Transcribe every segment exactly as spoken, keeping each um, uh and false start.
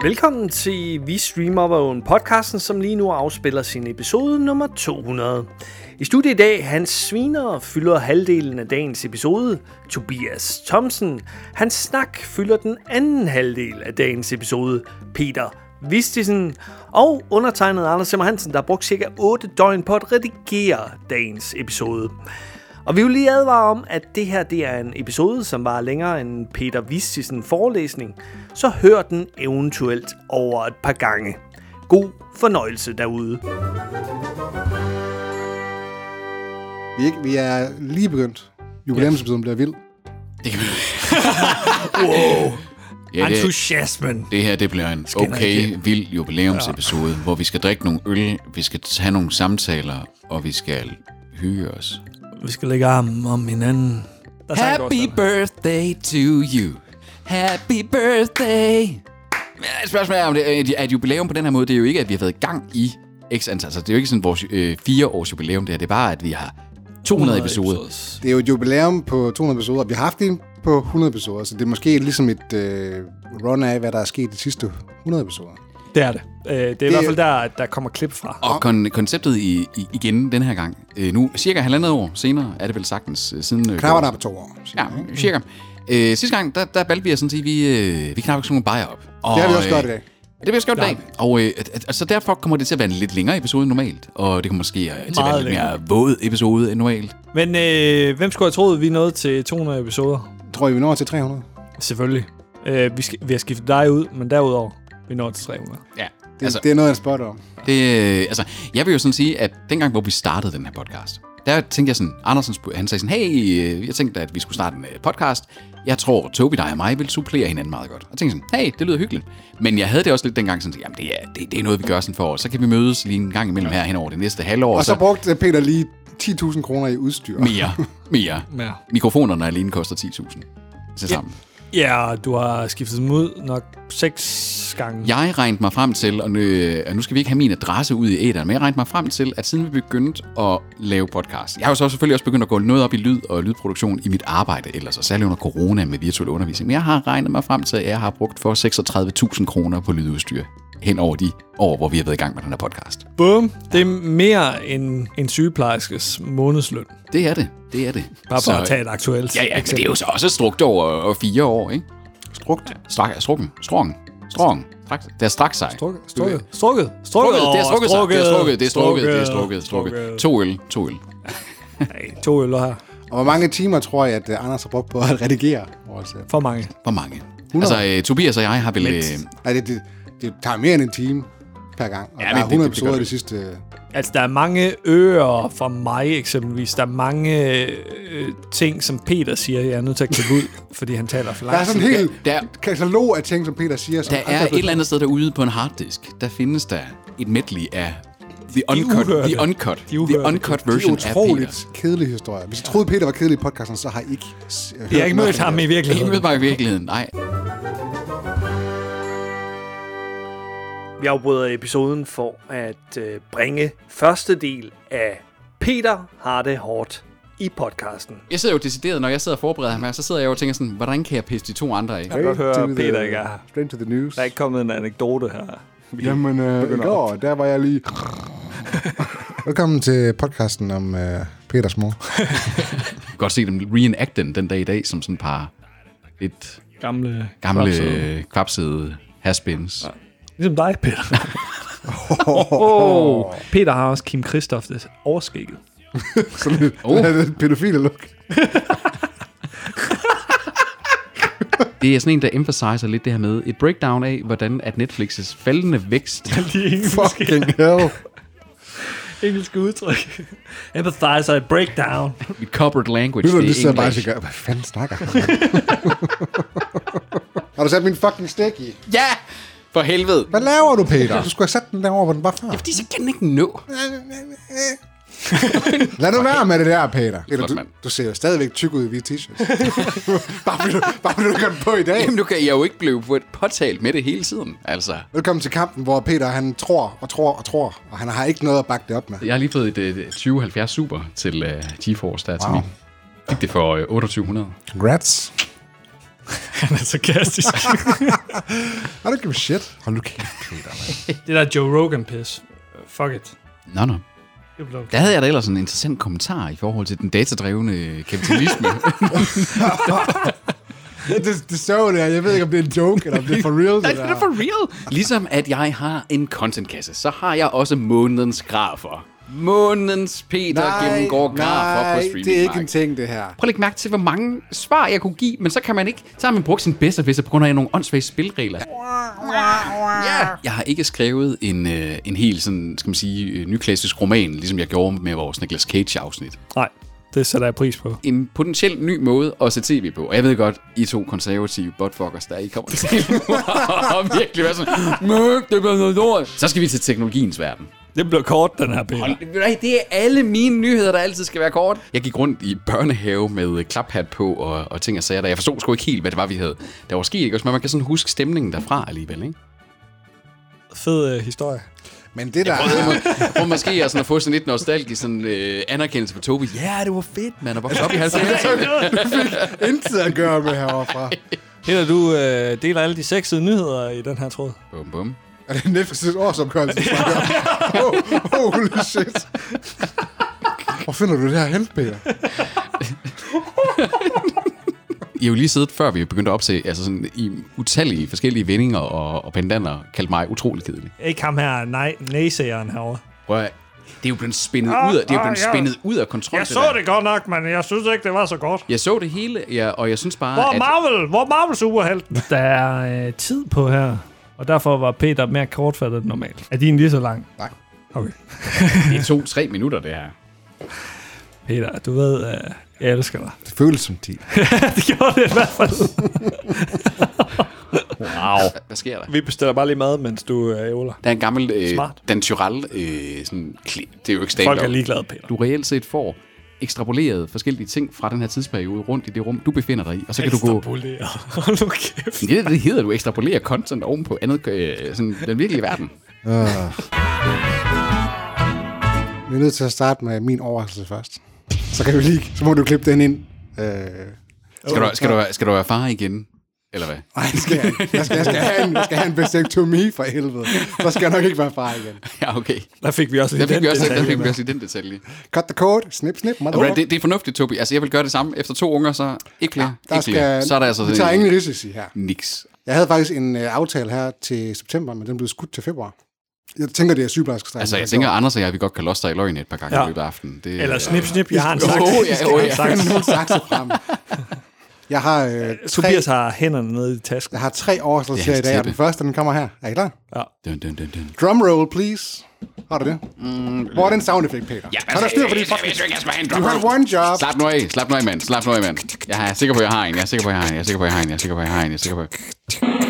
Velkommen til Vi Streamer, hvor en podcasten, som lige nu afspiller sin episode nummer to hundrede. I studiet i dag, Hans Sviner fylder halvdelen af dagens episode. Tobias Thomsen, hans snak fylder den anden halvdel af dagens episode. Peter Vistisen og undertegnet Anders Simmer Hansen, der har brugt cirka otte døgn på at redigere dagens episode. Og vi vil lige advare om, at det her det er en episode, som var længere end Peter Vistisen forelæsning, så hør den eventuelt over et par gange. God fornøjelse derude. Vi er, ikke, vi er lige begyndt. Jubilæumsepisoden bliver vild. Det kan vi. Wow. Ja, det, entusiasmen. det her det bliver en okay, vild jubilæumsepisode, ja. Hvor vi skal drikke nogle øl, vi skal have nogle samtaler, og vi skal hygge os. Vi skal lægge armen om hinanden. Der Happy birthday to you. Happy birthday. Men spørgsmålet er, om det er et jubilæum på den her måde. Det er jo ikke, at vi har været i gang i x antal. Altså, det er jo ikke sådan vores øh, fire års jubilæum. Det er, det er bare, at vi har to hundrede episoder. Det er jo et jubilæum på to hundrede episoder. Vi har haft en på hundrede episoder, så det er måske ligesom et øh, run af, hvad der er sket de sidste hundrede episoder. Det er det. Øh, det er det, i hvert fald der, at der kommer klip fra. Og kon- konceptet i, i, igen den her gang. Øh, nu, cirka halvandet år senere, er det vel sagtens øh, siden... Øh, knapper der på to år. Ja, cirka. Øh, sidste gang, der, der valgte vi at sådan sige, at vi, øh, vi knapper sådan nogle bajer op. Og, det har vi også gjort i dag. Det har vi også gjort i dag. Og øh, altså, derfor kommer det til at være en lidt længere episode end normalt. Og det kommer måske øh, til at være en lidt mere våd episode end normalt. Men øh, hvem skulle have troet, at vi nåede til to hundrede episoder? Tror I, vi når til tre hundrede? Selvfølgelig. Øh, vi, skal, vi har skiftet dig ud, men derudover, vi når til tre hundrede. Ja. Det, altså, det er noget, jeg spørger om. Det, altså, jeg vil jo sådan sige, at dengang, hvor vi startede den her podcast, der tænkte jeg sådan, Andersen, han sagde sådan, hey, jeg tænkte, at vi skulle starte en podcast. Jeg tror, Tobi, dig og mig vil supplere hinanden meget godt. Og jeg tænkte sådan, hey, det lyder hyggeligt. Men jeg havde det også lidt dengang sådan, jamen det er, det, det er noget, vi gør sådan for os. Så kan vi mødes lige en gang imellem her hen over det næste halvår. Og så, så brugte Peter lige ti tusind kroner i udstyr. Mere, mere. Ja. Mikrofonerne alene koster ti tusind. Så sammen. Ja, du har skiftet dem ud nok seks gange. Jeg regnede mig frem til, og nu, nu skal vi ikke have min adresse ud i æteren, men jeg regnede mig frem til, at siden vi begyndte at lave podcast, jeg har jo så selvfølgelig også begyndt at gå noget op i lyd og lydproduktion i mit arbejde ellers, og særligt under corona med virtuel undervisning, men jeg har regnet mig frem til, at jeg har brugt for seksogtredive tusind kroner på lydudstyr hen over de år, hvor vi har været i gang med den her podcast. Bum. Det er mere end en sygeplejerskes månedsløn. Det er det, det er det. Bare for at tage et aktuelt. Ja, ja, men det er jo så også strukt over og fire år, ikke? Strukt? Strak, strukken, strong, strong. Det er strakt sig. Strukket, strukket, strukket, strukket. Det er strukket sig. Det er strukket, det er strukket, det er strukket, strukket. To øl, to øl. Nej, to øl her. Og hvor mange timer tror jeg, at Anders har brugt på at redigere vores? For mange. For mange. Altså, uh, Tobias og jeg har vel... Uh... Nej, det, det, det tager mere end en time per gang. Og ja, der er hundrede det, det, episoder det de sidste... Altså, der er mange ører fra mig eksempelvis. Der er mange øh, ting, som Peter siger, jeg er nødt til at klippe ud, fordi han taler for langt. Der er sådan en hel der, katalog af ting, som Peter siger. Som der er et eller andet sted derude på en harddisk, der findes der et medley af The Uncut, de the uncut, de the uncut version af Peter. Det er utroligt kedelige historier. Hvis I troede, Peter var kedelig i podcasten, så har I ikke hørt. Jeg har ikke mødt ham i virkeligheden. Jeg har ikke mødt mig i virkeligheden, nej. Vi afbryder episoden for at øh, bringe første del af Peter har det hårdt i podcasten. Jeg sidder jo decideret, når jeg sidder og forbereder ham her, så sidder jeg jo og tænker sådan, hvordan kan jeg pisse de to andre af? Jeg kan godt høre, at Peter ikke er her. Straight to the news. Der er ikke kommet en anekdote her. Vi Jamen, øh, i går, der var jeg lige... Velkommen til podcasten om øh, Peters mor. Jeg kan godt se dem reenact den den dag i dag, som sådan et par et gamle, gamle kvapsede haspins. Ja. Ligesom dig, Peter. oh. Peter har også Kim Christoftes overskægget. Sådan et oh. pædofile look. Det er sådan en, der emphasizer lidt det her med et breakdown af, hvordan at Netflix's faldende vækst... Fucking hell. Engelske udtryk. Empathizer, et breakdown. Mit corporate language, det er engelsk. Bare, siger, hvad fanden snakker han? Har du sat min fucking stik i? Ja! For helvede. Hvad laver du, Peter? Du skulle have sat den derovre, hvor den var før. Ja, fordi så kan den ikke nå. Lad nu være med det der, Peter. Peter Flot, du, du ser jo stadigvæk tyk ud i hvide t-shirts. bare fordi du, bare fordi du gør den på i dag. Jamen, nu kan jeg jo ikke blive påtalt med det hele tiden, altså. Velkommen til kampen, hvor Peter han tror og tror og tror, og han har ikke noget at bakke det op med. Jeg har lige fået et uh, tyve halvfjerds Super til uh, GeForce der wow. til mig. Fik det for uh, otteogtyve hundrede. Congrats. Han er sarkastisk. I don't give a shit. Hold nu kæft, Peter. Det der Joe Rogan-pis. Fuck it. Nå, nå. Der havde jeg da ellers en interessant kommentar i forhold til den datadrevne kapitalisme. det, det så det her. Jeg ved ikke, om det er en joke, eller om det er for real. Det, det er for real. Ligesom at jeg har en contentkasse, så har jeg også månedens grafer. Månedens Peter nej, gennemgår grafer på streaming. Det er ikke en ting, det her. Prøv at lægge mærke til, hvor mange svar jeg kunne give, men så kan man ikke. Så har man brugt sin bedste bedste på grund af nogle åndssvage spilregler. Ja. Jeg har ikke skrevet en, øh, en helt sådan, skal man sige, nyklassisk roman, ligesom jeg gjorde med vores Nicolas Cage-afsnit. Nej, det sætter jeg pris på. En potentielt ny måde at se tv på. Og jeg ved godt, I to konservative buttfuckers, der I kommer til og virkelig være sådan, det bliver noget lort. Så skal vi til teknologiens verden. Det bliver kort, den her, Peter. Det er alle mine nyheder, der altid skal være kort. Jeg gik rundt i børnehave med klaphat på og, og ting og sager, der jeg forstod sgu ikke helt, hvad det var, vi havde. Der var sket, ikke? Men man kan sådan huske stemningen derfra alligevel, ikke? Fed uh, historie. Men det der... Jeg prøver måske at, sådan, at få sådan lidt nostalgisk sådan, øh, anerkendelse for Tobi. Ja, det var fedt, mand. Og vokset op i halvfemserne. Du fik intet at gøre med heroverfra. Peter, du øh, deler alle de sexede nyheder i den her tråd. Bum, bum. Er det Netflix' årsopgørelse, du snakker om? Oh, holy shit. Hvor finder du det her hen, Peter? I har jo lige siddet, før vi begyndte at opse, altså sådan i utallige forskellige vendinger og, og pendanter, kaldte mig utrolig kedelig. Ikke ham her, nej, næsægeren herovre. Prøv at, det er jo blevet spændet ah, ud af, det er jo blevet ah, spændet ud af kontrol. Jeg så det, det godt nok, men jeg synes ikke, det var så godt. Jeg så det hele, ja, og jeg synes bare, Hvor at... Marvel? Hvor Marvel superhelten? Der er øh, tid på her, og derfor var Peter mere kortfattet end normalt. Er din lige så lang? Nej. Okay. Det er to-tre minutter, det her. Peter, du ved, øh, jeg elsker dig. Det føles som ti. Det gjorde det i hvert fald. Wow. Hvad sker der? Vi bestiller bare lige mad, mens du øh, ævler. Der er en gammel øh, Dan Tyrell, øh, sådan, det er jo ikke stand-up. Folk er ligeglade, Peter. Du reelt set får ekstrapoleret forskellige ting fra den her tidsperiode rundt i det rum, du befinder dig i. Og så kan du gå... Ekstrapolere. Hold nu kæft. Det er det, det hedder, du ekstrapolerer content oven på andet, øh, sådan, den virkelige verden. Uh. Vi er nødt til at starte med min overraskelse først. Så kan vi lige, så må du klippe den ind. Uh. Skal, du, skal, du, skal du være far igen? Eller hvad? Nej, det skal jeg ikke. Jeg skal, jeg skal, have, en, jeg skal have en vastektomi for helvede. Så skal jeg nok ikke være far igen. Ja, okay. Der fik vi også der den, fik vi også, detalje. Der fik vi også i den detalje. Cut the code. Snip, snip. Okay, det, det er fornuftigt, Tobi. Altså, jeg vil gøre det samme. Efter to unger, så ikke flere. Ja, der ikke skal, flere. Så er der altså... Vi tager ingen risici her. Niks. Jeg havde faktisk en uh, aftale her til september, men den blev skudt til februar. Jeg tænker, det er sygeplejerskestræk. Altså, jeg tænker, Anders og jeg, vi godt kan losse dig i løgn et par gange ja. i løbet af aftenen. Det, Eller snip, snip. Jeg har en saks. Åh, ja, åh, ja. Jeg har en sakse frem. Jeg har øh, tre... Tobias har hænderne nede i tasken. Jeg har tre overraskelser her i dag, og den første, den kommer her. Er I klar? Ja. Dun, dun, dun, dun. Drum roll, please. Har du det? Mm, Hvor er den soundeffekt, Peter? Ja, har du styr på det? Du har one job. Slap nu af, slap nu af, mand. Slap nu af, mand. Jeg er sikker på, at jeg har en. Jeg er sikker på, at jeg har en. Jeg er sikker på, at jeg har en. Jeg er sikker på, at jeg har en. Jeg er sikker på, at jeg har en.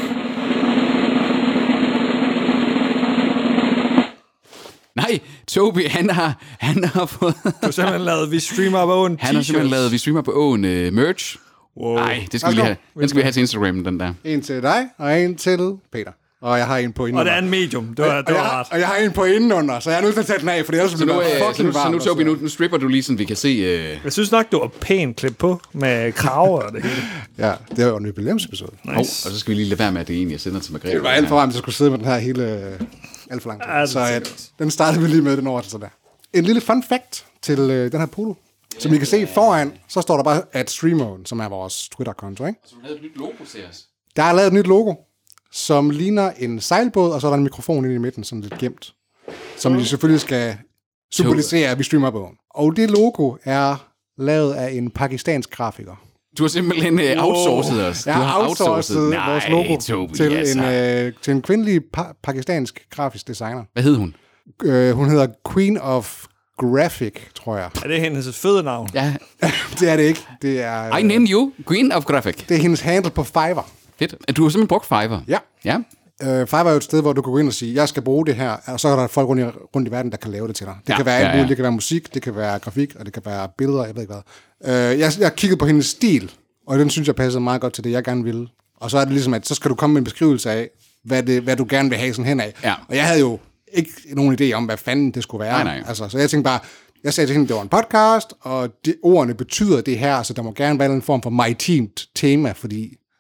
Nej, Tobi, han har, han har fået... Du har simpelthen lavet, vi streamer på åen Han har simpelthen lavet, vi streamer på åen uh, merch. Wow. Nej, det skal vi lige have. Den skal vi have til Instagram, den der. En til dig, og en til Peter. Og jeg har en på indenunder. Og det er en medium, det var, det var og, jeg, ret. og jeg har en på indenunder, så jeg er nødt til at tage den af, for det er ellers så nu, bliver øh, fucking så, varmt. så nu, Tobi, nu, nu stripper du lige, sådan vi kan se... Uh... Jeg synes nok, du var pænt klippet på med kraver og det hele. Ja, det var jo en jubilæumsepisode. Nice. Oh, og så skal vi lige lade være med, at det egentlig jeg sender til Margrethe. Det var alt for varmt, at jeg skulle sidde med den her hele... Øh, alt for langt. Ja, så at, den starter vi lige med, den overraskelse der. En lille fun fact til øh, den her polo. Som I kan se foran, så står der bare at streameren, som er vores Twitter-konto, ikke? Så du lavede et nyt logo til os. Der er lavet et nyt logo, som ligner en sejlbåd, og så er der en mikrofon inde i midten, sådan lidt gemt. Som vi selvfølgelig skal symbolisere, at vi streamer båden. Og det logo er lavet af en pakistansk grafiker. Du har simpelthen uh, outsourcet os. Jeg har outsourcet vores logo Tobi, til, altså. en, øh, til en kvindelig pa- pakistansk grafisk designer. Hvad hed hun? Øh, hun hedder Queen of Graphic, tror jeg. Er det hendes fede navn? Ja. Det er det ikke. Det er, I name you Queen of Graphic. det er hendes handle på Fiverr. Fedt. Du har simpelthen brugt Fiverr? Ja. Ja. Øh, Fiverr er jo et sted, hvor du kan gå ind og sige, jeg skal bruge det her, og så er der folk rundt i, rundt i verden, der kan lave det til dig. Det Ja, kan være alt ja, ja. muligt. Det kan være musik, det kan være grafik, og det kan være billeder, jeg ved ikke hvad. Øh, jeg, jeg kiggede på hendes stil, og den synes jeg passede meget godt til det, jeg gerne ville. Og så er det ligesom, at så skal du komme med en beskrivelse af, hvad, det, hvad du gerne vil have sådan hen af. Ja. Og jeg havde jo ikke nogen idé om, hvad fanden det skulle være. Nej, nej. Altså, så jeg tænkte bare, jeg sagde til hende, det var en podcast, og de, ordene betyder det her, så der må gerne være en form for maritimt tema, fordi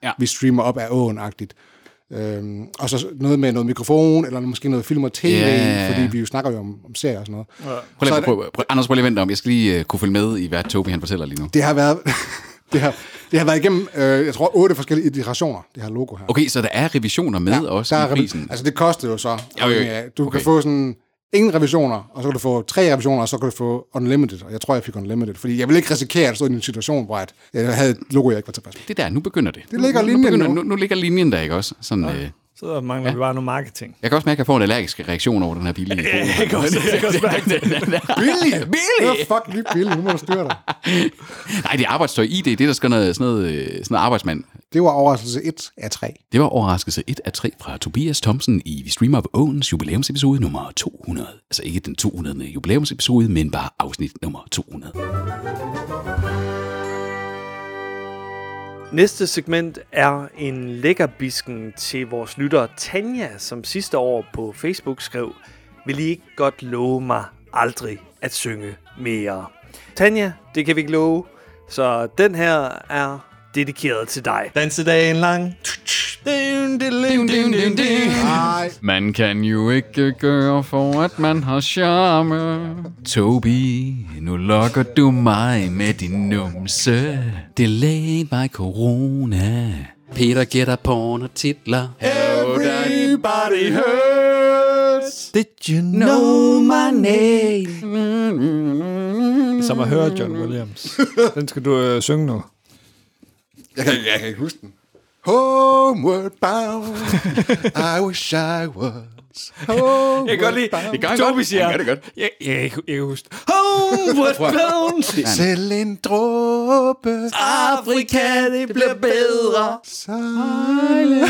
ja. vi streamer op af åen-agtigt. Øhm, og så noget med noget mikrofon, eller måske noget film og tv, yeah. fordi vi jo snakker jo om, om serier og sådan noget. Ja. Prøv lige, prøv, prøv, Anders, prøv lige at vente om. Jeg skal lige uh, kunne følge med i, hvad Toby han fortæller lige nu. Det har været... Det har, det har været igennem, øh, jeg tror, otte forskellige iterationer, det her logo her. Okay, så der er revisioner med ja, også i prisen? Altså, det kostede jo så. Jo, jo, jo. Du okay. kan få sådan ingen revisioner, og så kan du få tre revisioner, og så kan du få unlimited. Og jeg tror, jeg fik unlimited, fordi jeg vil ikke risikere at stå i en situation, hvor jeg havde et logo, jeg ikke var tilpas med. Det der, nu begynder det. Det ligger nu, linjen nu, begynder, nu. nu. Nu ligger linjen der, ikke også? Sådan, ja. øh, Så mangler ja. vi bare noget marketing. Jeg kan også mærke, at jeg får en allergisk reaktion over den her billige. Ja, jeg kan også, jeg kan også mærke det. Billig! Billig! Det er fucking lige billig, nu må du styre dig. Nej, det er arbejdstøj I D, det er der skal noget, sådan, noget, sådan noget arbejdsmand. Det var overraskelse et af tre. Det var overraskelse et af tre fra Tobias Thomsen i Vi Streamer of Åens jubilæumsepisode nummer to hundrede. Altså ikke den to hundrede jubilæumsepisode, men bare afsnit nummer to hundrede. Næste segment er en lækkerbisken til vores lytter Tanja, som sidste år på Facebook skrev: "Vil I ikke godt love mig aldrig at synge mere?" Tanja, det kan vi ikke love, så den her er dedikeret til dig. Dansedagen lang. Man kan jo ikke gøre for, at man har charme. Toby, nu lokker du mig med din numse. Delayed by corona. Peter gætter porn og titler. Everybody hurts. Did you know my name? Som at høre John Williams. Den skal du øh, synge nu. Jeg kan, jeg kan ikke huske den. Homeward bound, I wish I was. Homeward jeg kan godt lide, det gør Toby siger, jeg, det godt. Jeg, jeg, jeg, jeg kan huske Homeward bound. Selv en dråbe Afrika, det bliver bedre. Silent.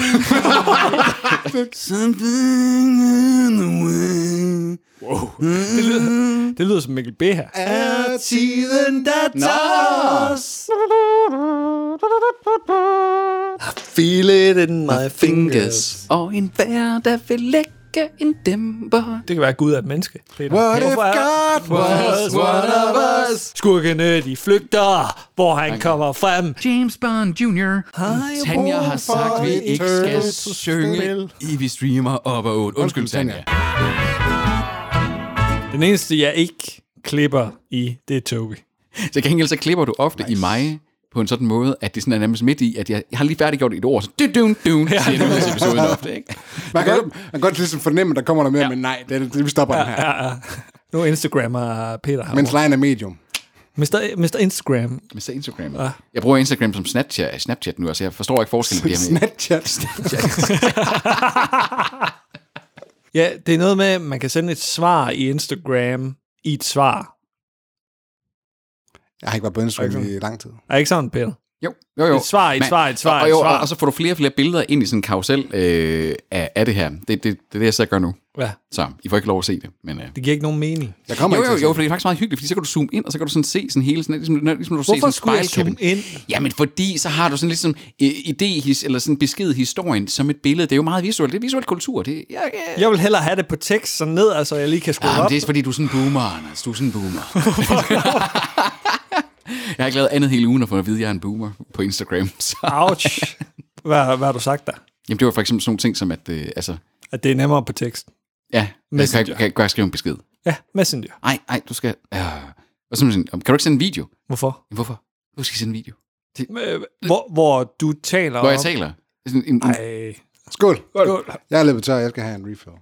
Something in the way. Wow. Det lyder, det lyder som Mikkel B her. Er tiden, der tager os. I feel it in my fingers. Og en vær, der vil lægge en dæmper. Det kan være Gud er et menneske, Peter. What if God was one of us? Skurkene, de flygter, hvor han kommer frem. James Bond junior Tanja har sagt, at vi ikke skal synge i Vi Streamer op og ud. Undskyld, Tanja. Den eneste, jeg ikke klipper i, det er Toby. Så gengæld så klipper du ofte nice. i mig på en sådan måde, at det sådan er nærmest midt i, at jeg, jeg har lige færdiggjort et ord, så dun dun dun, siger jeg nu i episoden ofte, ikke? Man kan, man kan godt ligesom fornemme, at der kommer noget mere, ja. men nej, det, det, vi stopper ja, den her. Ja, ja. Nu Instagrammer Peter her. Mens lejen er medium. mister mister Instagram. mister Instagram. Ja. Jeg bruger Instagram som Snapchat, Snapchat nu, altså jeg forstår ikke forskellen på det her. Snapchat. Snapchat. Ja, det er noget med, at man kan sende et svar i Instagram i et svar. Jeg har ikke været på Instagram i lang tid. Er ikke sådan, Peter? Jo, jo, jo. Et svar, et svar, et svar, og, jo, et svar. Og, og så får du flere og flere billeder ind i sådan en karusel øh, af, af det her. Det, det, det er det, jeg så gør nu. Ja. Så I får ikke lov at se det. Men, øh. Det giver ikke nogen mening. Jeg kommer jo, ikke jo, til jo, for det er faktisk meget hyggeligt, fordi så kan du zoome ind, og så kan du sådan se sådan hele, sådan, ligesom, ligesom du Hvorfor ser sådan en zoome ind? Jamen, fordi så har du sådan ligesom øh, idé, eller sådan besked historien som et billede. Det er jo meget visuelt. Det er visuel kultur. Det, ja, ja. Jeg vil hellere have det på tekst, så ned, altså jeg lige kan skrue ja, op. Det er fordi, du er sådan en boomer, Anders. Du er sådan en boomer. Jeg har ikke lavet andet hele ugen at få at vide, at jeg er en boomer på Instagram. Så. Ouch. Hvad, hvad har du sagt der? Jamen, det var for eksempel sådan nogle ting som, at... Øh, altså, at det er nemmere på tekst. Ja, jeg kan, kan, kan, kan jeg skrive en besked. Ja, Messenger. Nej, nej, du skal... Øh, og sådan, kan du ikke sende en video? Hvorfor? Jamen, hvorfor? Du skal sende en video. Det, hvor, hvor du taler Hvor jeg op. taler. En, en, Ej. Skål. Skål. Skål. Jeg er løbet tør, jeg skal have en refill.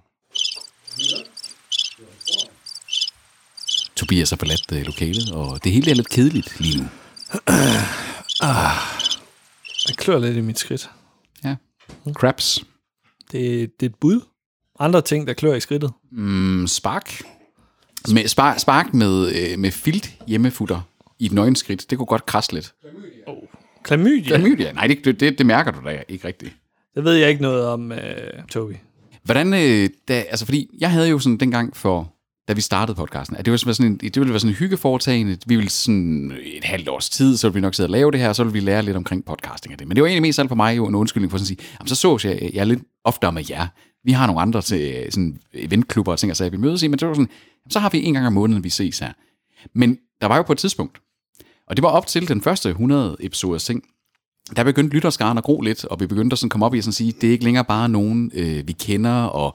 Tobias har forladt uh, lokalet, og det hele er lidt kedeligt lige nu. Ah, jeg klør lidt i mit skridt. Ja. Crabs. Det, det er et bud. Andre ting, der klør i skridtet. Mm, spark. Med, spark, spark med, øh, med filt hjemmefutter i et nøgenskridt. Det kunne godt krasse lidt. Oh. Klamydia? Klamydia? Nej, det, det, det mærker du da ikke rigtigt. Det ved jeg ikke noget om, uh, Toby. Hvordan, øh, da, altså fordi jeg havde jo sådan dengang for... da vi startede podcasten, at det ville være sådan en, det ville være sådan en hyggeforetagende. Vi ville sådan et halvt års tid, så ville vi nok sidde og lave det her, og så ville vi lære lidt omkring podcasting af det. Men det var egentlig mest alt for mig jo en undskyldning for sådan at sige, jamen, så så jeg, jeg er lidt oftere med jer. Vi har nogle andre til sådan eventklubber og ting, og så vi mødes i, men det var sådan, så har vi en gang om måneden, vi ses her. Men der var jo på et tidspunkt, og det var op til den første hundrede episoders ting, der begyndte lytterskaren at gro lidt, og vi begyndte at sådan komme op i at sådan sige, det er ikke længere bare nogen, øh, vi kender, og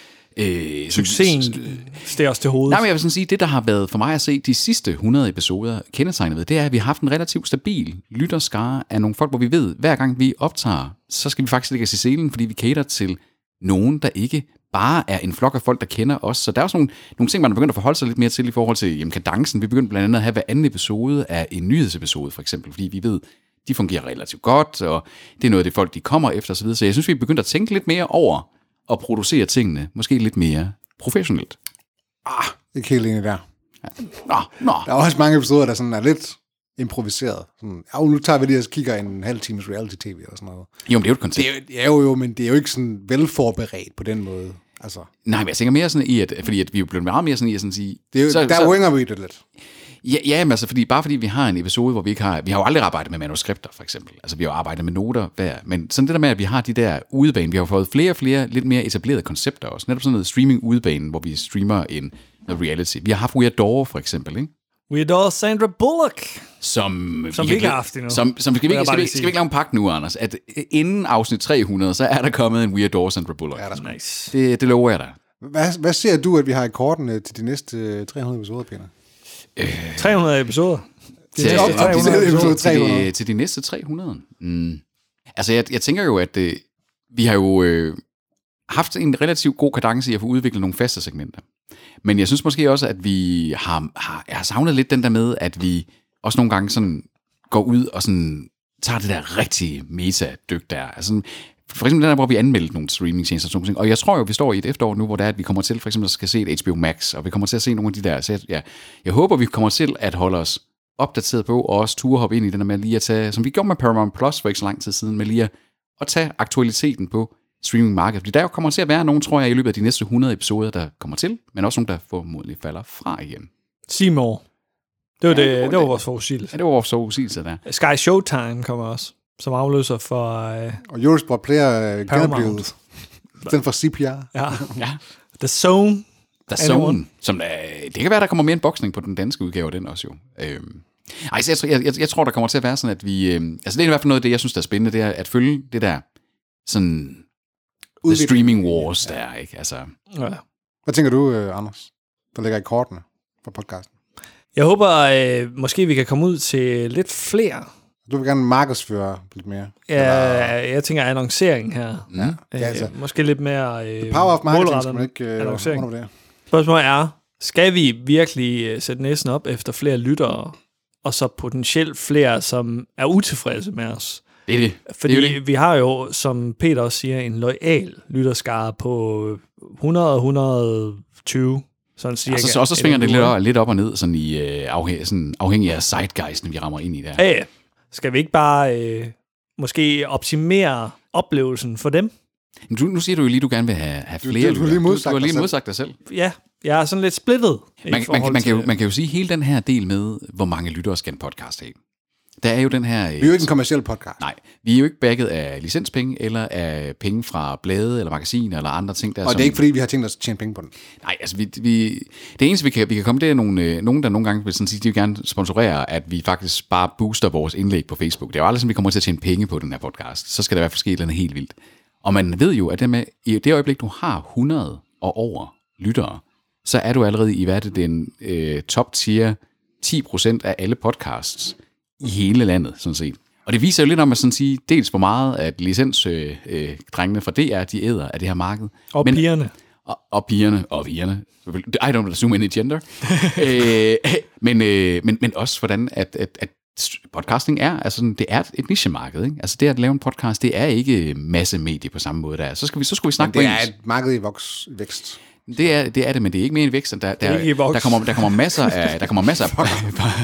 Øh, Succesen steg os til hovedet. Nej, men jeg vil sådan sige, det der har været for mig at se de sidste hundrede episoder kendetegnet ved, det er, at vi har haft en relativt stabil lytterskare af nogle folk, hvor vi ved, hver gang vi optager, så skal vi faktisk lægge os i selen, fordi vi cater til nogen, der ikke bare er en flok af folk, der kender os. Så der er også nogle, nogle ting, man er begyndt at forholde sig lidt mere til i forhold til jamen, kadencen. Vi begyndte blandt andet at have hver anden episode af en nyhedsepisode, for eksempel, fordi vi ved, de fungerer relativt godt, og det er noget af det folk, de kommer efter osv. Så jeg synes, vi er begyndt at tænke lidt mere over og producere tingene, måske lidt mere professionelt. Ah, ikke helt enig der. Ja. Nå, nå. Der er også mange episoder, der sådan er lidt improviseret. Sådan, ja, nu tager vi lige og kigger en halv times reality-tv eller sådan noget. Jo, men det er jo et koncept. Det er jo, jo, jo, men det er jo ikke sådan velforberedt på den måde. Altså. Nej, men jeg tænker mere sådan i, at, fordi at vi er jo blevet meget mere sådan i at sådan sige... Det er jo, så, der så, winger vi det lidt. Ja, ja, men altså, fordi, bare fordi vi har en episode, hvor vi ikke har... Vi har jo aldrig arbejdet med manuskripter, for eksempel. Altså, vi har jo arbejdet med noter hver. Men sådan det der med, at vi har de der udebane, vi har jo fået flere og flere lidt mere etablerede koncepter også. Netop sådan noget streaming udebane, hvor vi streamer en reality. Vi har haft Weird Door, for eksempel, ikke? Weird Door Sandra Bullock. Som, som vi ikke har haft endnu. Som, som skal, vi ikke, skal, vi, skal vi ikke lave en pagt nu, Anders? At inden afsnit tre hundrede, så er der kommet en Weird Door Sandra Bullock. Ja, der er nice. Det, det lover jeg dig. Hvad, hvad ser du, at vi har i kortene til de næste tre hundrede episoder, Peter? Øh, tre hundrede episoder? De til, op, op, de episoder til, de, til de næste tre hundrede? Mm. Altså, jeg, jeg tænker jo, at øh, vi har jo øh, haft en relativt god kadence i at få udviklet nogle faste segmenter. Men jeg synes måske også, at vi har, har, jeg har savnet lidt den der med, at vi også nogle gange sådan går ud og sådan tager det der rigtige meta-dyk der. Altså, for eksempel den der, hvor vi anmeldte nogle streamingtjenester, og jeg tror jo, vi står i et efterår nu, hvor det er, at vi kommer til for eksempel at skal se et H B O Max, og vi kommer til at se nogle af de der, så jeg, ja, jeg håber, vi kommer til at holde os opdateret på, og også ture hoppe ind i den der med lige at tage, som vi gjorde med Paramount Plus for ikke så lang tid siden, med lige at, at tage aktualiteten på streamingmarkedet. Fordi der kommer til at være nogen, tror jeg, i løbet af de næste hundrede episoder, der kommer til, men også nogle, der formodentlig falder fra igen. Seymour. Det var, ja, det, det var vores forudsigelse. Ja, det var vores forudsigelse der. Sky Showtime kommer også, som afløser for... Øh, og Eurosport Player uh, genoplevet. Den for C P R. Ja. ja. The Zone. The Zone. Som, øh, det kan være, der kommer mere en boksning på den danske udgave af den også jo. Øhm. Ej, så jeg, jeg, jeg tror, der kommer til at være sådan, at vi... Øh, altså det er i hvert fald noget af det, jeg synes, der er spændende, det er at følge det der sådan... The streaming wars ja. Der, ikke? Altså... Ja. Hvad tænker du, uh, Anders, der ligger i kortene for podcasten? Jeg håber, øh, måske vi kan komme ud til lidt flere. Du vil gerne markedsføre lidt mere? Ja, eller... jeg tænker annoncering her. Mm. Øh, ja, altså. Måske lidt mere øh, The power of marketing, skal man ikke øh, annoncering. Det. Spørgsmålet er, skal vi virkelig uh, sætte næsen op efter flere lyttere, og så potentielt flere, som er utilfredse med os? Det er det. Fordi det er det. Vi har jo, som Peter også siger, en loyal lytterskare på hundrede til hundrede og tyve. Sådan cirka. Og så, og så svinger det lidt op, lidt op og ned, sådan i, øh, afhæng, sådan afhængig af zeitgeisten, vi rammer ind i der. Ja, ja. Skal vi ikke bare øh, måske optimere oplevelsen for dem? Du, nu siger du jo lige, du gerne vil have, have flere. Du, du, du, lige du, du har lige modsagt dig selv. Ja, jeg er sådan lidt splittet. Man, man, man, kan jo, man kan jo sige hele den her del med, hvor mange lyttere skal en podcast have. Der er jo den her... Vi er jo ikke en kommerciel podcast. Nej, vi er jo ikke bagget af licenspenge, eller af penge fra blade, eller magasiner, eller andre ting. Der, og som, det er ikke, fordi vi har tænkt os at tjene penge på den. Nej, altså vi, vi, det eneste, vi kan, vi kan komme, det er nogle, nogen, der nogle gange vil sådan sige, de vil gerne sponsorere, at vi faktisk bare booster vores indlæg på Facebook. Det er jo aldrig sådan, vi kommer til at tjene penge på den her podcast. Så skal der være ske et eller andet helt vildt. Og man ved jo, at det med, i det øjeblik, du har hundrede og over lyttere, så er du allerede i, hvad er det, den øh, top tier ti procent af alle podcasts i hele landet, sådan set. Og det viser jo lidt om at sådan sige, dels hvor meget at licensdrengene øh, øh, fra D R, de æder af det her marked. Og men, pigerne. Og, og pigerne, og pigerne. I don't assume any gender. øh, men, øh, men, men også hvordan, at, at, at podcasting er, altså det er et nichemarked, ikke? Altså det at lave en podcast, det er ikke masse medie på samme måde der. Så skal vi, så skulle vi snakke men det på er et marked i voks, vækst. Det er, det er det, men det er ikke mere en vækst. Der, der, der, der, kommer, der kommer masser af... Der kommer masser af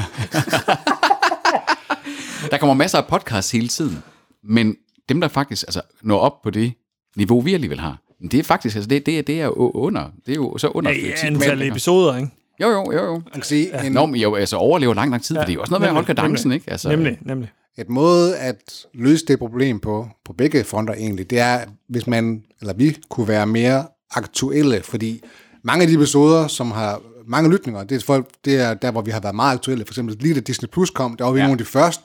der kommer masser af podcasts hele tiden, men dem, der faktisk altså, når op på det niveau, vi alligevel har, det er faktisk, altså det, det, det er under, det er jo så under... Ja, ja, antal episoder, ikke? Jo, jo, jo, jo. Man kan sige... Ja. En... Nå, men jo, altså overlever lang, lang tid, ja, for det er jo også noget med at holde kadencen, ikke? Altså, nemlig, nemlig. Et måde at løse det problem på, på begge fronter egentlig, det er, hvis man, eller vi, kunne være mere aktuelle, fordi mange af de episoder, som har mange lytninger, det er, folk, det er der, hvor vi har været meget aktuelle. For eksempel lige da Disney Plus kom, der var vi ja. nogle af de første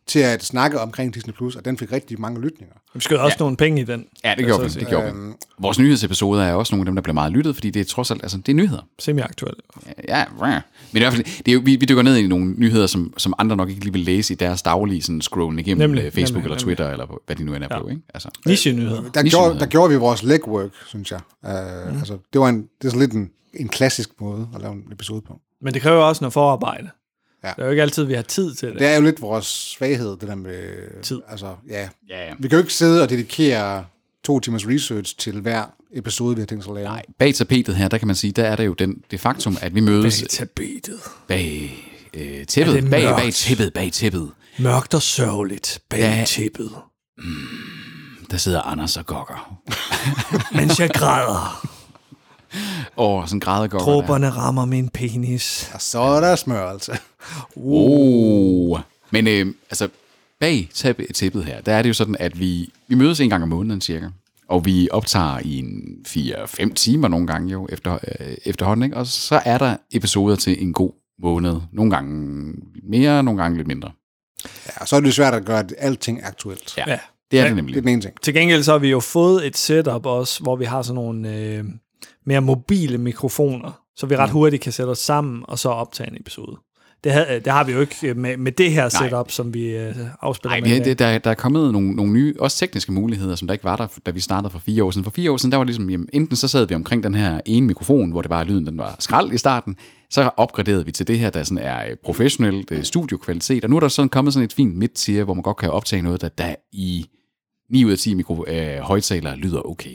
til at snakke omkring Disney Plus, og den fik rigtig mange lytninger. Vi skød også ja. nogle penge i den. Ja, det gjorde vi. Det gjorde øhm, vi. Vores nyhedsepisoder er også nogle af dem, der bliver meget lyttet, fordi det er trods alt, altså, det er nyheder. Semi-aktuelle. Ja, ja, men i hvert fald, det er jo, vi, vi dykker ned i nogle nyheder, som, som andre nok ikke lige vil læse i deres daglige sådan, scrollen igennem nemlig, Facebook nemlig, eller Twitter, nemlig. Eller hvad de nu end er ja. på. Ikke? Altså, niche-nyheder. Der, gjorde, der gjorde vi vores legwork, synes jeg. Uh, mm. altså, det var en, det er sådan lidt en, en klassisk måde at lave en episode på. Men det kræver også noget forarbejde. Ja. Det er jo ikke altid, vi har tid til det. Det er jo lidt vores svaghed, det der med... Tid. Altså, ja. Ja, ja. Vi kan jo ikke sidde og dedikere to timers research til hver episode, vi har tænkt sig at lave. Nej, bag tapetet her, der kan man sige, der er det jo den, det faktum, at vi mødes... Bag tapetet. Bag øh, tæppet. Bag, bag tæppet, bag tæppet. Mørkt og sørgeligt bag ja. tæppet. Mm, der sidder Anders og gokker. Mens jeg græder. Åh, oh, sådan græder gokker. Dråberne rammer min penis. Og så er der smørelse. Uh. Men øh, altså, bag tæppet her, der er det jo sådan, at vi, vi mødes en gang om måneden cirka. Og vi optager i en fire fem timer nogle gange jo efter, øh, efterhånden. Ikke? Og så er der episoder til en god måned. Nogle gange mere, nogle gange lidt mindre. Ja, så er det svært at gøre alting aktuelt. Ja, ja. Det er ja, det nemlig. Det er den ene ting. Til gengæld så har vi jo fået et setup også, hvor vi har sådan nogle øh, mere mobile mikrofoner, så vi ret hurtigt kan sætte os sammen og så optage en episode. Det, havde, det har vi jo ikke med, med det her setup, Nej. som vi øh, afspiller Nej, med. Nej, der, der er kommet nogle, nogle nye, også tekniske muligheder, som der ikke var der, da vi startede for fire år siden. For fire år siden, der var ligesom, jamen, enten så sad vi omkring den her ene mikrofon, hvor det bare lyden, den var skrald i starten, så opgraderede vi til det her, der sådan er professionelt studiokvalitet, og nu er der sådan kommet sådan et fint midt-tier, hvor man godt kan optage noget, der, der i ni ud af ti mikro, øh, højtalere lyder okay.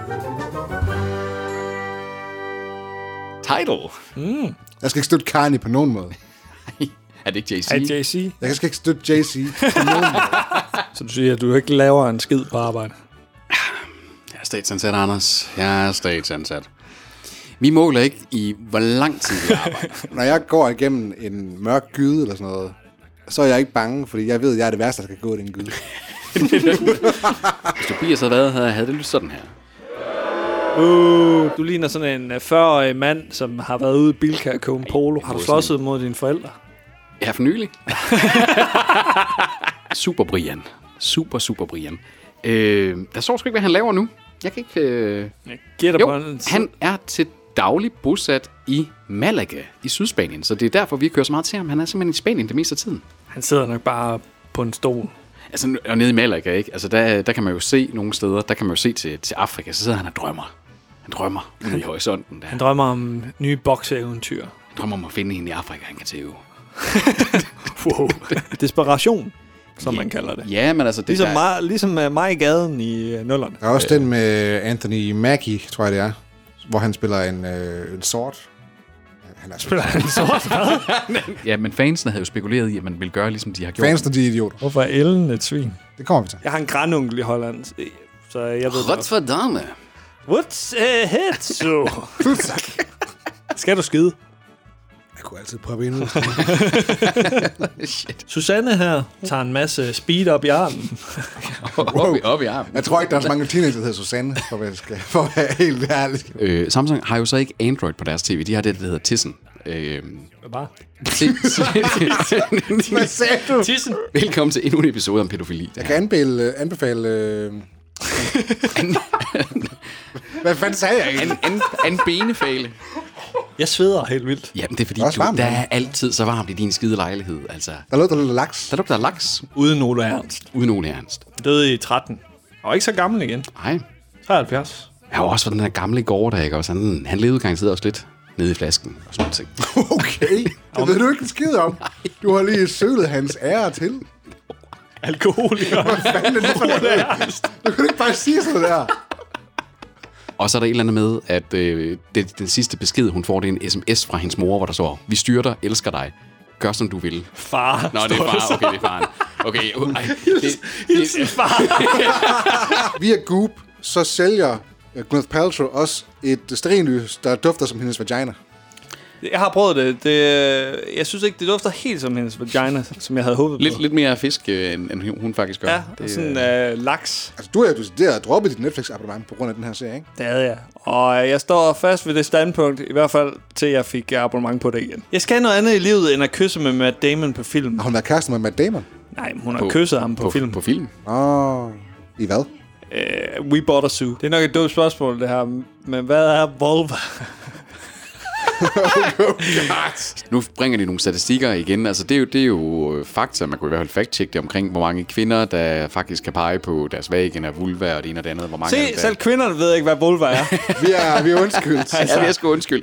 Title. Mm. Jeg skal ikke støtte Kanye på nogen måde. Er det ikke J C? Er det J C? Jeg skal ikke støtte J C på nogen måde. Så du siger, at du ikke laver en skid på arbejde? Jeg er statsansat, Anders. Jeg er statsansat. Vi måler ikke i, hvor lang tid vi arbejder. Når jeg går igennem en mørk gyde eller sådan noget, så er jeg ikke bange, fordi jeg ved, at jeg er det værste, der skal gå i den gyde. Hvis Tobias havde været her, havde det lyst sådan her. Uh, du ligner sådan en fyrre-årig mand, som har været ude i Bilka og købt en polo. Har du slåsset mod dine forældre? Ja, for nylig. Super Brian. Super, super Brian. Øh, der står sgu ikke, hvad han laver nu. Jeg kan ikke... Øh... Jeg giver dig jo, på en... han er til daglig bosat i Malaga i Sydspanien, så det er derfor, vi kører så meget til ham. Han er simpelthen i Spanien det meste af tiden. Han sidder nok bare på en stol. Altså, og nede i Malaga, ikke? Altså, der, der kan man jo se nogle steder, der kan man jo se til, til Afrika, så sidder han og drømmer. Han drømmer ude i horisonten der. Han drømmer om nye bokseeventyr. Han drømmer om at finde en i Afrika, han kan tæve. Wow. Desperation, som man kalder det. Ja, men altså... Det ligesom, der... mig, ligesom mig i gaden i nullerne. Der er også øh. den med Anthony Mackie, tror jeg det er, hvor han spiller en, øh, en sort. Han er spiller en sort, ja, men fansene havde jo spekuleret i, at man ville gøre, ligesom de har gjort. Fansene, de er idioter. Hvorfor er Ellen et svin? Det kommer vi til. Jeg har en grandonkel i Holland, så jeg ved... Rotterdam. What's a head, so? Skal du skide? Jeg kunne altid prøve endnu. Shit. Susanne her tager en masse speed op i armen. Wow. Op i armen. Jeg tror ikke, der er så mange teenager, der hedder Susanne, for at, skal, for at være helt ærlig. Øh, Samsung har jo så ikke Android på deres tv. De har det, der hedder Tissen. Øh, Hvad bare? Hvad sagde du? Tissen. Velkommen til endnu en episode om pædofili. Jeg kan anbefale... anbefale øh... Hvad fanden sagde jeg egentlig? En, en, en benefale. Jeg sveder helt vildt. Jamen, det er fordi, det er du, varmt, der er altid så varmt i din skide lejlighed. Altså. Der lugter lidt laks. Der lugter laks. Uden Ole Ernst. Uden Ole Ernst. Døde i tretten. Og ikke så gammel igen. Nej. treoghalvfjerds. Jeg har også været den der gamle gård, der ikke også. Han, han levede garanteret også lidt nede i flasken og sådan ting. Okay. Det ved du ikke en skid om. Du har lige sølet hans ære til. Alkoholiker. Hvad fanden er det for noget? Du kan ikke bare sige sådan der. Og så er der et eller andet med, at øh, det, den sidste besked, hun får, det er en sms fra hendes mor, hvor der står, vi styrter, elsker dig, gør som du vil. Far. Nå, det er far. Okay, det er faren. Okay, uh, ej, det, det, det. far. Via Goop, så sælger Gwyneth Paltrow også et stearinlys, der dufter som hendes vagina. Jeg har prøvet det. det. Jeg synes ikke, det dufter helt som hendes vagina, som jeg havde håbet lidt, på. Lidt mere fisk, end, end hun faktisk gør. Ja, det, sådan øh, laks. Altså, du har jo decideret droppet dit Netflix-abonnement på grund af den her serie, ikke? Det havde jeg. Og jeg står fast ved det standpunkt, i hvert fald til jeg fik abonnement på det igen. Jeg skal have noget andet i livet, end at kysse med Matt Damon på film. Har hun været kæreste med Matt Damon? Nej, hun har kysset ham på, på film. På film? Åh, oh, i hvad? Uh, We Bought a Zoo. Det er nok et dumt spørgsmål, det her. Men hvad er vulva? Nu bringer de nogle statistikker igen. Altså, det er jo, det er jo fakta. Man kunne i hvert fald fact-check det omkring, hvor mange kvinder, der faktisk kan pege på deres vagina, vulva og det ene og det andet. Hvor mange Se, der... selv kvinderne ved ikke, hvad vulva er. vi er, vi er undskyldt. Altså, vi er sgu undskyld.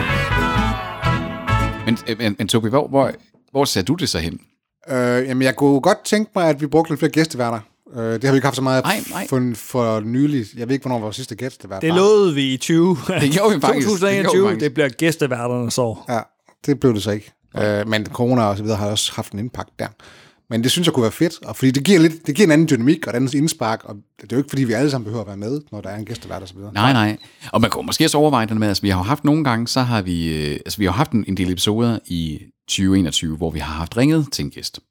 Men, men, men Tobi, hvor, hvor, hvor ser du det så hen? Øh, jamen, jeg kunne godt tænke mig, at vi brugte lidt flere gæsteværter. Øh, det har vi ikke haft så meget nej, nej. For, for nylig. Jeg ved ikke, hvornår vores sidste gæstevært var. Det lovede vi i tyve. Det gjorde vi faktisk. to tusind enogtyve, det, det bliver gæsteværternes år. Ja, det blev det så ikke. Øh, men corona og så videre har også haft en impact der. Men det synes jeg kunne være fedt, og fordi det giver, lidt, det giver en anden dynamik og et andet indspark, og det er jo ikke, fordi vi alle sammen behøver at være med, når der er en gæstevært og så videre. Nej, nej. Og man kunne måske også overveje den med, altså vi har jo haft nogle gange, så har vi, altså vi har haft en, en del episoder i tyve enogtyve, hvor vi har haft ringet til en gæst.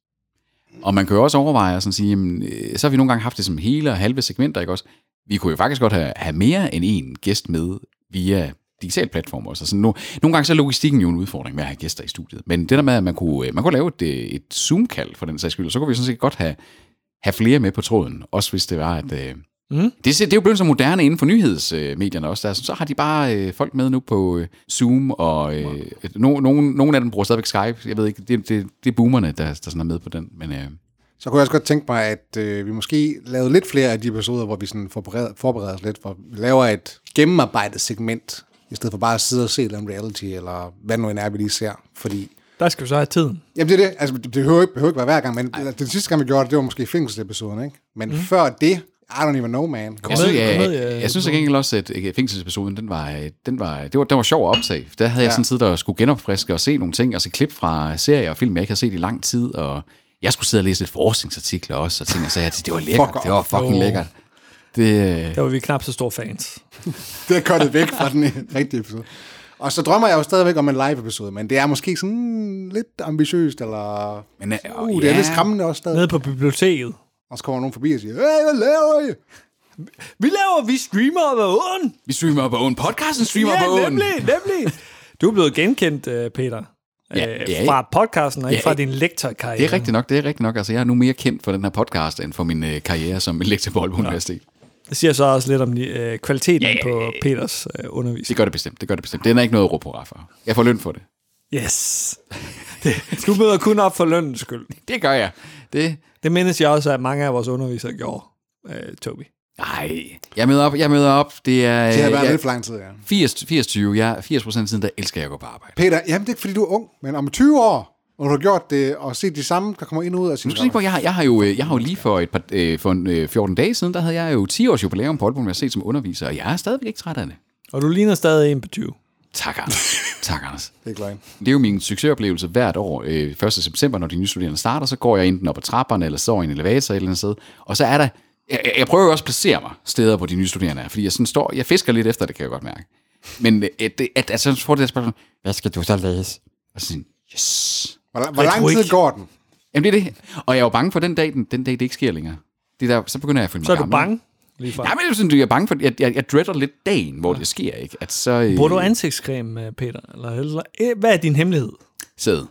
Og man kan jo også overveje at sige, jamen, så har vi nogle gange haft det som hele og halve segmenter, ikke også? Vi kunne jo faktisk godt have, have mere end en gæst med via digitale platformer. Så sådan, no, nogle gange så er logistikken jo en udfordring med at have gæster i studiet. Men det der med, at man kunne, man kunne lave et, et Zoom-kald for den sags skyld, så kunne vi sådan set godt have, have flere med på tråden. Også hvis det var, at... Mm. Det, det er jo blevet så moderne inden for nyhedsmedierne også. Der, så har de bare øh, folk med nu på øh, Zoom, og øh, no, nogen, nogle af dem bruger stadigvæk Skype. Jeg ved ikke, det, det, det er boomerne, der, der sådan er med på den. Men, øh. Så kunne jeg også godt tænke mig, at øh, vi måske lavede lidt flere af de episoder, hvor vi sådan forbereder, forbereder os lidt, hvor vi laver et gennemarbejdet segment, i stedet for bare at sidde og se en reality, eller hvad nu end er, vi lige ser. Fordi... Der skal vi så have tiden. Jamen det er det. Altså, det behøver ikke, behøver ikke være hver gang, men den sidste gang, vi gjorde det, det var måske fængselsepisoden, ikke? Men mm. før det... I don't even know, man. Jeg synes, jeg, jeg, jeg, jeg synes ikke engang også, at fængselsepisoden, den var, den var, det var, den var sjov at optage. Der havde ja. jeg sådan tid, der skulle genopfriske og se nogle ting, og se klip fra serier og film, jeg ikke har set i lang tid, og jeg skulle sidde og læse lidt forskningsartikler også, og ting, og sagde, at det var lækkert, Fuck det var fucking oh. lækkert. Det, der var vi knap så store fans. Det er kottet væk fra den rigtige episode. Og så drømmer jeg jo stadigvæk om en live-episode, men det er måske sådan lidt ambitiøst, eller... Men, uh, uh, det ja. er lidt skræmmende også stadig. Nede på biblioteket. Og så kommer nogen forbi og siger, hey, hvad laver I? Vi laver, vi streamer op ad åen. Vi streamer op ad åen. Podcasten streamer ja, op ad åen. nemlig, nemlig. Du er blevet genkendt, Peter. Ja, ja, fra podcasten, og ikke ja, fra din lektorkarriere. Det er rigtigt nok, det er rigtigt nok. Altså, jeg er nu mere kendt for den her podcast, end for min øh, karriere som lektor på Aalborg ja. Universitet. Det siger så også lidt om øh, kvaliteten ja, ja, ja. på Peters øh, undervisning. Det gør det bestemt, det gør det bestemt. Det er ikke noget at råbe på for. Jeg får løn for det. Yes. Det, du møder kun op for lønnens skyld. Det gør jeg. Det... Det mindes jeg også, at mange af vores undervisere gjorde, øh, Tobi. Nej, jeg møder op, jeg møder op. Det er... Det har været lidt for lang tid, ja. firs, firs tyve, ja. firs procent siden, der elsker jeg at gå på arbejde. Peter, jamen det er ikke, fordi du er ung, men om tyve år, når du har gjort det, og set de samme, der kommer ind og ud af sin... Du på, jeg, har, jeg, har jo, jeg har jo lige for, et par, øh, for en, øh, fjorten dage siden, der havde jeg jo ti års jubilæum på Aalborg Universitet som underviser, og jeg er stadigvæk ikke træt af det. Og du ligner stadig en på tyve. Tak, Anders. Tak, Anders. Det er klart. Det er jo min succesoplevelse hvert år. Øh, første september, når de nye studerende starter, så går jeg enten op ad trapperne, eller står i en elevator et eller andet sted. Og så er der... Jeg, jeg prøver jo også at placere mig steder, hvor de nye studerende er, fordi jeg sådan står... Jeg fisker lidt efter det, kan jeg godt mærke. Men at, at, at så får det der spørgsmål, hvad skal du så læse? Og så sådan, yes. Hvor, hvor lang tid ikke. går den? Jamen det er det. Og jeg er jo bange for den dag, den, den dag det ikke sker længere. Det der, så begynder jeg at føle mig Så er du gammel. bange? Ja, men sådan, jeg er bange for, jeg, jeg, jeg dreader lidt dagen, hvor ja. det sker, ikke? At så, øh... Bruger du ansigtscreme, Peter? Eller, eller, hvad er din hemmelighed? Sæd.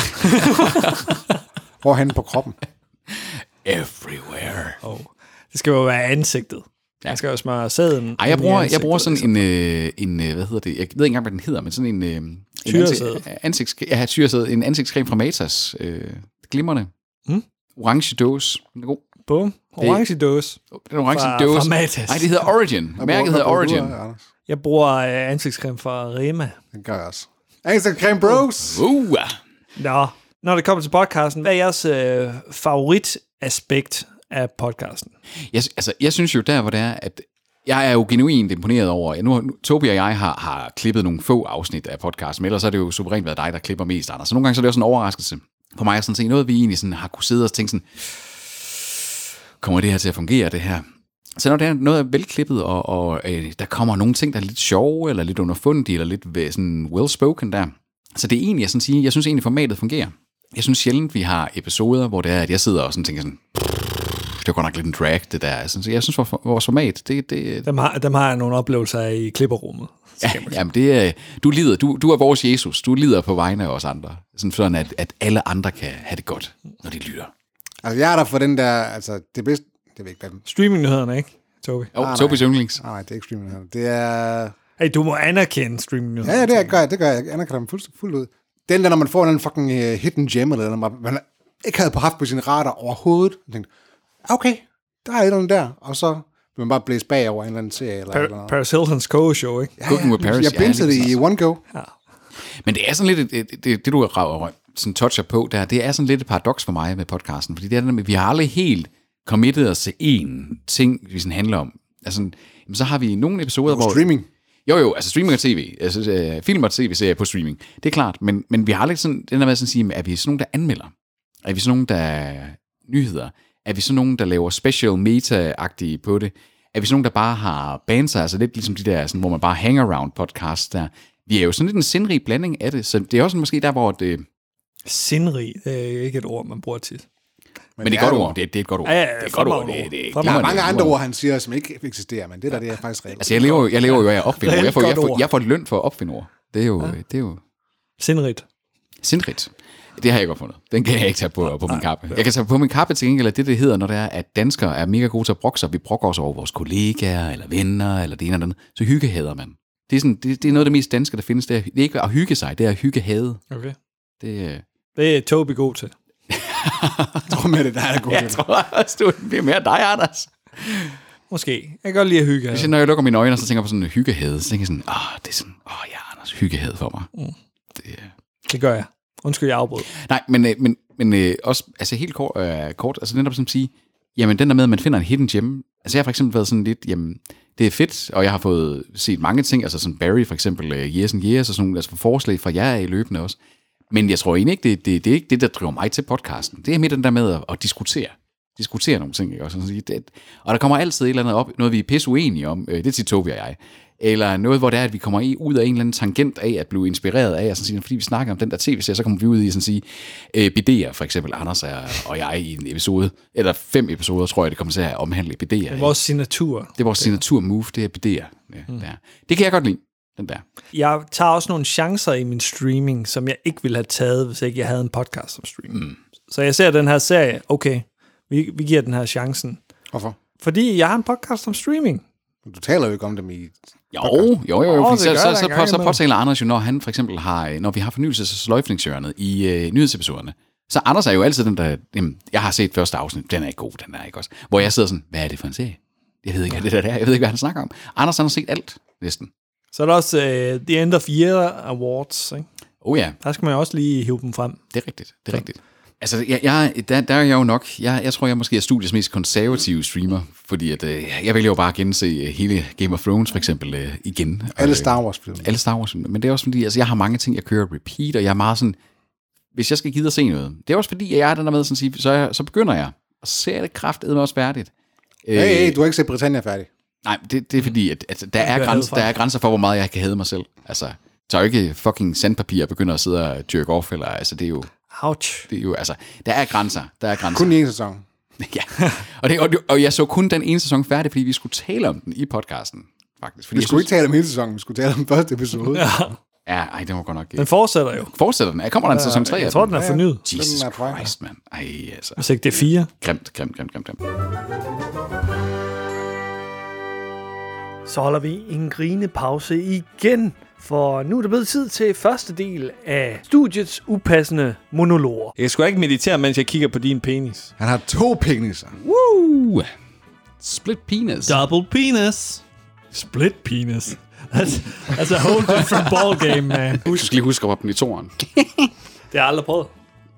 Hvorhen på kroppen? Everywhere. Oh. Det skal jo være ansigtet. Ja. Jeg skal jo smøre sæden. Ej, jeg bruger, jeg bruger sådan en, øh, en, hvad hedder det, jeg ved ikke engang, hvad den hedder, men sådan en... Øh, tyresæd. Ansigts, jeg har tyresæd, en ansigtscreme fra Matas. Øh, glimrende. Hmm? Orange dåse. Den er god. Bum. Orange dåse. Den orange dåse. Nej, det hedder Origin. Mærket hedder Origin. Jeg bruger øh, ansigtscreme fra Rema. Den gør jeg også. Ansigtscreme bros. Uh. Nå, når det kommer til podcasten, hvad er jeres øh, favoritaspekt af podcasten? Jeg, altså, jeg synes jo der, hvor det er, at jeg er jo genuint imponeret over, nu, nu Tobi og jeg har, har klippet nogle få afsnit af podcasten, men ellers er det jo suverænt været dig, der klipper mest, Anders. Så nogle gange så er det også en overraskelse for mig, at sådan se noget, vi egentlig sådan har kunne sidde og tænke sådan, kommer det her til at fungere, det her? Så når det er noget er velklippet, og, og øh, der kommer nogle ting, der er lidt sjove, eller lidt underfundige, eller lidt sådan well-spoken der. Så det er egentlig, jeg, sådan sige, jeg synes egentlig, formatet fungerer. Jeg synes sjældent, vi har episoder, hvor det er, at jeg sidder og sådan tænker sådan, det var godt nok lidt en drag, det der. Så jeg synes, vores format, det... det dem, har, dem har jeg nogle oplevelser af i klipperummet. Ja, jamen det er, du lider, du, du er vores Jesus, du lider på vegne af os andre. Sådan, sådan at, at alle andre kan have det godt, når de lytter. Altså, jeg er der for den der, altså, det bedste, det ved ikke, hvad den... Streamingnyhederne, ikke, Tobi? Jo, oh, Tobis yndlings. Nej, det er ikke streamingnyhederne. Det er... Hey, du må anerkende streamingnyhederne. Ja, ja, det, er, gør jeg, det gør jeg. Jeg anerkender dem fuldt, fuldt ud. Den der, når man får en fucking uh, hidden gem, eller noget, man ikke havde på haft på sin radar overhovedet, og tænkte, okay, der er et eller andet der, og så vil man bare blæse bagover en eller anden serie, eller, Par- eller noget. Paris Hilton's Coco-show, ikke? Ja, Cooking with ja, Paris, jeg ja, bingede lige det i one go. Ja. Men det er sådan lidt, det, det, det du har sådan toucher på, der, det er sådan lidt et paradoks for mig med podcasten, fordi det er det med, vi har aldrig helt committet os til én ting, vi sådan handler om. Altså, så har vi nogle episoder, hvor... Streaming. Jo, jo, altså streaming og tv. Altså, øh, film og tv-serier på streaming. Det er klart, men, men vi har aldrig sådan, den der med sådan at sige, er vi sådan nogen, der anmelder? Er vi sådan nogen, der er nyheder? Er vi sådan nogen, der laver special meta-agtige på det? Er vi sådan nogen, der bare har banter, altså lidt ligesom de der, sådan, hvor man bare hang around podcasts der. Vi er jo sådan lidt en sindrig blanding af det, så det er også måske der, hvor det... Sindrig, det er ikke et ord, man bruger tit. Men, men det er et godt ord. Det er, det er et godt ord. Ja, ja, det er et godt ord. Det, det, det, Der er mange andre ord. ord, han siger, som ikke eksisterer, men det der, det er faktisk reelt. Altså, jeg lever, jeg lever jo af at opfinde ord. Jeg får, jeg, får, ord. jeg får løn for at opfinde ord. Det er jo... Ja. Det er jo Sindrigt. sindrigt. Det har jeg godt fundet. Den kan jeg ikke tage på, på min kappe. Jeg kan tage på min kappe til gengæld, at det, det hedder, når det er, at danskere er mega gode til at brokke sig. Vi brokker os over vores kollegaer, eller venner, eller det ene eller andet. Så hyggehader man. Det er, sådan, det, det er noget af det mest danske, der findes. Det er, det er ikke at hygge sig, det er at hyggehade. Okay. Det, Det er Tobi god til. Jeg tror med det, der er god jeg til. tror også, du bliver mere dig, Anders. Måske. Jeg kan godt lide at hygge. Hvis jeg, når jeg lukker mine øjne, og så tænker jeg på sådan en hyggehade, så tænker jeg sådan, åh, det er sådan, åh ja, Anders, hyggehade for mig. Mm. Det, øh. Det gør jeg. Undskyld, jeg afbrød. Nej, men, øh, men, men øh, også, altså helt kort, øh, kort altså netop som at sige, jamen den der med, at man finder en hidden gem, altså jeg har for eksempel været sådan lidt, jamen, det er fedt, og jeg har fået set mange ting, altså sådan Barry for eksempel, uh, Years and Years, og sådan nogle altså forslag fra jer i løbende også. Men jeg tror egentlig ikke, det, det, det er ikke det, der driver mig til podcasten. Det er mere den der med at, at diskutere. Diskutere nogle ting, ikke? Og, sådan, det, og der kommer altid et eller andet op, noget vi er pisse uenige om, øh, det er Tobi og jeg. Eller noget, hvor det er, at vi kommer i ud af en eller anden tangent af at blive inspireret af, og sådan sige, fordi vi snakker om den der tv-serie, så kommer vi ud i sådan sige, øh, B D'er, for eksempel Anders og jeg i en episode, eller fem episoder, tror jeg, det kommer til at omhandle B D'er. Det er vores signatur. Det er vores signatur move, det er B D'er. Ja, mm. Det kan jeg godt lide, den der. Jeg tager også nogle chancer i min streaming, som jeg ikke ville have taget, hvis ikke jeg havde en podcast som streaming. Mm. Så jeg ser den her serie, okay, vi, vi giver den her chancen. Hvorfor? Fordi jeg har en podcast om streaming. Du taler jo ikke om dem i... Jo, jo, jo, jo, Åh, fordi det så, gør så, der så, en gang så, så imellem. påtaler Anders jo, når han for eksempel har, når vi har fornyelses- og sløjfningshjørnet i øh, nyhedsepisoderne, så Anders er jo altid den, der, jamen, jeg har set første afsnit, den er ikke god, den er ikke også. Hvor jeg sidder sådan, hvad er det for en serie? Jeg ved ikke, hvad det der er, jeg ved ikke, hvad han snakker om. Anders han har set alt, næsten. Så er der også uh, The End of Year Awards, ikke? Oh ja, Der skal man jo også lige hive dem frem. det er rigtigt, det er rigtigt. Altså, jeg, jeg, der, der er jeg jo nok, jeg, jeg tror, jeg måske er studiets mest konservative streamer, fordi at, øh, jeg vælger jo bare at gense øh, hele Game of Thrones for eksempel øh, igen. Alle Og, Star Wars-film. Alle Star Wars, men det er også fordi, altså jeg har mange ting, jeg kører repeat, og jeg er meget sådan, hvis jeg skal gide at se noget, det er også fordi, at jeg er den der med, sådan at sige, så, jeg, så begynder jeg, og så ser det kraftedeme også færdigt. Hey, hey, du har ikke set Britannia færdig. Nej, det, det er fordi, at, at der, er bliver grænser, hadet der er grænser for, hvor meget jeg kan hade mig selv. Altså, så er jo ikke fucking sandpapir og begynder at sidde og jerk off, eller altså, det er jo, Ouch. det er jo, altså, der er grænser, der er grænser. Kun i en sæson. Ja, og, det, og, og jeg så kun den ene sæson færdig, fordi vi skulle tale om den i podcasten, faktisk. Fordi Vi jeg skulle synes, ikke tale om hele sæsonen, vi skulle tale om første episode. Ja, Ja, ej, det var godt nok... den fortsætter jo. Fortsætter den? Kommer der en sæson tre? Jeg tror, den er fornyet. Jesus Den er på vej. Christ, mand. Ej, altså. Hvis ikke det er fire. Grimt, grimt, grimt, grimt, grimt. Så holder vi en grinepause igen, for nu er det blevet tid til første del af studiets upassende monologer. Jeg skal ikke meditere, mens jeg kigger på din penis. Han har to peniser. Woo! Split penis. Double penis. Split penis. That's, that's a whole different ball game, man. Du skal lige huske at hoppe den i toren. Det har jeg aldrig prøvet.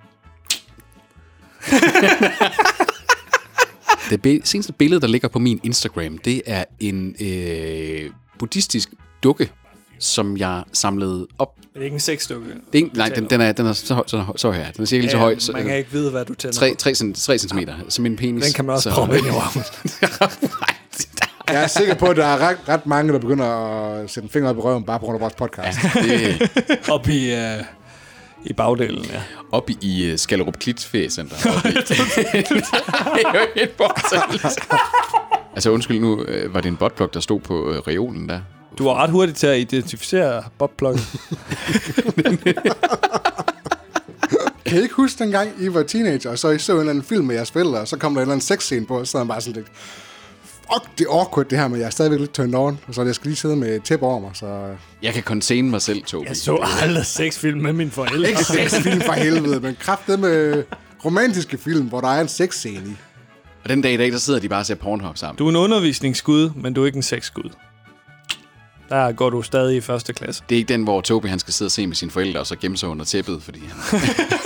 Det be- seneste billede, der ligger på min Instagram, det er en øh, buddhistisk dukke, som jeg samlede op. Det er ikke en sexdukke. Det er ikke, nej, den, den, er, den er så høj, så, så høj her. Den er cirka lige så høj. Så, man kan ikke vide, hvad du tænder. tre centimeter, som en penis. Den kan man også så, proppe ind i røven. Jeg er sikker på, at der er ret, ret mange, der begynder at sætte en finger op i røven, bare på grund af vores podcast. Ja, det, Op i, uh, i bagdelen, ja. op i uh, Skallerup Klitfæcenter. Det er jo helt fortællelse. Altså undskyld nu, øh, var det en botplug, der stod på øh, reolen der? Du var ret hurtig til at identificere botpluggen. Kan I ikke huske dengang, I var teenager, og så I så en eller anden film med jeres forældre, og så kom der en eller anden sexscene på, og så er man bare sådan lidt, fuck, det er awkward det her, men jeg er stadigvæk lidt turned on, og så jeg skal lige sidde med et tæppe over mig, så... Jeg kan contain mig selv, Tobi. Jeg så aldrig sexfilm med mine forældre. Ikke sexfilm for helvede, men kraft med romantiske film, hvor der er en sexscene i. Og den dag i dag, der sidder de bare og ser Pornhub sammen. Du er en undervisningsskud, men du er ikke en sexskud. Der går du stadig i første klasse. Det er ikke den, hvor Tobi han skal sidde og se med sine forældre, og så gemme sig under tæppet, fordi han...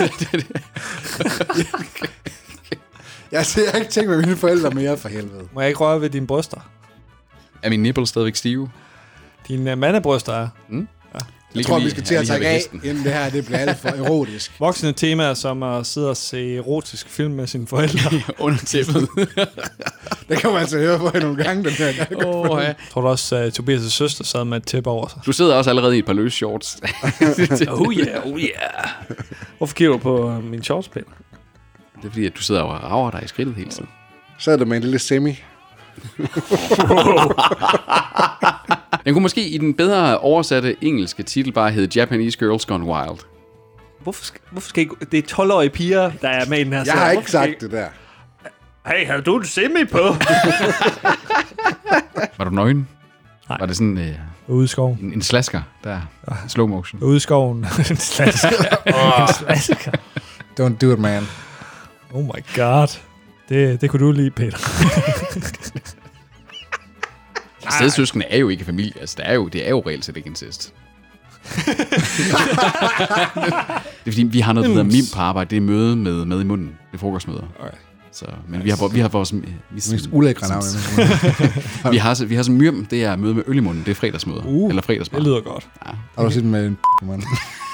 Jeg ser ikke tænkt med mine forældre mere, for helvede. Må jeg ikke røre ved dine bryster? Er mine nipples stadigvæk stive? Dine uh, mandebryster er. Mm? Ja. Jeg tror, vi skal til at tage af, inden det her det bliver alt for erotisk. Voksne temaer, som at sidde og se erotisk film med sine forældre. Under tæppet. Det kan man altså høre på nogle gange, den her gang. Oh, ja. Tror du også, at uh, Tobias' søster sad med et tæppe over sig? Du sidder også allerede i et par løse shorts. Oh yeah, oh yeah. Hvorfor kigger du på uh, min shorts, Peter? Det er fordi, at du sidder og rager dig i skridtet hele tiden. Så er det med en lille semi. Den kunne måske i den bedre oversatte engelske titel bare hedde Japanese Girls Gone Wild. Hvorfor skal, hvorfor skal I, det er tolv-årige piger, der er med i den her Jeg har ikke sagt det der. Hey, har du en semi på? Var du nøgen? Nej. Var det sådan øh, Ude i skoven. en, en slasker, der slow motion? Ude i skoven. En slasker. En slasker. Don't do it, man. Oh my god. Det, det kunne du lide, Peter. Stedsøskende er jo ikke familie. Altså, det er jo, det er jo reelt set ikke incest. Det er fordi, vi har noget, der hedder mim på arbejde. Det er møde med, med i munden. Det er frokostmøder. Okay. Så, men vi har, vi har vores... Vi, Mest ulækre navn. vi har, vi har sådan myrm, det er møde med øl i munden. Det er fredagsmøder. Uh, eller fredagsbar. Det lyder godt. Ja. Har du set med en mand?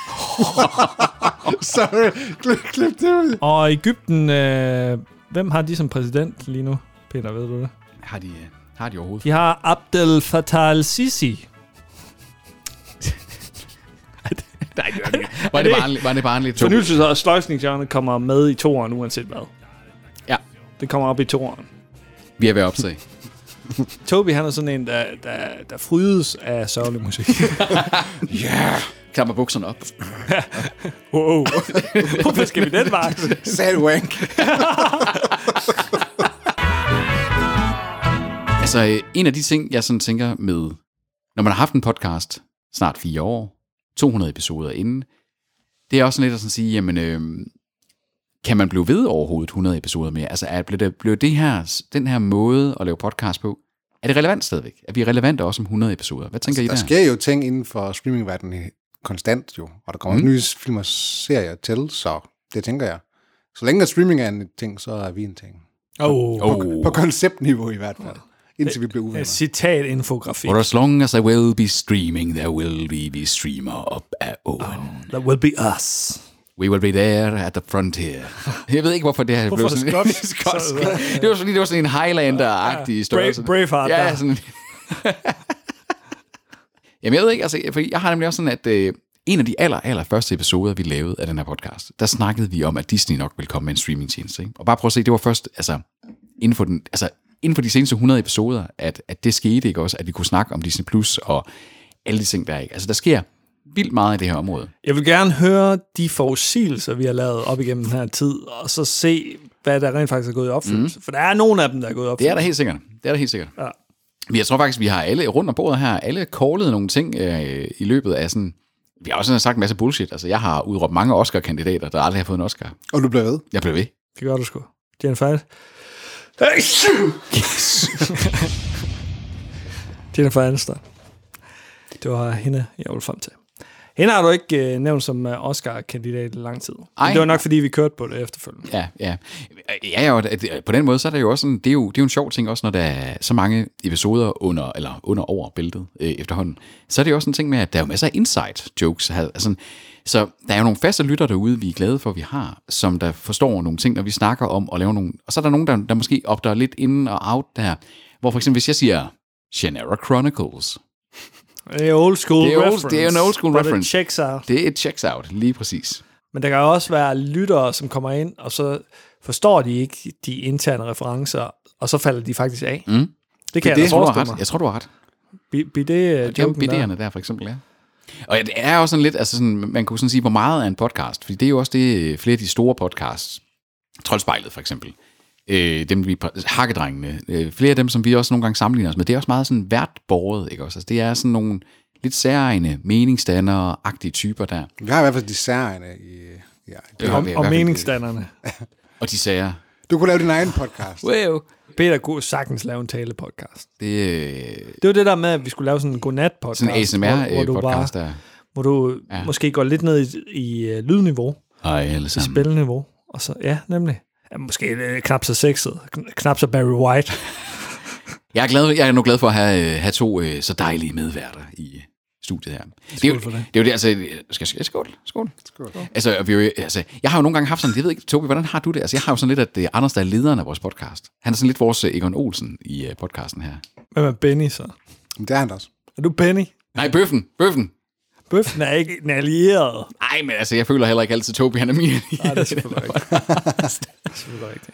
Sorry, klip, klip det ud. Og Egypten, øh, hvem har de som præsident lige nu? Peter, ved du det? Har de, har de overhovedet? De har Abdel Fattah al-Sisi. Nej, det var det ikke. Var det bare, var det bare en lidt tog? Fornyelses- og sløjsningshjørnet kommer med i toeren, uanset hvad. Ja. Det kommer op i toeren. Vi er ved at opsage. Tobi, han er sådan en, der, der, der frydes af sørgelig musik. Ja. Yeah. Klammer bukserne op. Wow. Hvorfor skal vi den vej? Sad wank. Altså, en af de ting, jeg sådan tænker med, når man har haft en podcast snart fire år, to hundrede episoder inden, det er også sådan lidt at sådan sige, jamen, øh, kan man blive ved overhovedet hundrede episoder mere? Altså, er, blev, det, blev det her, den her måde at lave podcast på, er det relevant stadigvæk? Er vi relevante også om hundrede episoder? Hvad tænker altså, I der? der? Der sker jo ting inden for streamingverdenen konstant jo, og der kommer mm. nye film og serier til, så det tænker jeg. Så længe at streaming er en ting, så er vi en ting. Oh. På, på, på konceptniveau i hvert fald. Indtil vi bliver uvenner. Citat-infografik. For as long as I will be streaming, there will be the streamer up at Owen. Oh, that will be us. We will be there at the frontier. Jeg ved ikke, hvorfor det her blev sådan en skotsk. Det var fordi, det var sådan en Highlander-agtig ja, størrelse. Bra- Braveheart. Ja, sådan. Jamen, jeg ved ikke, altså, for jeg har nemlig også sådan, at øh, en af de aller, aller første episoder, vi lavede af den her podcast, der snakkede vi om, at Disney nok ville komme med en streamingtjeneste. Ikke? Og bare prøv at se, det var først, altså, inden for den, altså, inden for de seneste hundrede episoder, at, at det skete, ikke også, at vi kunne snakke om Disney Plus og alle de ting, der er, ikke? Altså, der sker vildt meget i det her område. Jeg vil gerne høre de forudsigelser, vi har lavet op igennem den her tid, og så se, hvad der rent faktisk er gået i opfyldelse. Mm. For der er nogle af dem, der er gået i opfyldelse. Det er der helt sikkert. Det er der helt sikkert. Ja. Jeg tror faktisk, vi har alle rundt om bordet her, alle callet nogle ting øh, i løbet af sådan... Vi har også sagt en masse bullshit. Altså, jeg har udråbt mange Oscar-kandidater, der aldrig har fået en Oscar. Og du blev ved? Jeg blev ved. Det gør du sgu. Jennifer Aniston. Yes. Jennifer Aniston. Det var hende, jeg ville frem til. Hende har du ikke øh, nævnt som uh, Oscar-kandidat i lang tid. Men det var nok, fordi vi kørte på det efterfølgende. Ja, ja. Ja, ja, på den måde, så er det jo også sådan, det er jo, det er jo en sjov ting også, når der er så mange episoder under, eller under over bæltet øh, efterhånden. Så er det jo også en ting med, at der er jo masser af inside jokes. Altså, så der er jo nogle faste lytter derude, vi er glade for, at vi har, som der forstår nogle ting, når vi snakker om at lave nogle... Og så er der nogen, der, der måske opdager lidt in og out der. Hvor for eksempel, hvis jeg siger Shannara Chronicles... Det er old school det er old, reference. Det er en old school reference. Det checks out. Det er et checks out, lige præcis. Men der kan jo også være lyttere, som kommer ind, og så forstår de ikke de interne referencer, og så falder de faktisk af. Mm. Det kan det, jeg da forestille mig. mig. Jeg tror, du har ret. Be, be det uh, joken der. Der for eksempel, ja. Og det er også sådan lidt, altså sådan, man kunne sådan sige, hvor meget er en podcast, fordi det er jo også det, flere af de store podcasts, Troldspejlet for eksempel, øh, dem vi, Hakkedrengene, øh, flere af dem, som vi også nogle gange sammenligner os med, det er også meget sådan værtborget, ikke også? Altså, det er sådan nogle lidt særegne meningsdannere-agtige typer der. Vi har i hvert fald de særegne i... Ja, det og, og meningsdannerne. Og de sager. Du kunne lave din egen podcast. Wow. Peter kunne sagtens lave en tale-podcast. Det, det var det der med, at vi skulle lave sådan en godnat-podcast. Sådan en A S M R-podcast der. Hvor du ja. måske går lidt ned i, i uh, lydniveau. Hej alle sammen. I spilniveau. Og så, ja, nemlig. Ja, måske uh, knap så sexet. Knap så Barry White. jeg, er glad, jeg er nu glad for at have, have to uh, så dejlige medværter i studiet her. Det er, jo, det. det er jo det, altså... Skal jeg skål? Skål. Skål. Altså, vi jo, altså, jeg har jo nogle gange haft sådan... Jeg ved ikke, Tobi, hvordan har du det? Altså, jeg har jo sådan lidt, at det er Anders, der er lederen af vores podcast. Han er sådan lidt vores Egon Olsen i uh, podcasten her. Hvem er Benny så? Det er han også. Er du Benny? Nej, Bøffen. Bøffen. Bøffen er ikke en allieret. Nej, men altså, jeg føler heller ikke altid, Tobi, han er min. Nej, det er selvfølgelig ikke. Det er selvfølgelig rigtigt.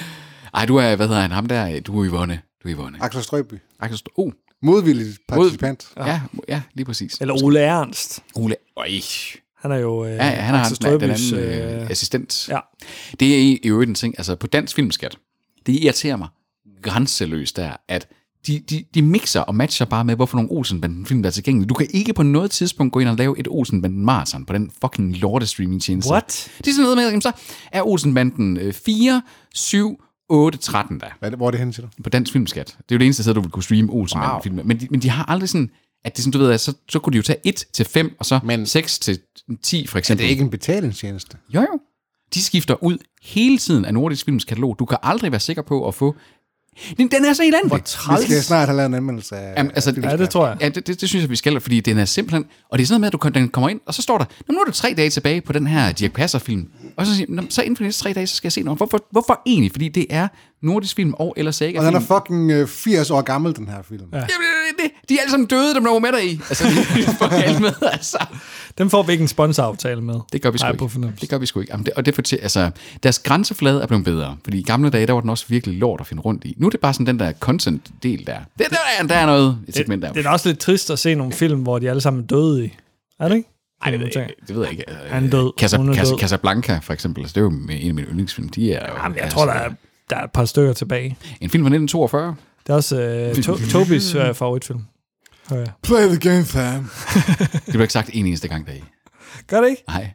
Ej, du er, hvad hedder han, ham der? Du er Yvonne. Du er Yvonne. Axel Strøby. Axel Strøby. Oh. Modvillig participant. Mod, ja, ja, lige præcis. Eller Ole Ernst. Ole, øj. Han er jo øh, ja, ja, han er Axel han, den Strøbys, anden øh, assistent. Ja. Det er i øvrigt en ting, altså på Dansk Filmskat, det irriterer mig grænseløst der, at de, de, de mixer og matcher bare med, hvorfor nogle Olsenbanden-film der er tilgængelige. Du kan ikke på noget tidspunkt gå ind og lave et Olsenbanden-marathon på den fucking lorte-streaming-tjeneste. What? Det er sådan noget med, at så er Olsenbanden fire, syv, otte, tretten der. Hvad, hvor er det henne, siger du? På Dansk Filmskat. Det er jo det eneste sted, du vil kunne streame Olsenbanden-film. Wow. Men, de, men de har aldrig sådan, at det sådan, du ved, så, så kunne de jo tage et til fem, og så men, seks til ti for eksempel. Er det ikke en betalingstjeneste? Jo jo. De skifter ud hele tiden af Nordisk Films katalog. Du kan aldrig være sikker på at få... Den, den er så elendig. Vi skal snart have lavet en anmeldelse af... Jamen, altså, ja, det tror jeg. Ja, det, det, det synes jeg, vi skal, fordi den er simpelthen... Og det er sådan noget med, at du den kommer ind, og så står der, nu er der tre dage tilbage på den her Dirch Passer-film. Og så siger så inden for de næste tre dage, så skal jeg se noget. Hvorfor, hvorfor egentlig? Fordi det er Nordisk Film og eller Sega. Og den er fucking øh, firs år gammel, den her film. Ja. Jamen, det, det, de er alle sammen døde, dem der var med der i. Altså, de er for galt med, altså. Dem får vi ikke en sponsoraftale med. Det gør vi sgu Ej, ikke. Det gør vi sgu ikke. Jamen, det, og det for, altså, deres grænseflade er blevet bedre. Fordi i gamle dage, der var den også virkelig lort at finde rundt i. Nu er det bare sådan den der content-del der. Det, der, er, der er noget, et segment der. Det, det er også lidt trist at se nogle film, hvor de alle sammen er døde i. Er det ikke? Ej, det, det, det ved jeg ikke. Han er død. Casa, Hun er Casa, død. Casablanca, for eksempel. Altså, det er jo en af mine yndlingsfilm. De er, Jamen, jeg altså, tror, der er, der er et par stykker tilbage. En film fra nitten toogfyrre. Det er også uh, to- Tobis uh, favoritfilm. Oh, ja. Play the game, fam. Det bliver ikke sagt en eneste gang deri. Gør det ikke? Nej.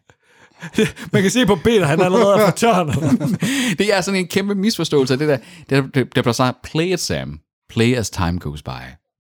Man kan se på Peter, han er allerede for tørnet. Det er sådan en kæmpe misforståelse af det der. Det, det, det bliver sagt, play it, Sam. Play as time goes by.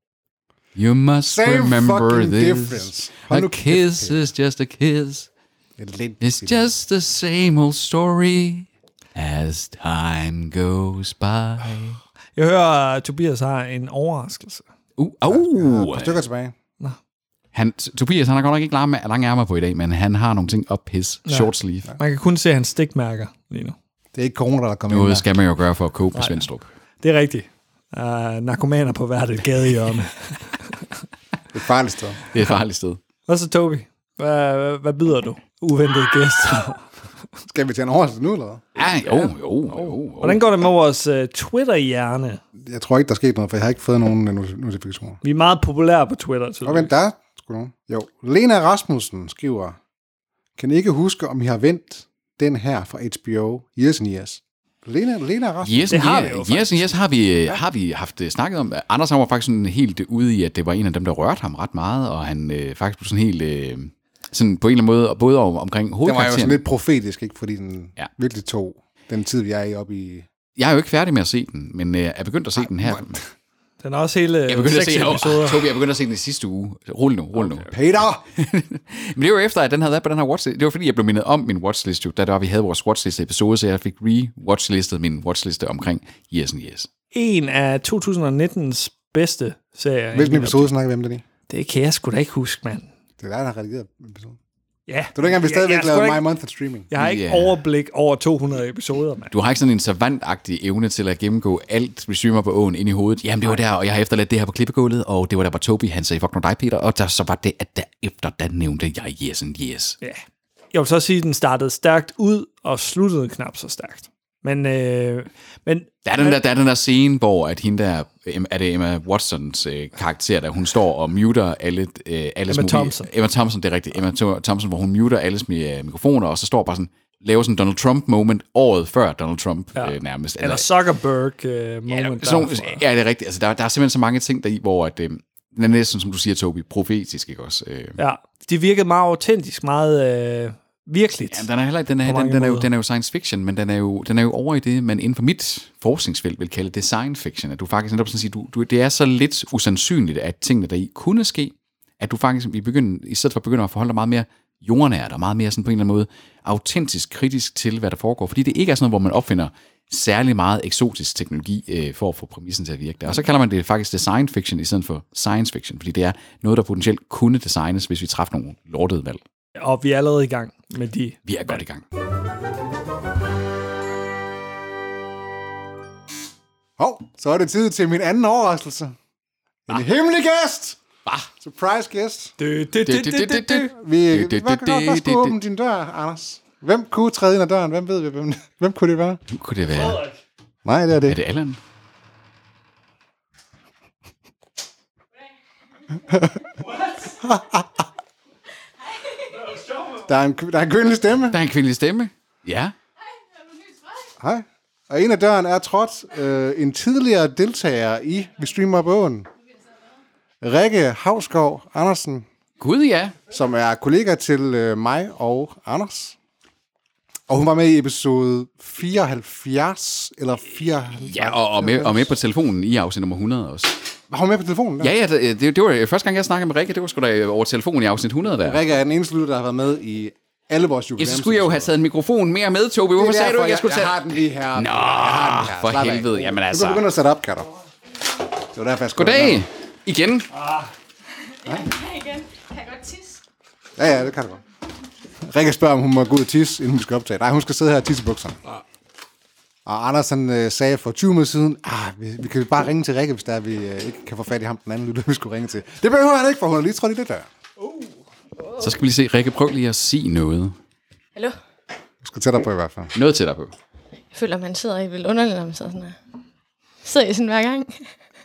You must Same remember this. Difference. A kiss is just a kiss. It's just the same old story as time goes by. Jeg hører, at Tobias har en overraskelse. Uh, uh. Ja, et stykker tilbage. Nå. Han, Tobias, han har godt nok ikke lange, lange ærmer på i dag, men han har nogle ting op his ja. short sleeve. Ja. Man kan kun se hans stikmærker lige nu. Det er ikke corona, der er kommet ind. Noget skal man jo gøre for at koge på Svendstrup. Det er rigtigt. Uh, narkomaner på hvert et gadehjørne. Det er et farligt sted. Det er et farligt sted. Hvad så, Tobi? Hvad, hvad, hvad byder du? Uventede gæster. Skal vi til en overraskelse nu, eller hvad? Ja, jo, jo, jo, jo. Hvordan går det med vores uh, Twitter-hjerne? Jeg tror ikke, der er sket noget, for jeg har ikke fået nogen notifikationer. Vi er meget populære på Twitter. Og vent, der er sgu nogen. Jo, Lena Rasmussen skriver, kan I ikke huske, om I har vendt den her fra H B O, Years and Years? Lena, Lena Rasmussen. Yes, det har vi jo faktisk. Yes, yes, har vi, ja. har vi haft snakket om. Anders var faktisk sådan helt ude i, at det var en af dem, der rørte ham ret meget, og han øh, faktisk blev sådan helt... Øh, sådan på en eller anden måde, både om, omkring hovedkarakteren. Det var jo sådan lidt profetisk, ikke? Fordi den ja. virkelig tog den tid, vi er i oppe i... Jeg er jo ikke færdig med at se den, men øh, jeg er begyndt at se Ej, den her. Den er også hele jeg begyndte seks at se, episoder. Oh, Tobi, jeg begyndte at se den i sidste uge. Rul nu, rul okay. nu. Peter! Men det var efter, at den havde været på den her watchlist. Det var fordi, jeg blev mindet om min watchlist, jo, da der var, vi havde vores watchlist-episode, så jeg fik re-watchlistet min watchliste omkring Years and Years. En af to tusind nittens bedste serier. Hvilken episode snakker vi om det i? Det kan jeg sgu da ikke huske, mand. Det er der, der har redigeret episoden. Ja. Det er dengang, vi stadigvæk ja, lavede ikke, My Month of Streaming. Jeg har ikke yeah. overblik over to hundrede episoder, mand. Du har ikke sådan en savantagtig evne til at gennemgå alt resumer på åen ind i hovedet. Jamen, det var der, og jeg har efterladt det her på klippegulvet, og det var der, hvor Tobi, han sagde, fuck nu dig, Peter, og der, så var det, at derefter, der nævnte jeg Yes and Yes. Ja. Jeg vil så sige, at den startede stærkt ud, og sluttede knap så stærkt. Men, øh, men Der er, den der, der er den der scene, hvor at hende der, er det Emma Watsons øh, karakter, der hun står og muter alle, øh, alles Emma mobil- Thompson. Emma Thompson, det er rigtigt. Emma Thompson, hvor hun muter alles mi- mikrofoner, og så står bare sådan, laver sådan en Donald Trump-moment året før Donald Trump Ja. øh, nærmest. eller Zuckerberg-moment. Ja, sådan, ja, det er rigtigt. Altså, der, der er simpelthen så mange ting deri, hvor at, øh, den er næsten, som du siger, Toby, profetisk, ikke også? Øh, Ja, det virkede meget autentisk, meget øh, virkeligt. Ja, den er heller ikke, den er, På den, mange den, er jo, måder. den er jo science fiction, men den er jo, den er jo over i det, man inden for mit forskningsfelt vil kalde design fiction, at du faktisk netop sådan siger, du, du, det er så lidt usandsynligt, at tingene der i kunne ske, at du faktisk i, begynd, i stedet for begynder at forholde dig meget mere jordnært, og meget mere sådan på en eller anden måde autentisk kritisk til, hvad der foregår, fordi det ikke er sådan noget, hvor man opfinder særlig meget eksotisk teknologi øh, for at få præmissen til at virke der. Og så kalder man det faktisk design fiction i stedet for science fiction, fordi det er noget, der potentielt kunne designes, hvis vi træffer nogle lortede valg. Og vi er allerede i gang med de... Vi er godt i gang. Hov, så er det tid til min anden overraskelse. En hemmelig gæst! Bah. Surprise gæst. Dø, dø, dø, dø, dø, dø. Vi, Det- det- hvad det- kan godt det- skulle det- åbne din dør, Anders? Hvem kunne træde ind ad døren? Hvem ved vi, hvem, hvem kunne det være? Hvem kunne det være? Nej, det er det. Er det Allan? Der er en, der er en kvindelig stemme. Der er en kvindelig stemme. Ja. Hej. Og en af døren er trods øh, en tidligere deltager i Vi Streamer Bogen. Rikke Havsgaard Andersen, Gud ja. som er kollega til øh, mig og Anders. Og hun var med i episode fireoghalvfjerds eller fireoghalvfjerds. Ja, og, og, med, og med på telefonen i afsnit nummer hundrede også. Var hun med på telefonen? Der? Ja, ja, det, det, det var første gang, jeg snakkede med Rikke. Det var sgu da over telefonen i afsnit hundrede der. Rikke er den eneste lytter, der har været med i alle vores Ja, jubilæums. så skulle jeg jo have taget en mikrofon mere med, Toby. Hvorfor sagde du ikke, jeg skulle tage... Jeg har den lige her. Nå, Jeg har den her. for Slap af. helvede. Jamen Du kan altså. begynde at sætte op, kan du? Det var derfor, jeg skulle Goddag. Igen. Ja, igen. Kan jeg godt tisse? Ja, ja, det kan du godt. Rikke spørger, om hun må gå ud og tisse, inden vi skal optage. Nej, hun skal sidde her og tisse i bukserne. Og Anders han, øh, sagde for tyve minutter siden, ah, vi, vi kan bare ringe til Rikke, hvis der vi øh, ikke kan få fat i ham den anden lytter, vi skulle ringe til. Det behøver han ikke, for hun er lige trådt i det der. Så skal vi lige se. Rikke, prøv lige at sige noget. Hallo? Du skal tættere på i hvert fald. Noget til dig på. Jeg føler, man sidder i vildt underligt, når man sidder sådan her. Sidder I sådan hver gang?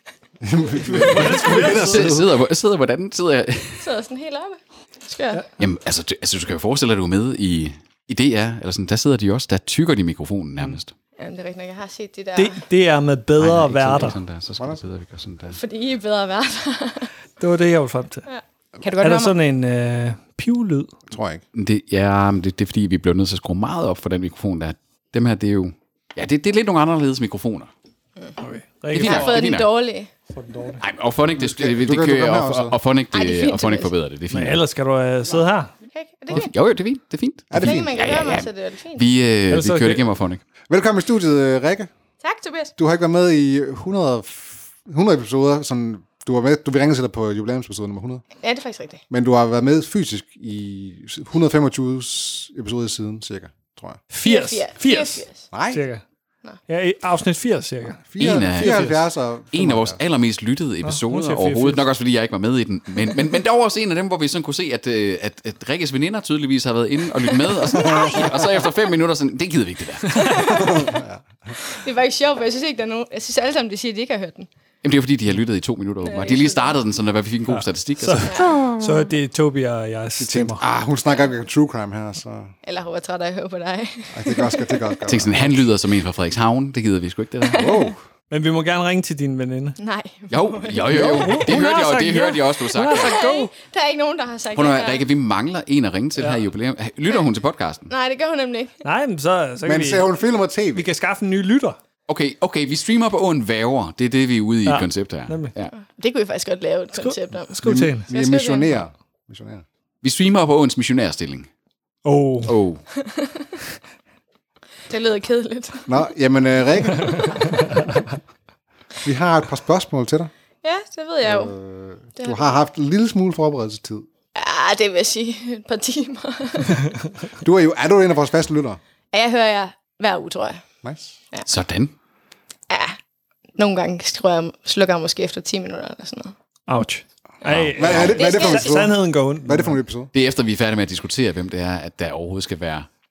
Sidder, sidder, sidder hvordan? Sidder jeg... Sidder sådan helt oppe? Skørt. Ja. Jamen, altså, du, altså, du skal jo forestille dig, at du er med i, i D R, eller sådan, der sidder de også, der tykker de mikrofonen nærmest. Jamen, det er rigtigt nok. Jeg har set de der... Det, det er med bedre Nej, nej, ikke sådan, værter. ikke sådan der. Så skal vi bedre, vi gør sådan der. Fordi I er bedre værter. Det var det, jeg ville frem til. Ja. Kan du godt Er der høre mig? sådan en øh, pivlyd? Tror jeg ikke. Men Det, ja, men det, det er fordi, vi bliver nødt til at skrue meget op for den mikrofon der. Dem her, det er jo... Ja, det, det er lidt nogle anderledes mikrofoner. Okay. Det Rikke, er Jeg har fint. fået det er den fint. dårlige. Nej, og Phonic, det, det, det, du det kan- du kører, kan og, her også. og, og Phonic, Ej, det er det, fint, og Phonic Tobias. forbedrer det. Det er fint. men ellers skal du øh, sidde her. Okay, er det fint? Jo, jo, det er fint. Det er fint. Er det Så fint? længe man kan Ja, ja, høre mig, ja. så det er det fint. Vi, øh, vi Ellers så kører kan- det igennem Phonic. Velkommen i studiet, øh, Rikke. Tak, Tobias. Du har ikke været med i hundrede, hundrede episoder, sådan, du var med, du vil ringe til dig på jubilæumsepisode nummer hundrede. Ja, det er faktisk rigtigt. Men du har været med fysisk i et hundrede og femogtyve episoder siden, cirka, tror jeg. firs. firs. Nej, Cirka. Ja, i afsnit firs cirka. En af- fireoghalvfjerds og En af vores femoghalvfjerds. allermest lyttede hun episoder siger overhovedet. fireogfirs. Nok også, fordi jeg ikke var med i den. Men, men, men der var også en af dem, hvor vi sådan kunne se, at, øh, at, at Rikkes veninder tydeligvis har været inde og lyttet med. Og, sådan, og så efter fem minutter, sådan, det gider vi ikke, det der. Det er faktisk sjovt, for jeg synes ikke, der er nogen... Jeg synes alle sammen, de siger, at de ikke har hørt den. Jamen, det er fordi, de har lyttet i to minutter. Ja, de har lige startet den, så vi fik en god statistik. Så, Altså. så er det Tobi og jeg Tænkte, stemmer. ah, hun snakker ikke om true crime her, så Eller hun var træt af at høre på dig. ej, det kan også det kan også Jeg godt. tænkte sådan, han lyder som en fra Frederikshavn. Det gider vi sgu ikke, det der. Wow. Men vi må gerne ringe til din veninde. Nej. Jo, jo, jo, jo. Det Hun hørte har jeg, og sagt det ja. hørte jeg også, du har sagt. Hun har Ja. sagt go. Der er ikke nogen, der har sagt Prøv nu, ja at her. Rikke, vi mangler en at ringe til ja. her jubilæum. Lytter hun til podcasten? Nej, det gør hun nemlig ikke. Nej, men så, så kan Men vi, ser hun film og tv? vi kan skaffe en ny lytter. Okay, okay, vi streamer på åen væver. Det er det, vi er ude i Ja, et koncept her. nemlig. Ja. Det kunne vi faktisk godt lave et koncept om. Skriv til hende. Vi er missionærer. Missionærer. Vi streamer på åens missionærstilling. Oh. Oh. Det lyder kedeligt. Nå, jamen uh, Rikke. Vi har et par spørgsmål til dig. Ja, det ved jeg jo. Øh, Det du har har haft en lille smule forberedelsestid. Ja, det vil jeg sige. Et par timer. Du er jo er du en af vores faste lyttere. Ja, jeg hører jer hver uge, tror jeg. Nice. Sådan. Ja, nogle gange tror jeg, slukker jeg måske efter ti minutter eller sådan noget. Ouch. Ej, Hvad er det, hvad er det for en sa- episode? sandheden går ondt. Hvad er det for en episode? Det er efter, vi er færdige med at diskutere, hvem det er, at der overhovedet skal være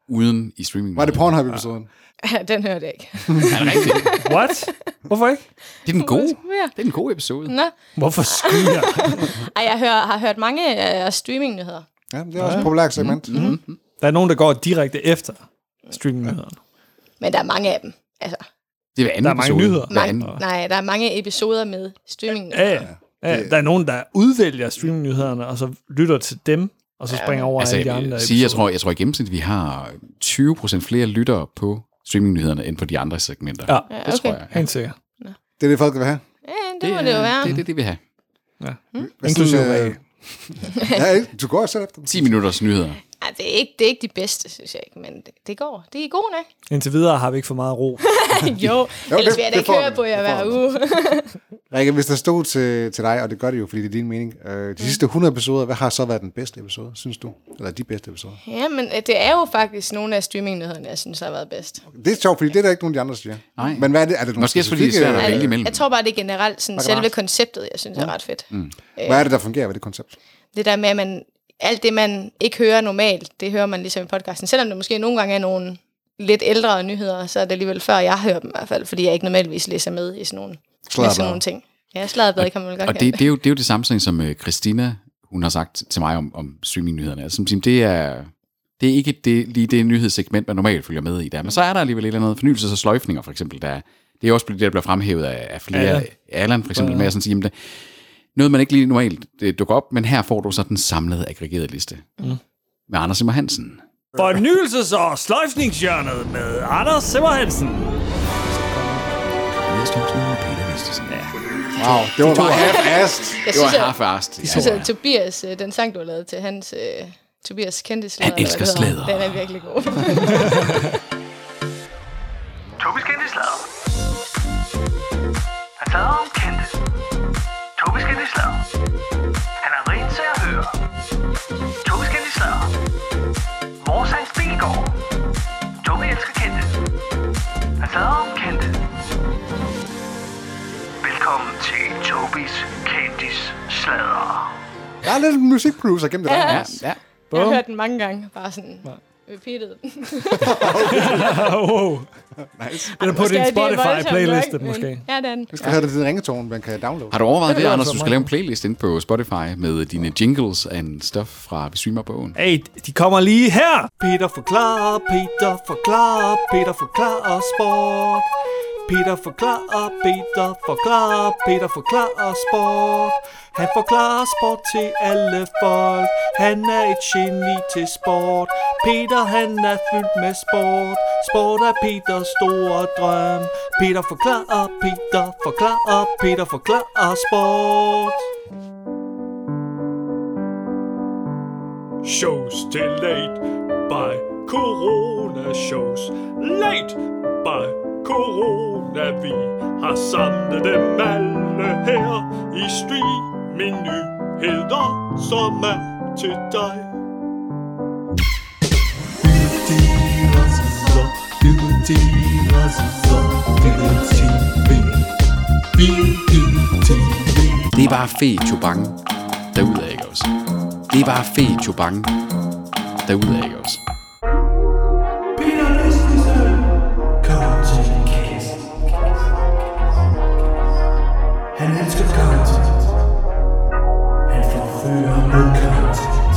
uden i streaming. Var det Pornhub-episoden? Ja, den hørte jeg ikke. Er det rigtigt? What? Hvorfor ikke? Det er den gode. Ja. Det er den gode episode. Nå. Hvorfor skyder jeg? Ej, jeg hører, har hørt mange uh, streaming-nyheder. Ja, det er også et populært segment. Mm-hmm. Der er nogen, der går direkte efter streamingnyhederne. Men der er mange af dem. Altså, Det er hver anden Der er mange episode. nyheder. Hver anden. mange, nej, der er mange episoder med streaming. Ja, ja. ja, der er nogen, der udvælger streamingnyhederne, og så lytter til dem, og så springer over Altså, alle de jeg, andre vil sige, jeg, episoder. tror, jeg tror i gennemsnit, vi har tyve procent flere lyttere på streamingnyhederne, end på de andre segmenter. Ja. Ja, Det tror okay. jeg. Helt sikkert. Det er det, folk vil have. Ja, det, det må det jo være. Det er det, det vi have. Ja. Hvad Inklusive sådan, Ray. øh, ja, du går også selv efter dem. ti minutters nyheder. Ej, det, er ikke, det er ikke de bedste, synes jeg ikke, men det, det går. Det er gode nok. Indtil videre har vi ikke for meget ro. jo, Jo, ellers det- vil jeg det da ikke får høre vi. på jer Det hver får vi. uge. Rikke, hvis der stod til, til dig, og det gør det jo, fordi det er din mening, øh, de sidste hundrede episoder, hvad har så været den bedste episode, synes du? Eller de bedste episoder? ja, men øh, det er jo faktisk nogle af streamingnyhederne, jeg synes har været bedst. Det er sjovt, fordi det er der ikke nogen af de andre, der siger. Nej. Men hvad er det? Er det nogle Måske også, fordi det er svært at specifikke- vælge imellem. Jeg tror bare, det er generelt sådan, selve Akkurat. konceptet, jeg synes er ret fedt. Mm. Hvad er det, der fungerer ved det koncept? Det der med, at man, alt det, man ikke hører normalt, det hører man ligesom i podcasten. Selvom det måske nogle gange er nogle lidt ældre nyheder, så er det alligevel før, jeg hører dem i hvert fald, fordi jeg ikke normalvis læser med i sådan nogle, med Sladderblad. sådan nogle ting. Ja, sladderblad kan man vel godt Og kalde det, det, er jo, det er jo det samme, sådan, som øh, Christina, hun har sagt til mig om, om streamingnyhederne. Altså, som, det er... Det er ikke det, lige det nyhedssegment, man normalt følger med i der. Men så er der alligevel et eller andet fornyelses- og sløjfninger, for eksempel. Der, det er også det, der bliver fremhævet af, af flere. Allan. Allan, for eksempel, Ja. med at sådan sige, jamen, det, noget, man ikke lige normalt det dukker op, men her får du så den samlede, aggregerede liste. Mm. Med Anders Simmer Hansen. Fornyelses- og sløjfningshjørnet med Anders Simmer Hansen. Elias Thomsen og Peter Vistesen. Ja. Wow, det var bare half-assed. Jeg Det var synes, at, half-fast. jeg synes, at Tobias, øh, den sang, du har lavet til hans... Øh, Tobias kendte slæder. Han elsker eller hvad det hedder, slæder. Den er virkelig god. Tobis kendte slader. Han slader om kendte. Tobis kendte slader. Han er rent til at høre. Tobis kendte slader. Vores hans bil går. Tobi elsker kendte. Han slader om kendte. Velkommen til Tobis kendis slader. Der er lidt en musikproducer gennem det der. Ja, ja. Jeg har hørt den mange gange, bare sådan repeated den. wow. Nice. Den er på Måske din er det voldsomt Spotify-playliste, nok, men- måske. Ja, det er den. Vi skal have det til en ringetone, man kan downloade. Har du overvejet det, Det er Anders? altså Du skal meget lave en playlist inde på Spotify med dine jingles and stuff fra Streamerbogen. Hey, de kommer lige her. Peter forklarer, Peter forklarer, Peter forklarer sport. Peter forklarer, Peter forklarer, Peter forklarer sport. Han forklarer sport til alle folk. Han er et geni til sport. Peter, han er fyldt med sport. Sport er Peters store drøm. Peter forklarer, Peter forklarer, Peter forklarer sport. Shows delayed by Corona shows. Late by Corona. Vi har samlet dem alle her i streaming-nyheder, som er til dig. Det er bare fe chubang derudad, ikke også? Det er bare fe chubang derudad, ikke også? Han elsker content. Han forfører med content.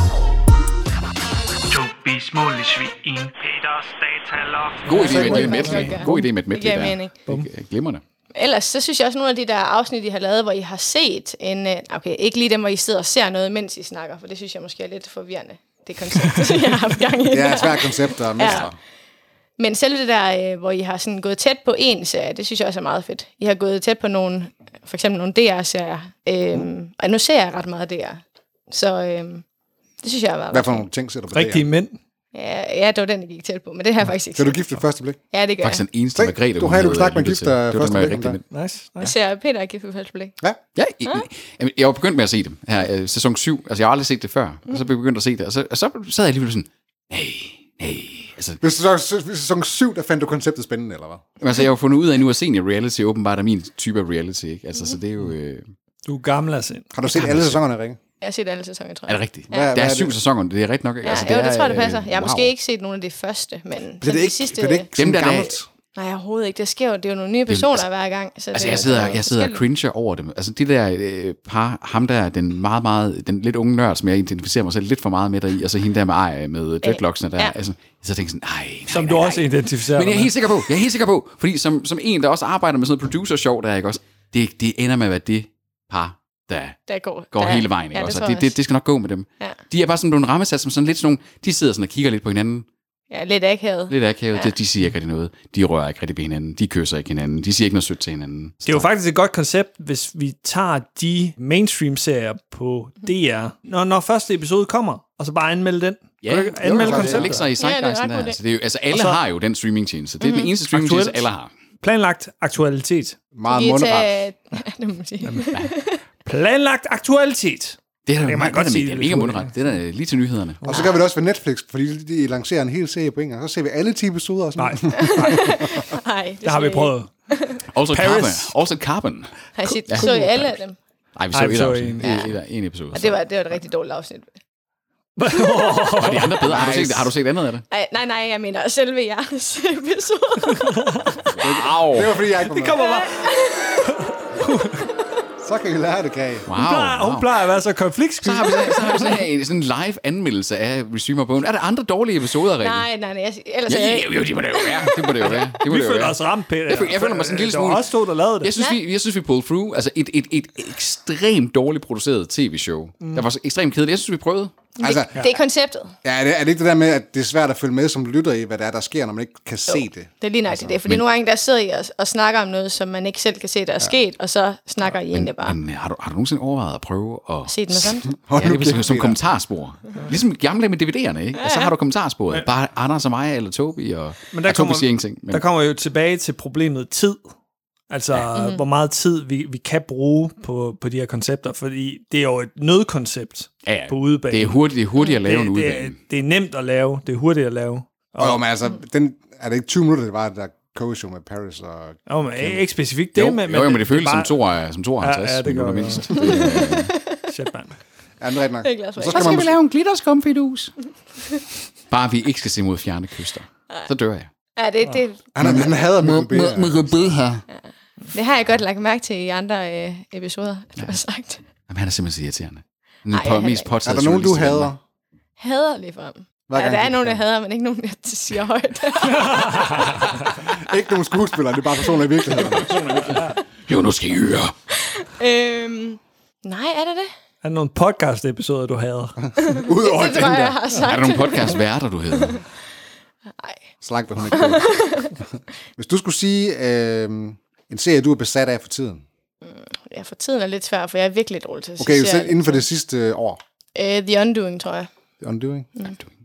Tobis målesvin. Peters dataloft. God idé med det et kan medley. godt gøre. God idé med et Det medley giver der. mening. Det er glimrende. Ellers så synes jeg også, nogle af de der afsnit, I har lavet, hvor I har set en... øh, Okay, ikke lige dem, hvor I sidder og ser noget, mens I snakker, for det synes jeg måske er lidt forvirrende, det koncept, jeg har haft gang i. Det er der. et svært koncept at mestre. Ja. Men selve det der, øh, hvor I har sådan gået tæt på en serie, det synes jeg også er meget fedt. I har gået tæt på nogle, for eksempel nogle D R-serier, øhm, og nu ser jeg ret meget D R. Så øhm, det synes jeg er meget Hvad for fedt. nogle ting sætter på Rigtige det mænd. Ja, ja, det var den, jeg gik tæt på, men det har jeg faktisk ikke Skal du set. gifte ved første blik? Ja, det gør Faktisk jeg. den eneste Se, Margrethe, du hun har- du havde snakke med lyttet gift, til. der Det var første den med blik om rigtig det. mænd. Nice, Jeg nice. ser Peter ikke i første blik. Ja. Ja, i, i, jeg var begyndt med at se dem her. øh, Sæson syv, altså jeg har aldrig set det før. Og så blev jeg begyndt at se det, og så, og så sad jeg alligevel sådan, nej, nej. Altså, Hvis du så hvis sæson syv, der fandt du konceptet spændende, eller hvad? altså, jeg har jo fundet ud af nu, at senior reality åbenbart er min type af reality, ikke? Altså, så det er jo... Øh, Du er gammel af sind. Har du set alle sæsonerne, Rikke? Jeg har set alle sæsoner, tror jeg. Er det rigtigt? Hvad- Der hvad er er syv det? sæsoner, det er rigtigt nok. Ja, altså, jo, det tror jeg, det er, passer. Jeg har wow. måske ikke set nogle af de første, men Bliver sådan det de ikke, sidste... bliver det ikke sådan Dem, der er- gammelt? Nej, overhovedet ikke. Det sker jo, det er jo nogle nye personer hver gang. Så Altså, det, jeg sidder, det er jeg sidder og forskelligt. cringer over dem. Altså, de der øh, par, ham der, den meget, meget, den lidt unge nørd, som jeg identificerer mig selv lidt for meget med deri, og så hende der med ej, med dreadlocksene der. Ja. Altså, så tænker jeg sådan, nej, nej, Som nej, du nej. også identificerer Men jeg er dig helt sikker på, jeg er helt sikker på, fordi som, som en, der også arbejder med sådan noget producer-show, der er ikke også, det, det ender med at være det par, der Der går, går der, hele vejen. Ikke Ja, det, også? tror Og jeg det, det, det skal nok gå med dem. Ja. De er bare sådan nogle rammesat, som sådan lidt sådan nogle, de sidder sådan og kigger lidt på hinanden, Ja, lidt akavet. lidt akavet, Ja. ja. de, de siger ikke rigtig noget, de rører ikke rigtig ved hinanden, de kysser ikke hinanden, de siger ikke noget sødt til hinanden. Det er jo faktisk et godt koncept, hvis vi tager de mainstream-serier på D R, når, når første episode kommer, og så bare anmelde den. Ja, Kan du ikke anmelde det konceptet? ligger sig i Ja, det er zeitgeisten ret der. god idé. Altså, det er jo, altså alle Og så- har jo den streamingtjeneste. Det er den eneste Aktuelt. streamingtjeneste, alle har. Planlagt aktualitet. Meget Vi mundret. tage... Ja, det må man sige. Planlagt aktualitet. Det er da kan man godt sige Det er lidt mega hurtigt. mundret. Det er da lige til nyhederne. Og så gør vi det også ved Netflix, fordi de lancerer en hel serie på en gang. Så ser vi alle ti episoder og sådan Nej, Nej, det det har vi siger prøvet. Also Paris. Carbon. Also Carbon. jeg ikke. Har I set, så I alle af dem? Nej, vi Ej, så vi et så afsnit. en. En, en, en episode. Og det var, det var et rigtig dårligt afsnit. Og de andre bedre. Har du set, har du set andet af det? Ej, nej, nej, jeg mener selve jeres episode. Wow. Det var fordi, jeg ikke var med. Det kommer bare. Så kan I lære det, kan I. Wow. Hun plejer, hun wow. plejer at være så konfliktsky. Så har vi sådan, så har vi sådan her en sådan live anmeldelse af Resumer-bogen. Er der andre dårlige episoder, Rikke? nej, nej, nej. Jeg, ellers Ja, er jeg, ja, jo, det må det jo være. Det må det jo være. Det må Vi det jo føler være. os ramt, Peter. Jeg føler- jeg føler mig sådan en lille Det var smule- også to, der lavede det. Jeg synes, vi, jeg synes, vi pulled through. Altså et, et, et ekstremt dårligt produceret tv-show. Mm. Der var så ekstremt kedeligt. Jeg synes, vi prøvede. Altså, det er konceptet. ja, er, det, er det ikke det der med, at det er svært at følge med som lytter i, hvad der er, der sker, når man ikke kan se det? Det er lige nok altså, det. Fordi men, nogle gange, der sidder I og, og snakker om noget, som man ikke selv kan se, der er ja. sket, og så snakker I egentlig bare. Men øh, har du, har du nogensinde overvejet at prøve at... Se den med sådan. Hold Ja, nu det er kæft, som, som Peter. kommentarspor. Ligesom gamle med D V D'erne, ikke? Og så har du kommentarsporet. Bare Anders og mig, eller Tobi, og, Men der og Tobi kommer, siger ingenting. Men, der kommer jo tilbage til problemet tid. Altså, ja. Mhm. hvor meget tid vi, vi kan bruge på, på de her koncepter, fordi det er jo et nødkoncept ja, ja. på udebane. Det er hurtigt, det er hurtigt at lave det, en det, er, udbane. det er nemt at lave, det er hurtigt at lave. Og jo, men altså, den, er det ikke tyve minutter, det var det der co-show med Paris og... Jo, men ikke specifikt det, Jo, men, jo, jo, men det føles bare- som, to, som tooghalvtreds Ja, ja, det gør minutter det. mindst. Det er- Shit, man. Ja, det er rigtigt nok. Jeg er glad for Så det. skal man, lave en glitterskomfidus. Bare vi ikke skal se mod fjerne kyster. Så dør jeg. Ja, det, det, han, er- han hader Mikkel Beer. rødbed her. det har jeg godt lagt mærke til i andre øh, episoder, du har sagt. Jamen, han er simpelthen så irriterende. Den Ej, på, han er mest ikke. Er påtaget der nogen, du journalist i hader? Danmark. Hader lige frem. Hver Ja, gang der er de nogen, der kan. hader, men ikke nogen, der siger højt. Ikke nogen skuespillere, det er bare personer i virkeligheden. Jo, nu skal I høre. øhm, nej, er det det? Er der nogle podcast-episoder, du hader? Udover Det den tror jeg, jeg der. har Er sagt. der nogle podcast-værter, du hedder? Nej. Slank vil hun ikke på. Hvis du skulle sige øh, en serie, du er besat af for tiden. Ja, for tiden er lidt svært, for jeg er virkelig dårlig til at Okay, sige selv inden for det sidste øh, år. Uh, The Undoing, tror jeg. The Undoing. Mm.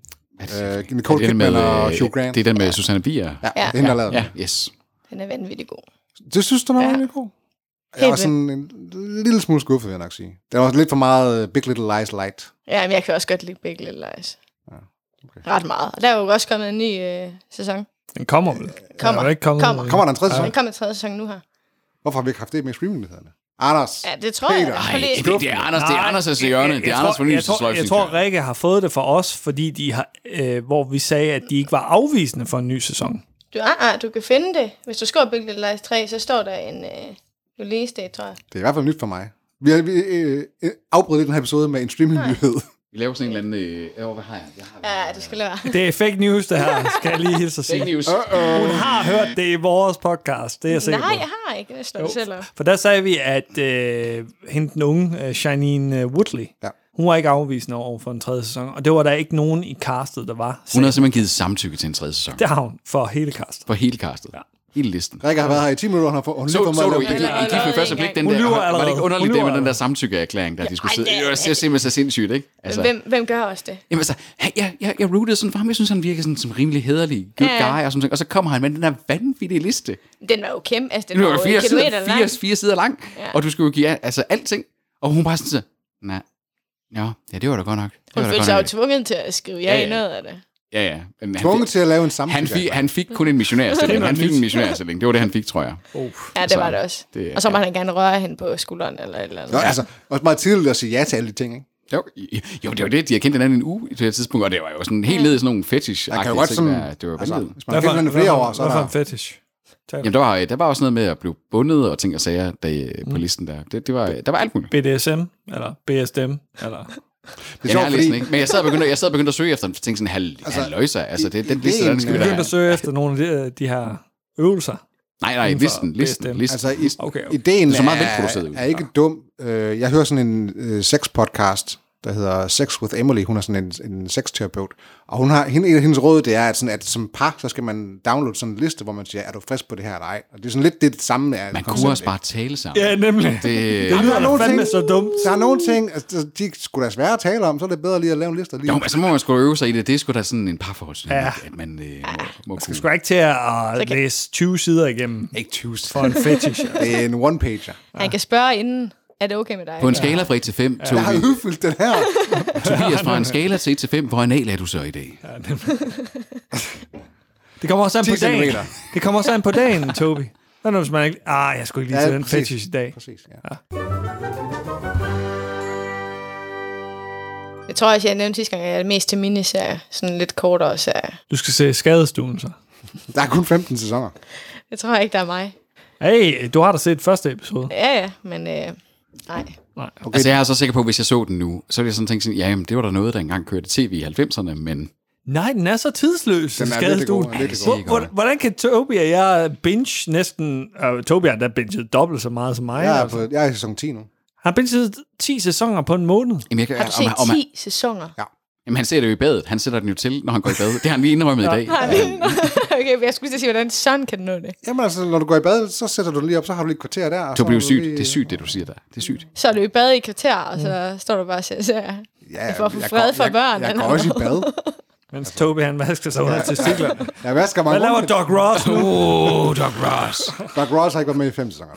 Øh, Nicole Det er den Kidman med, og øh, Hugh Grant. det er den med Susanne Bier. Ja, det er hende, der lavede Ja, den. yes. Den er vanvittig god. Det synes du, den var Ja. rigtig god? Jeg Helt var sådan en lille smule skuffet, vil jeg nok sige. Det var lidt for meget øh, Big Little Lies light. Ja, men jeg kan også godt lide Big Little Lies. Ja, okay. Ret meget. Og der er jo også kommet en ny øh, sæson. Den kommer vel? Kommer. Den er ikke kommet, Kommer. Kommer der en tredje sæson? Den kommer tredje sæson nu her. Hvorfor har vi ikke haft det med streamingnyhederne? Anders. Ja, det tror jeg. Peter. da. Ej, Fordi- det, det er Anders, det er Anders' hjørne. Det er jeg Anders tror, jeg, tror, fornyelsesløjfning. jeg tror, Rikke har fået det for os, fordi de har, øh, hvor vi sagde, at de ikke var afvisende for en ny sæson. Du, ah, ah, du kan finde det. Hvis du skriver Big Little Lies tre, så står der en øh, release date, tror jeg. Det er i hvert fald nyt for mig. Vi har vi, øh, øh, afbrudt lidt den her episode med en streamingnyhed. Vi laver sådan en eller anden... Øh, hvad har jeg? jeg har Ja, det skal lade være. Det er fake news, det her, skal jeg lige hilse at Fake sige. news. Hun har hørt det i vores podcast, det er jeg sikker Nej, på. jeg har ikke. Det står det selv op. For der sagde vi, at øh, hende den unge, øh, Shailene Woodley, Ja. hun var ikke afvisende over for en tredje sæson, og det var der ikke nogen i castet, der var. Hun har simpelthen givet samtykke til en tredje sæson. Det har hun for hele castet. For hele castet. Ja. Hele listen. Rikke har været her i ti minutter, og hun har fået, hun har Så, lige fået så mig du at i, lave i, det. i gift ved første blik, den Hun der, lyver var det allerede. ikke underligt Hun det med lyver den der samtykkeerklæring, der de skulle Ej, sidde? det- Det var simpelthen så sindssygt, ikke? Altså, Hvem, hvem gør også det? jamen, altså, hey, jeg, jeg, jeg rootede sådan for ham, jeg synes, han virker sådan, som rimelig hederlig, good Ja. guy, og, sådan, og så kommer han med den der vanvittige liste. Den var jo kæmpe. Altså, den Den var var jo fire kilometer sider, lang. fire, fire sider lang, Ja. og du skulle jo give altså alting, og hun bare sådan så, nej, ja, ja, det var da godt nok. Det var Hun da følte godt sig jo nok. tvunget til at skrive ja, Ja, i ja. noget af det. Ja, ja. Men han Tvunget fik, til at lave en han, samtykke. fik, han fik kun en missionærstilling. Han fik en missionærstilling. Det var det, han fik, tror jeg. Uh. Ja, det Så, var det også. det- Og så må han gerne røre hende på skulderen eller et eller andet. Nå, altså, også meget tidligt at sige ja til alle de ting, ikke? Jo, jo, det var det, de har kendt hinanden en uge til et tidspunkt, og det var jo sådan helt ned i sådan nogle fetish. Der kan jo godt sådan, det var altså, vanvittigt. hvis man har kendt hinanden flere år, så er Hvad for der... en fetish? Jamen, der var, der var også noget med at blive bundet og ting og sager der, på Mm. listen der. Det, det var, der var alt muligt. B D S M? Eller B S D M? Eller... Det er sjovt, fordi... fordi... ikke. Men jeg sad og begyndte, jeg sad og begyndte at søge efter en ting sådan halv, Altså, halv løjser. Altså, det, den ideen- liste, den skal vi Jeg da begyndte have. at søge efter nogle af de, de her øvelser. Nej, nej, inden for listen, listen, B S D M. listen. Altså, i, Okay, okay. ideen Det er så meget er, velproduceret ud. er ikke dum. Øh, Jeg hører sådan en øh, sex-podcast, der hedder Sex with Emily. Hun er sådan en, en sexterapeut. Og hun har, hende, en af hendes råd, det er, at, sådan, at som par, så skal man downloade sådan en liste, hvor man siger, er du frisk på det her eller ej? Og det er sådan lidt det, det samme. Er Man koncept, kunne også ikke? bare tale sammen. Ja, nemlig. Det, Det Der er lyder nogle da fandme ting- så dumt. Der er nogle ting, altså, de skulle da svære at tale om, så er det bedre lige at lave en liste. Lige. jo, men så må man sgu øve sig i det. Det er sgu da sådan en parforholdsdynamik, Ja. at man øh, må, må Du kunne... skal ikke til at uh, læse tyve sider igennem Ikke tyve for en fetish. Det er en one-pager. Han kan spørge inden, er det okay med dig? På en skala fra et til fem, Jeg har Tobi, udfyldt den her. Tobias, fra en skala til et til fem, hvor anal er du så i dag? Det kommer også an ti på dagen. centimeter. Det kommer også an på dagen, Tobi. Hvad nu, hvis man ikke... Ah, jeg skulle ikke lige Ja, til den præcis. fetish i dag. Præcis, ja. Jeg tror også, jeg nævnte sidste gang, at jeg er mest til miniserier. Sådan lidt kortere serier. Du skal se Skadestuen, så. Der er kun femten sæsoner. Det tror jeg ikke, der er mig. Hey, du har da set første episode. Ja, ja, men øh, nej. Nej. Okay. Altså, jeg er så sikker på, at hvis jeg så den nu, så ville jeg sådan tænke sådan, ja, jamen, det var der noget, der engang kørte tv i halvfemserne, men Nej, den er så tidsløs. Den er Skadestuen. virkelig god, den er virkelig god. Hvor- hvor- Hvordan kan Tobi og jeg binge næsten... Uh, Tobi har da binget dobbelt så meget som mig. Jeg er, altså. på, jeg er i sæson ti nu. Han har binget ti sæsoner på en måned. jamen, jeg, kan- Har du om- set om han- ti sæsoner? Jamen, han ser det jo i badet. Han sætter den jo til, når han går i bad. Det har han lige indrømmet i dag. Okay, jeg skulle lige sige, hvordan sådan kan den nå det? Jamen altså, når du går i bad, så sætter du den lige op, så har du lige et kvarter der. og Du så bliver har sygt. lige- Det er sygt, det du siger der. Det er sygt. Så er du i bad i kvarter, og så står du bare og ser serier. Ja, for at få jeg fred går- for jeg, børn, Jeg, eller jeg går også i noget. bad. Mens Tobi han vasker sig under til stiklerne. Jeg vasker mig Hvad laver rundt. Doc Ross nu? Oh, Doc Ross. Doc Ross har ikke været med i fem sæsoner.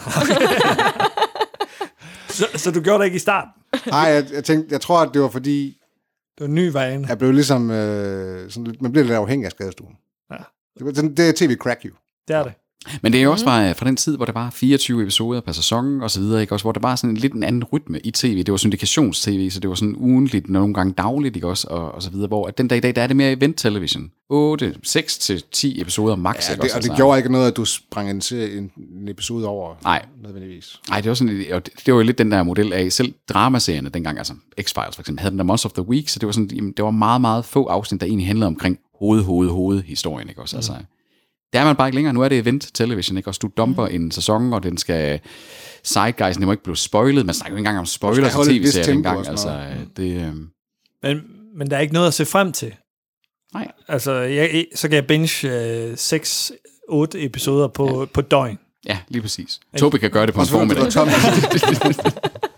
Så, så du gjorde det ikke i starten? Nej, jeg, jeg tænkte, jeg tror, at det var fordi, Det var en ny vane. jeg blev ligesom, øh, sådan, lidt- man bliver lidt afhængig af skadestuen. Ja. Det, var sådan- det er tv-crack jo. Det er det. Men det er jo også bare fra den tid, hvor der var fireogtyve episoder per sæson og så videre, ikke også, hvor der var sådan en lidt en anden rytme i tv. Det var syndikations-tv, så det var sådan ugentligt, nogle gange dagligt, ikke også, og, og så videre, hvor at den dag i dag, der er det mere event television. otte, seks til ti episoder max, Ja, ikke det, også? og det altså. gjorde ikke noget, at du sprang en, serie- en, en episode over. Nej. Nødvendigvis. Nej, det var sådan, og det, det var jo lidt den der model af selv dramaserierne dengang, altså X-Files for eksempel, havde den der Monster of the Week, så det var sådan, jamen, det var meget, meget få afsnit, der egentlig handlede omkring hoved, hoved, hoved historien, ikke også? Altså, der er man bare ikke længere. Nu er det event television, ikke også? Du dumper mm. en sæson, og den skal sideguisen, det må ikke blive spoilet. Man snakker jo ikke engang om spoilers i holde et vist tv-serier tempo dengang. og Altså, sådan det, øh, Men, men der er ikke noget at se frem til. nej. Altså, jeg, så kan jeg binge øh, seks otte episoder på, ja. på døgn. Ja, lige præcis. Tobi kan gøre det på en Og så føler du formiddag. dig tom.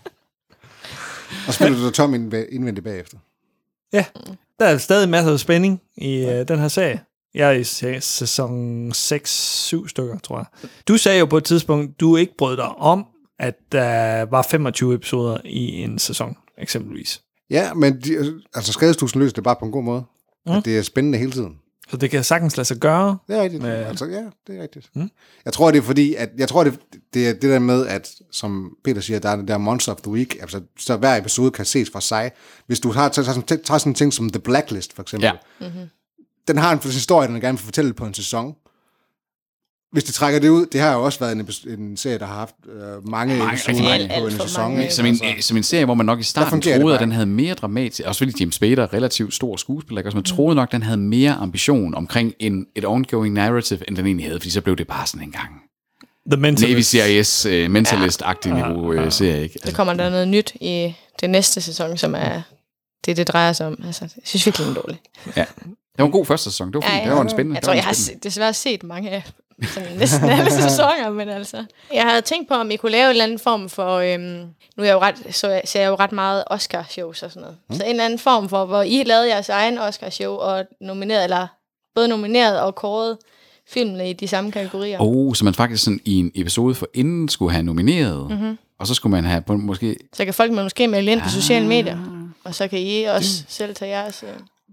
Og så føler du dig tom indve- indvendigt bagefter. Ja, der er stadig masser af spænding i øh, den her serie. Jeg er i se- sæson seks syv stykker, tror jeg. Du sagde jo på et tidspunkt, du ikke brød dig om, at der var femogtyve episoder i en sæson, eksempelvis. Ja, men de, altså skadestusen løser det bare på en god måde. Mm. At det er spændende hele tiden. Så det kan sagtens lade sig gøre. Det er rigtigt. Men- Altså, ja, det er rigtigt. Mm. Jeg tror, det er fordi, at jeg tror, det, det er det der med, at som Peter siger, der er det der Monster of the Week, altså, så hver episode kan ses for sig. Hvis du har, tager, tager, tager sådan en ting som The Blacklist, for eksempel. Ja. Mm-hmm. Den har en historie, den gerne vil fortælle på en sæson. Hvis de trækker det ud, det har jo også været en, epi- en serie, der har haft øh, mange Mange, episoder rigtig mange. på en Alt for sæson. mange. ikke? Som en, Altså, som en serie, hvor man nok i starten fungerer det troede, at bare den havde mere dramatisk, også fordi James Spader er relativt stor skuespiller, ikke? Også man troede nok, at den havde mere ambition omkring en, et ongoing narrative, end den egentlig havde, fordi så blev det bare sådan en gang The Mentalist. Navy C I S uh, mentalist-agtig Ja. niveau uh, serie, ikke? Så kommer der noget nyt i det næste sæson, som er det, det drejer sig om. Altså, jeg synes virkelig, den er dårlig. Ja. Det var en god første sæson. Det var fint. Ja, ja. Det var en spændende. Jeg det tror, var en jeg har spændende. se, desværre set mange af sådan næsten alle sæsoner, men altså. Jeg havde tænkt på, om I kunne lave en eller anden form for, øhm, nu er jeg jo ret, så jeg, ser jeg jo ret meget Oscar-shows og sådan noget. Mm. Så en eller anden form for, hvor I lavede jeres egen Oscar-show og nomineret, eller både nomineret og kåret filmene i de samme kategorier. Oh, så man faktisk sådan i en episode for inden skulle have nomineret, mm-hmm. og så skulle man have på, måske... Så kan folk måske melde ind på sociale medier, og så kan I også selv tage jeres... Øh.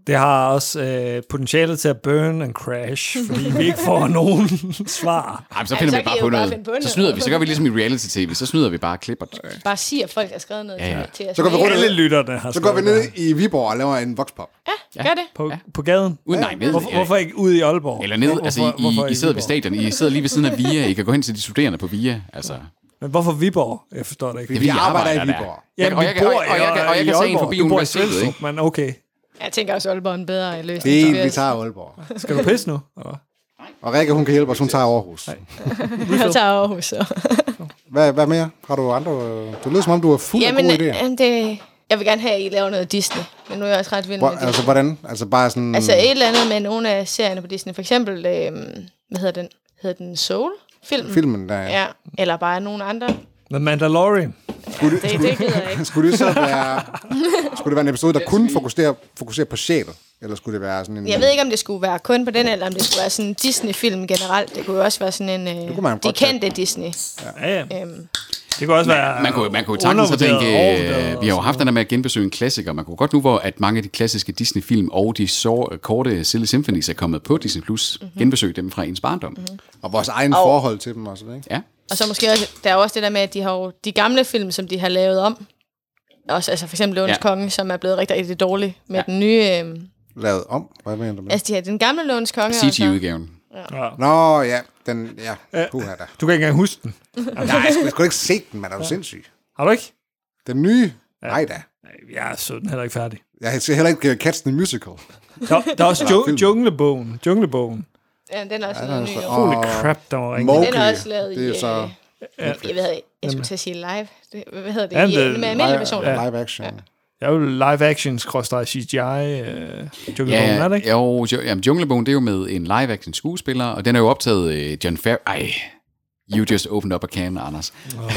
Det har også øh, potentialet til at burn and crash, fordi vi ikke får nogen svar. Ej, så finder så vi bare kan I på jo bare noget. finde på noget. Så snyder vi. Så gør vi ligesom i reality-tv. Så snyder vi bare klipper. Bare sig, at folk har skrevet noget Ja, ja. til, til os. Så går vi rundt- Alle lytterne har Så går vi skrevet ned i Viborg og laver en voxpop. Ja, gør det. på, på gaden. Uden nej, ned. Hvorfor, hvorfor ikke ud i Aalborg? Eller ned. Hvorfor, Altså, hvorfor I, I ikke sidder ved Viborg? stadion. I sidder lige ved siden af VIA. I kan gå hen til de studerende på VIA. Altså, Men hvorfor Viborg? Jeg forstår det ikke. Det er Vi fordi, jeg arbejder i arbejder der. Viborg. Jamen, og vi jeg kan- bor og- og jeg kan- og jeg i kan tage en Aalborg. forbi Du bor i universitetet, Svendstrup, ikke? men okay. Jeg tænker også, Aalborg er en bedre løsning. Det er en, vi Tobias. tager Aalborg. Skal du pisse nu? Eller? Og Rikke, hun kan hjælpe os, hun tager Aarhus. Jeg tager Aarhus, så. Hvad, hvad mere? Har du andre? Det lyder som om, du er fuld af Jamen, gode idéer. øh, det, jeg vil gerne have, at I laver noget Disney. Men nu er jeg også ret vild Hvor, med det. altså, hvordan? Altså, bare sådan... Altså et eller andet med nogle af serierne på Disney. For eksempel, øh, hvad hedder den? Hedder den Soul? Filmen? filmen, der Ja, eller bare nogle andre. The Mandalorian. Skulle det, Det, skulle, det gider jeg ikke. skulle det så være... Skulle det være en episode, der kun fokuserer, fokuserer på sjæl? Eller skulle det være sådan en... Jeg ved ikke, om det skulle være kun på den, eller om det skulle være sådan en Disney-film generelt. Det kunne jo også være sådan en... Øh, kunne man de godt tage. kendte Disney. Ja, ja. Øhm, Det kunne også være Man kunne, man kunne sagtens have undervurderet, tænke, overvurderet øh, vi har jo og haft den der med at genbesøge en klassiker. Man kunne godt nu, hvor at mange af de klassiske Disney-film og de så, korte Silly Symphonies er kommet på Disney+, plus, mm-hmm. genbesøge dem fra ens barndom. Mm-hmm. Og vores egen og... forhold til dem også, ikke? Ja. og så måske også, der er jo også det der med, at de har jo de gamle film, som de har lavet om. Også, altså for eksempel Løvens Ja. Konge, som er blevet rigtig, rigtig dårlig med Ja. den nye... Øh, Lavet om? Hvad mener du med? altså de har den gamle Løvens Konge. C og så- G-udgaven. Ja. Nå, ja. Den, ja. Puha da. Du kan ikke engang huske den. Nej, jeg skulle, jeg skulle ikke se den, man er jo sindssyg. Har du ikke? Den nye? Nej da. Nej, jeg så den heller ikke færdig. Jeg ser heller ikke uh, Cats the Musical. Der, der er også Eller jo, film. Junglebogen. Junglebogen. Ja, den er også Ja, lavet den er ny. så- jo. Holy Og crap, der var ikke. Mowgli. Den er også lavet Det er i... så Øh, jeg, ved, jeg skulle til at sige live. Det, hvad hedder det? Ja, I, det- med almindelig version. live, live action. Ja. Jeg er jo live action skråstrej C G I øh, Junglebogen, Ja, er det ikke? jo, jo, jamen, Junglebogen, det er jo med en live-action skuespiller, og den er jo optaget øh, John Favreau. Ej, you just opened up a can, Anders.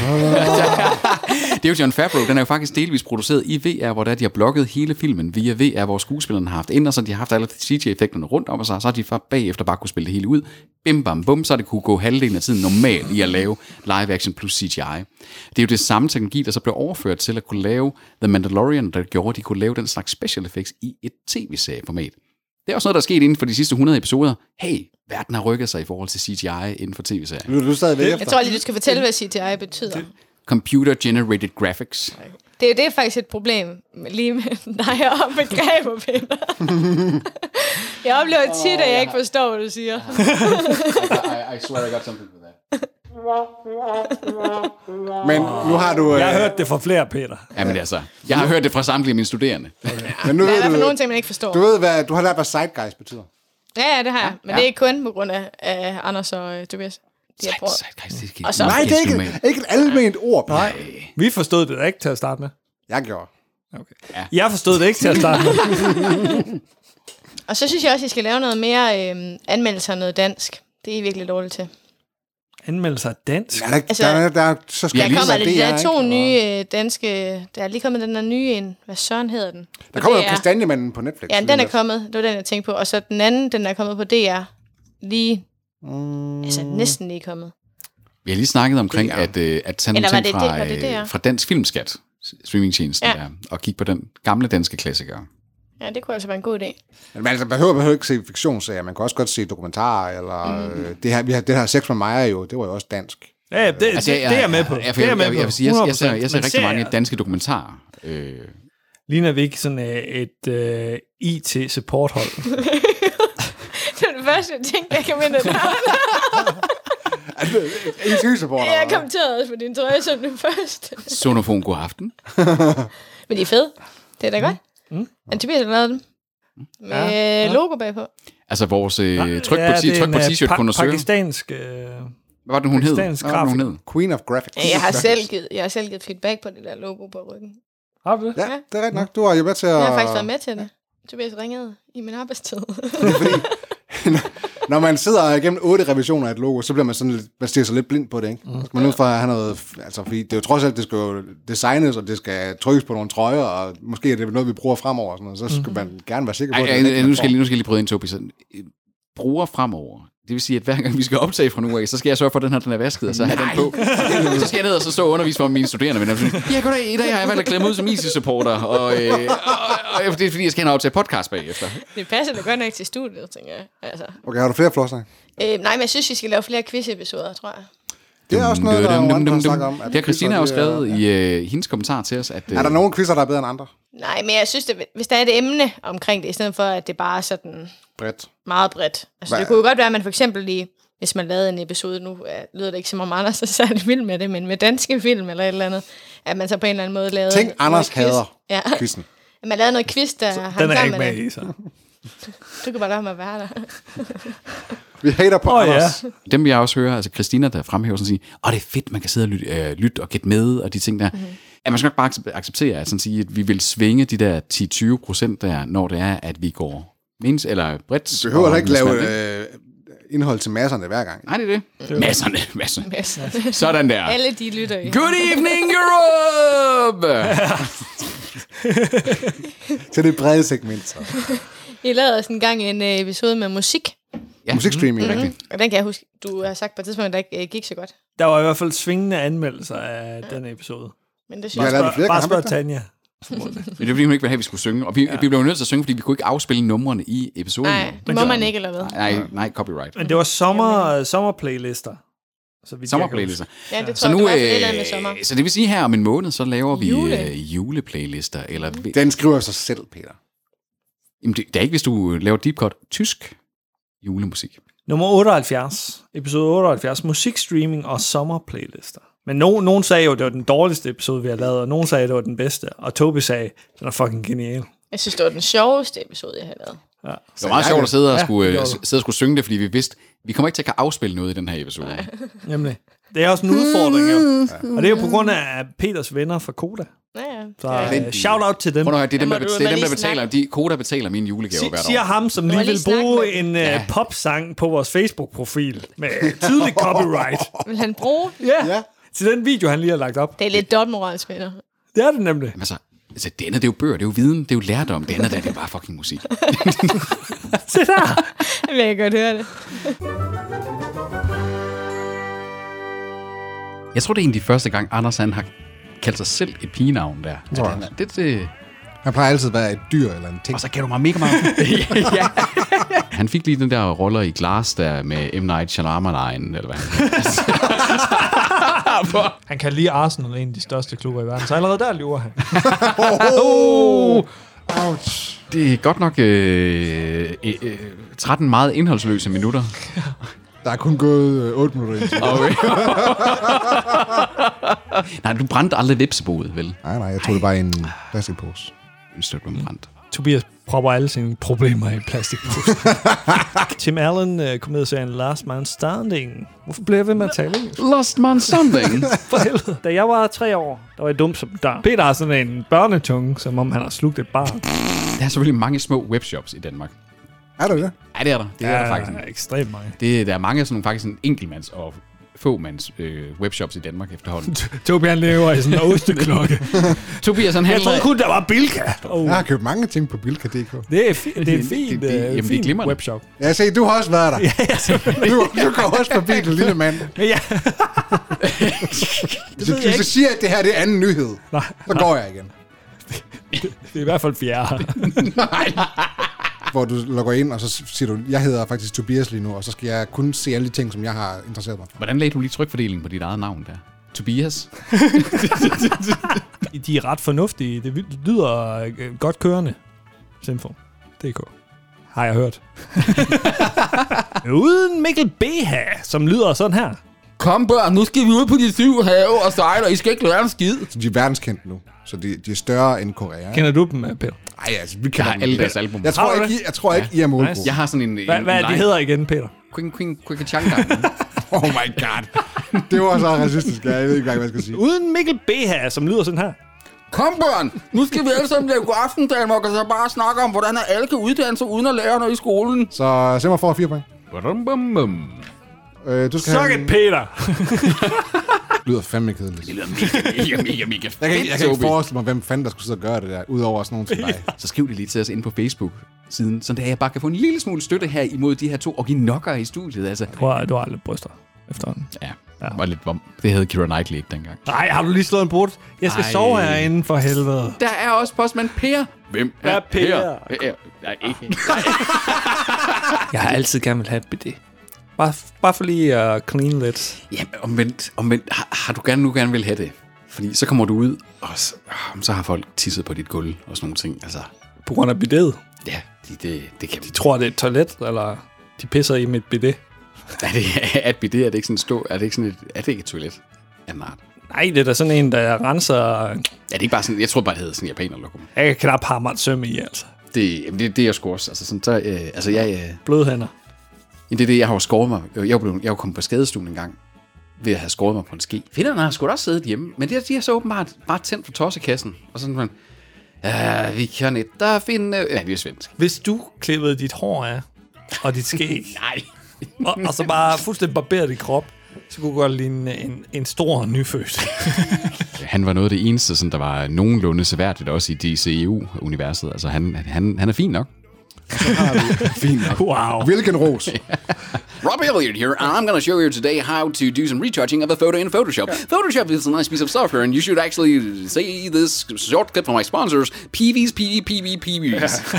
Det er jo John Favreau, den er jo faktisk delvis produceret i V R, hvor der de har blokket hele filmen via V R, hvor skuespillerne har haft ind, og så de har haft alle C G I-effekterne rundt om sig, så har de for bagefter bare kunne spille det hele ud. Bim bam bum, så har det kunne gå halvdelen af tiden normalt i at lave live action plus C G I. Det er jo det samme teknologi, der så blev overført til at kunne lave The Mandalorian, der gjorde, at de kunne lave den slags special effects i et tv-serieformat. Det er også noget, der er sket inden for de sidste hundrede episoder. Hey, verden har rykket sig i forhold til C G I inden for tv-serier. Du, du er stadigvæk Jeg efter. tror lige, du skal fortælle, hvad C G I betyder. Computer Generated Graphics. Det, det er faktisk et problem lige med dig og begreber, Peter. Jeg oplever tit, at jeg ikke forstår, hvad du siger. I, I swear I got something for that. Men nu har du... Jeg har øh, hørt det fra flere, Peter. Jamen altså, jeg har hørt det fra samtlige af mine studerende. Men nu Der er i ved hvert fald du, nogle ting, man ikke forstår. du ved, hvad, du har lært, hvad zeitgeist betyder. Ja, ja, det har jeg. Men Ja. det er ikke kun på grund af af Anders og uh, Tobias. De har prøvet. Og så- Nej, det er ikke, ikke et alment ord. Nej. Vi forstod det da ikke til at starte med. Jeg gjorde. Okay. Jeg forstod det ikke til at starte med. Og så synes jeg også, at I skal lave noget mere øh, anmeldelser af noget dansk. Det er I virkelig dårligt til. Anmeldelser af dansk. Der er, Altså, der, er, der, er, så skal Der lige kommer være det, D R, der er to ikke? nye øh, danske... Der er lige kommet den der nye ind. Hvad søren hedder den? Der kommer jo D R. Kastanjemanden på Netflix. Ja, den er kommet. Det var den, jeg tænkte på. Og så den anden, den er kommet på D R. Lige... Mm, Altså næsten lige kommet. Vi har lige snakket omkring, D R. at, øh, at tage Eller nogle var ting det fra, det- var det D R? øh, fra Dansk Filmskat, streamingtjenesten Ja. der, og kigge på den gamle danske klassiker. Ja, det kunne altså være en god idé. Men altså, man behøver, behøver ikke se fiktionsserier. Man kan også godt se dokumentarer, eller mm. øh, det her, vi har, det her Sex med Maja jo, det var jo også dansk. Ja, det, altså, det, det er jeg med på. Jeg, jeg, Det er jeg med jeg, på. jeg, vil sige, jeg, jeg, ser, jeg ser Men rigtig mange serier, danske dokumentarer. Øh, Ligner vi ikke sådan øh, et øh, I T-supporthold? Det er det første, jeg tænkte, jeg kan vinde den her. I T-supporter. Jeg kommenterede også på din trøje som den første. Sonofon, god aften. Men de er fede. Det er da godt. Mm. Men Tobias har lavet dem. Med Ja, ja, ja. logo bagpå. Altså vores øh, tryk, Ja, på, det er tryk en, på øh, t-shirt pa- connoisseur. pakistansk... Øh, Hvad var det, hun hed? Hvad pakistansk var det, hun hed? Queen of Graphics. Jeg har selv givet, jeg har selv givet feedback på det der logo på ryggen. har du det? Ja, det er rigtigt nok. Du har jo med til at... Jeg har faktisk været med til det. Tobias ringede i min arbejdstid. Når man sidder igennem otte revisioner af et logo, så bliver man sådan lidt, man stiger sig lidt blind på det, ikke? Mm. Man er nødt for at have noget, altså fordi det er jo trods alt, det skal jo designes, og det skal trykkes på nogle trøjer, og måske er det noget, vi bruger fremover, og sådan noget, så skal man gerne være sikker på, Ej, at ej, det er ej, nu, skal jeg, lige- nu skal jeg lige prøve ind, Tobi. Så, øh, bruger fremover, Det vil sige, at hver gang vi skal optage fra nu af, så skal jeg sørge for, at den her den er vasket, og så have den på. Så skal jeg ned og så stå og undervise for mine studerende. Men ja, goddag, i dag har jeg valgt at klemme ud som Easy-supporter, og, øh, og, og, og det er fordi, jeg skal have optage podcast bagefter. Det passer da godt nok til studiet, tænker jeg. Altså. Okay, har du flere flosser? Øh, nej, men jeg synes, vi skal lave flere quiz-episoder, tror jeg. Det er også noget, der er andre, der snakker om. Det har Christina jo skrevet i øh, hendes kommentar til os. At, øh, er der nogen quizzer, der er bedre end andre? Nej, men jeg synes, det, hvis der er et emne omkring det, i stedet for, at det bare er sådan bredt. Meget bredt. Altså, det kunne jo godt være, at man for eksempel lige, hvis man lavede en episode, nu ja, lyder det ikke som om Anders er særlig vild med det, men med danske film eller et eller andet, at man så på en eller anden måde lavede... Tænk, Anders hader ja. quizzen. At man lavede noget quiz, der hang den er sammen ikke med med i, så. Du kan bare lade mig være der. Vi hater på oh, Anders. Ja. Dem vil jeg også høre, altså Christina, der fremhæver sådan sige, åh, det er fedt, man kan sidde og lytte, øh, lytte og gætte med, og de ting der. Mm-hmm. At man skal nok bare acceptere, at, sådan sige, at vi vil svinge de der ti til tyve procent der, når det er, at vi går mindst eller bredt. Du behøver da ikke lave øh, indhold til masserne hver gang. Nej, det er det. det masserne, masserne. masserne. Sådan der. Alle de lytter i. Good evening, Europe! Til det brede segment, så. I lavede også en gang en episode med musik. Ja. Musikstreaming, mm-hmm. rigtigt. Og den kan jeg huske, du har sagt på et tidspunkt, at det ikke gik så godt. Der var i hvert fald svingende anmeldelser af ja. den episode. Men det synes jeg. Bare spørg, bare spørg Tanja. Men det er fordi, hun ikke ville have, at vi skulle synge. Og vi, ja. vi blev nødt til at synge, fordi vi kunne ikke afspille numrene i episoden. Nej, det må man ikke, eller hvad? Nej, nej, copyright. Men det var sommer, sommerplaylister. Så sommerplaylister. Ja, det tror så jeg, nu, det var øh, sommer. Så det vil sige, her om en måned, så laver vi Jule. øh, juleplaylister. Eller... Den skriver sig selv, Peter. Jamen, det, det er ikke, hvis du laver deep cut tysk julemusik. Nummer otteoghalvfjerds. Episode otteoghalvfjerds. Musikstreaming og sommerplaylister. Men no, nogen sagde jo, det var den dårligste episode, vi har lavet, og nogen sagde, det var den bedste. Og Tobi sagde, den er fucking genial. Jeg synes, det var den sjoveste episode, jeg har lavet. Ja. Det var meget sjovt at sidde og, ja, skulle, uh, sidde og skulle synge det, fordi vi vidste, vi kommer ikke til at kunne afspille noget i den her episode. Nej. Nemlig. Det er også en udfordring, jo. Ja. Og det er jo på grund af Peters venner fra Koda. Ja, ja. Så uh, shout out til dem. Prøv at høre, det er dem, der, det er dem, der betaler. De, Koda betaler mine julegaver hvert år. Siger ham, som lige vil bruge en uh, ja. popsang på vores Facebook-profil med tydelig copyright. Vil han bruge? Ja. ja. Til den video, han lige har lagt op. Det er lidt dobbeltmoralsk, venner. Det er det nemlig. Altså, altså, det andet, det er jo bøger, det er jo viden, det er jo lærdom. Det andet, der, det er bare fucking musik. Se der! Jeg vil godt høre det. Jeg tror, det er en af de første gang, Anders han har kaldt sig selv et pigenavn der. Ja, det, det, det... Han plejer altid at være et dyr eller en ting. Og så kan du mig mega meget. ja, ja. Han fik lige den der roller i Glass der med M. Night Shyamalan, eller hvad han Han kan lide Arsenal, en af de største klubber i verden, så allerede der lyver han. oh, ouch. Det er godt nok øh, øh, tretten meget indholdsløse minutter. Der er kun gået øh, otte minutter ind. Okay. Nej, du brændte aldrig vipseboet, vel? Nej, nej, jeg tog det bare i en plastikpose. En stykke med brændt. Tobias propper alle sine problemer i plastikpose. Tim Allen uh, kom ned og sagde en Last Man Standing. Hvorfor blev jeg ved med at tale engelsk? Last Man Standing? For helvede. Da jeg var tre år, der var jeg dum som der. Peter har sådan en børnetunge, som om han har slugt et barn. Der er selvfølgelig mange små webshops i Danmark. Er der det? Nej, det er der. Det er ja, der faktisk. Ja, ekstremt mange. Det, der er mange sådan faktisk en enkeltmands og fåmands øh, webshops i Danmark efterhånden. Tobias lever i sådan en osteklokke. Tobias han Jeg handler... troede kun, der var Bilka. Oh. Jeg har købt mange ting på Bilka punktum d k. Det er, fi- det er en fin, det, det, det, fin det er webshop. Ja, se, du har også været der. Ja, ja, du, du går også forbi den lille mand. Men ja. det du, du siger, at det her det er anden nyhed. Nej, så nej. går jeg igen. det, det er i hvert fald fjerde. Nej. Hvor du logger ind, og så siger du, jeg hedder faktisk Tobias lige nu, og så skal jeg kun se alle de ting, som jeg har interesseret mig. Hvordan lagde du lige trykfordelingen på dit eget navn der? Tobias? De er ret fornuftige. Det lyder godt kørende. Sinfo. punktum d k har jeg hørt. Uden Mikkel Beha, som lyder sådan her. Kom børn, nu skal vi ud på de syv have og sejle, og I skal ikke lære en skid. Så de er verdenskendte nu, så de, de er større end Korea. Kender du dem, Peter? Nej, altså, vi kender alle deres album. Jeg tror ikke, I, jeg tror ikke, ja. I er målgruppe. Jeg har sådan en... Hvad, en, hvad en de hedder igen, Peter? Queen Queen Queen Oh my god. Det var så racistisk, jeg ved ikke engang, hvad jeg skal sige. Uden Mikkel Beha, som lyder sådan her. Kom børn, nu skal vi alle sammen lave god aften, Danmark, og så bare snakke om, hvordan alle kan uddanne sig uden at lære noget i skolen. Så Simmer får fire point. Bum, bum, bum. Øh, du skal Suck have it, en... Peter! lyder fandme kedeligt. Det lyder mega, mega, mega, mega fedt. Jeg kan, jeg kan ikke Toby. forestille mig, hvem fanden der skulle sidde og gøre det der, udover sådan nogen som dig. Så skriv det lige til os ind på Facebook-siden, så jeg bare kan få en lille smule støtte her imod de her to orginokker i studiet. Altså. Du har, du har lidt bryster efterhånden. Ja, det var lidt vom. Det havde Keira Knightley ikke dengang. Nej, har du lige slået en brud? Jeg skal Ej. sove herinde for helvede. Der er også postmand Per. Hvem er Hvad er Per? Per? Nej, ikke. Jeg har altid gerne vil have et bidet. Bare, bare for lige at clean lidt. Ja, omvendt, omvendt har, har du gerne nu gerne vil have det? Fordi så kommer du ud, og så, så har folk tisset på dit gulv og sådan nogle ting. Altså, På grund af bidet. ja, det, det, det kan vi. De tror, det er et toilet, eller de pisser i mit bidet. Er det, er et bidet, er det ikke sådan stå, er det ikke sådan et, er det ikke et toilet? Er den art? Nej, det er da sådan en, der renser... Er det ikke bare sådan, jeg tror bare, det hedder sådan en japanerlokum. Jeg kan knap hamre et søm i, altså. Det, jamen, det, det er jeg sgu også. Altså, sådan, så, øh, altså jeg, øh, Blødhænder. det er det, jeg har jo skåret mig. Jeg var, jeg var kommet på skadestuen en gang, ved at have skåret mig på en ske. Finderne har sgu da også siddet hjemme, men det, de har så åbenbart bare tændt for tossekassen. Og sådan sådan, ja, vi kan ikke der finde... Ja, vi er svensk. Hvis du klippede dit hår af, og dit skæg, Nej. og, og så bare fuldstændig barberede dit krop, så kunne du godt ligne en, en stor nyfødt. Han var noget af det eneste, sådan, der var nogenlunde seværdigt også i D C U universet. Altså, han, han, han er fin nok. Fint nok. Wow. Hvilken ros. Rob Elliott here, and I'm going to show you today how to do some retouching of a photo in Photoshop. Photoshop is a nice piece of software, and you should actually say this shortcut for my sponsors, P V's, P V, P V, P V's.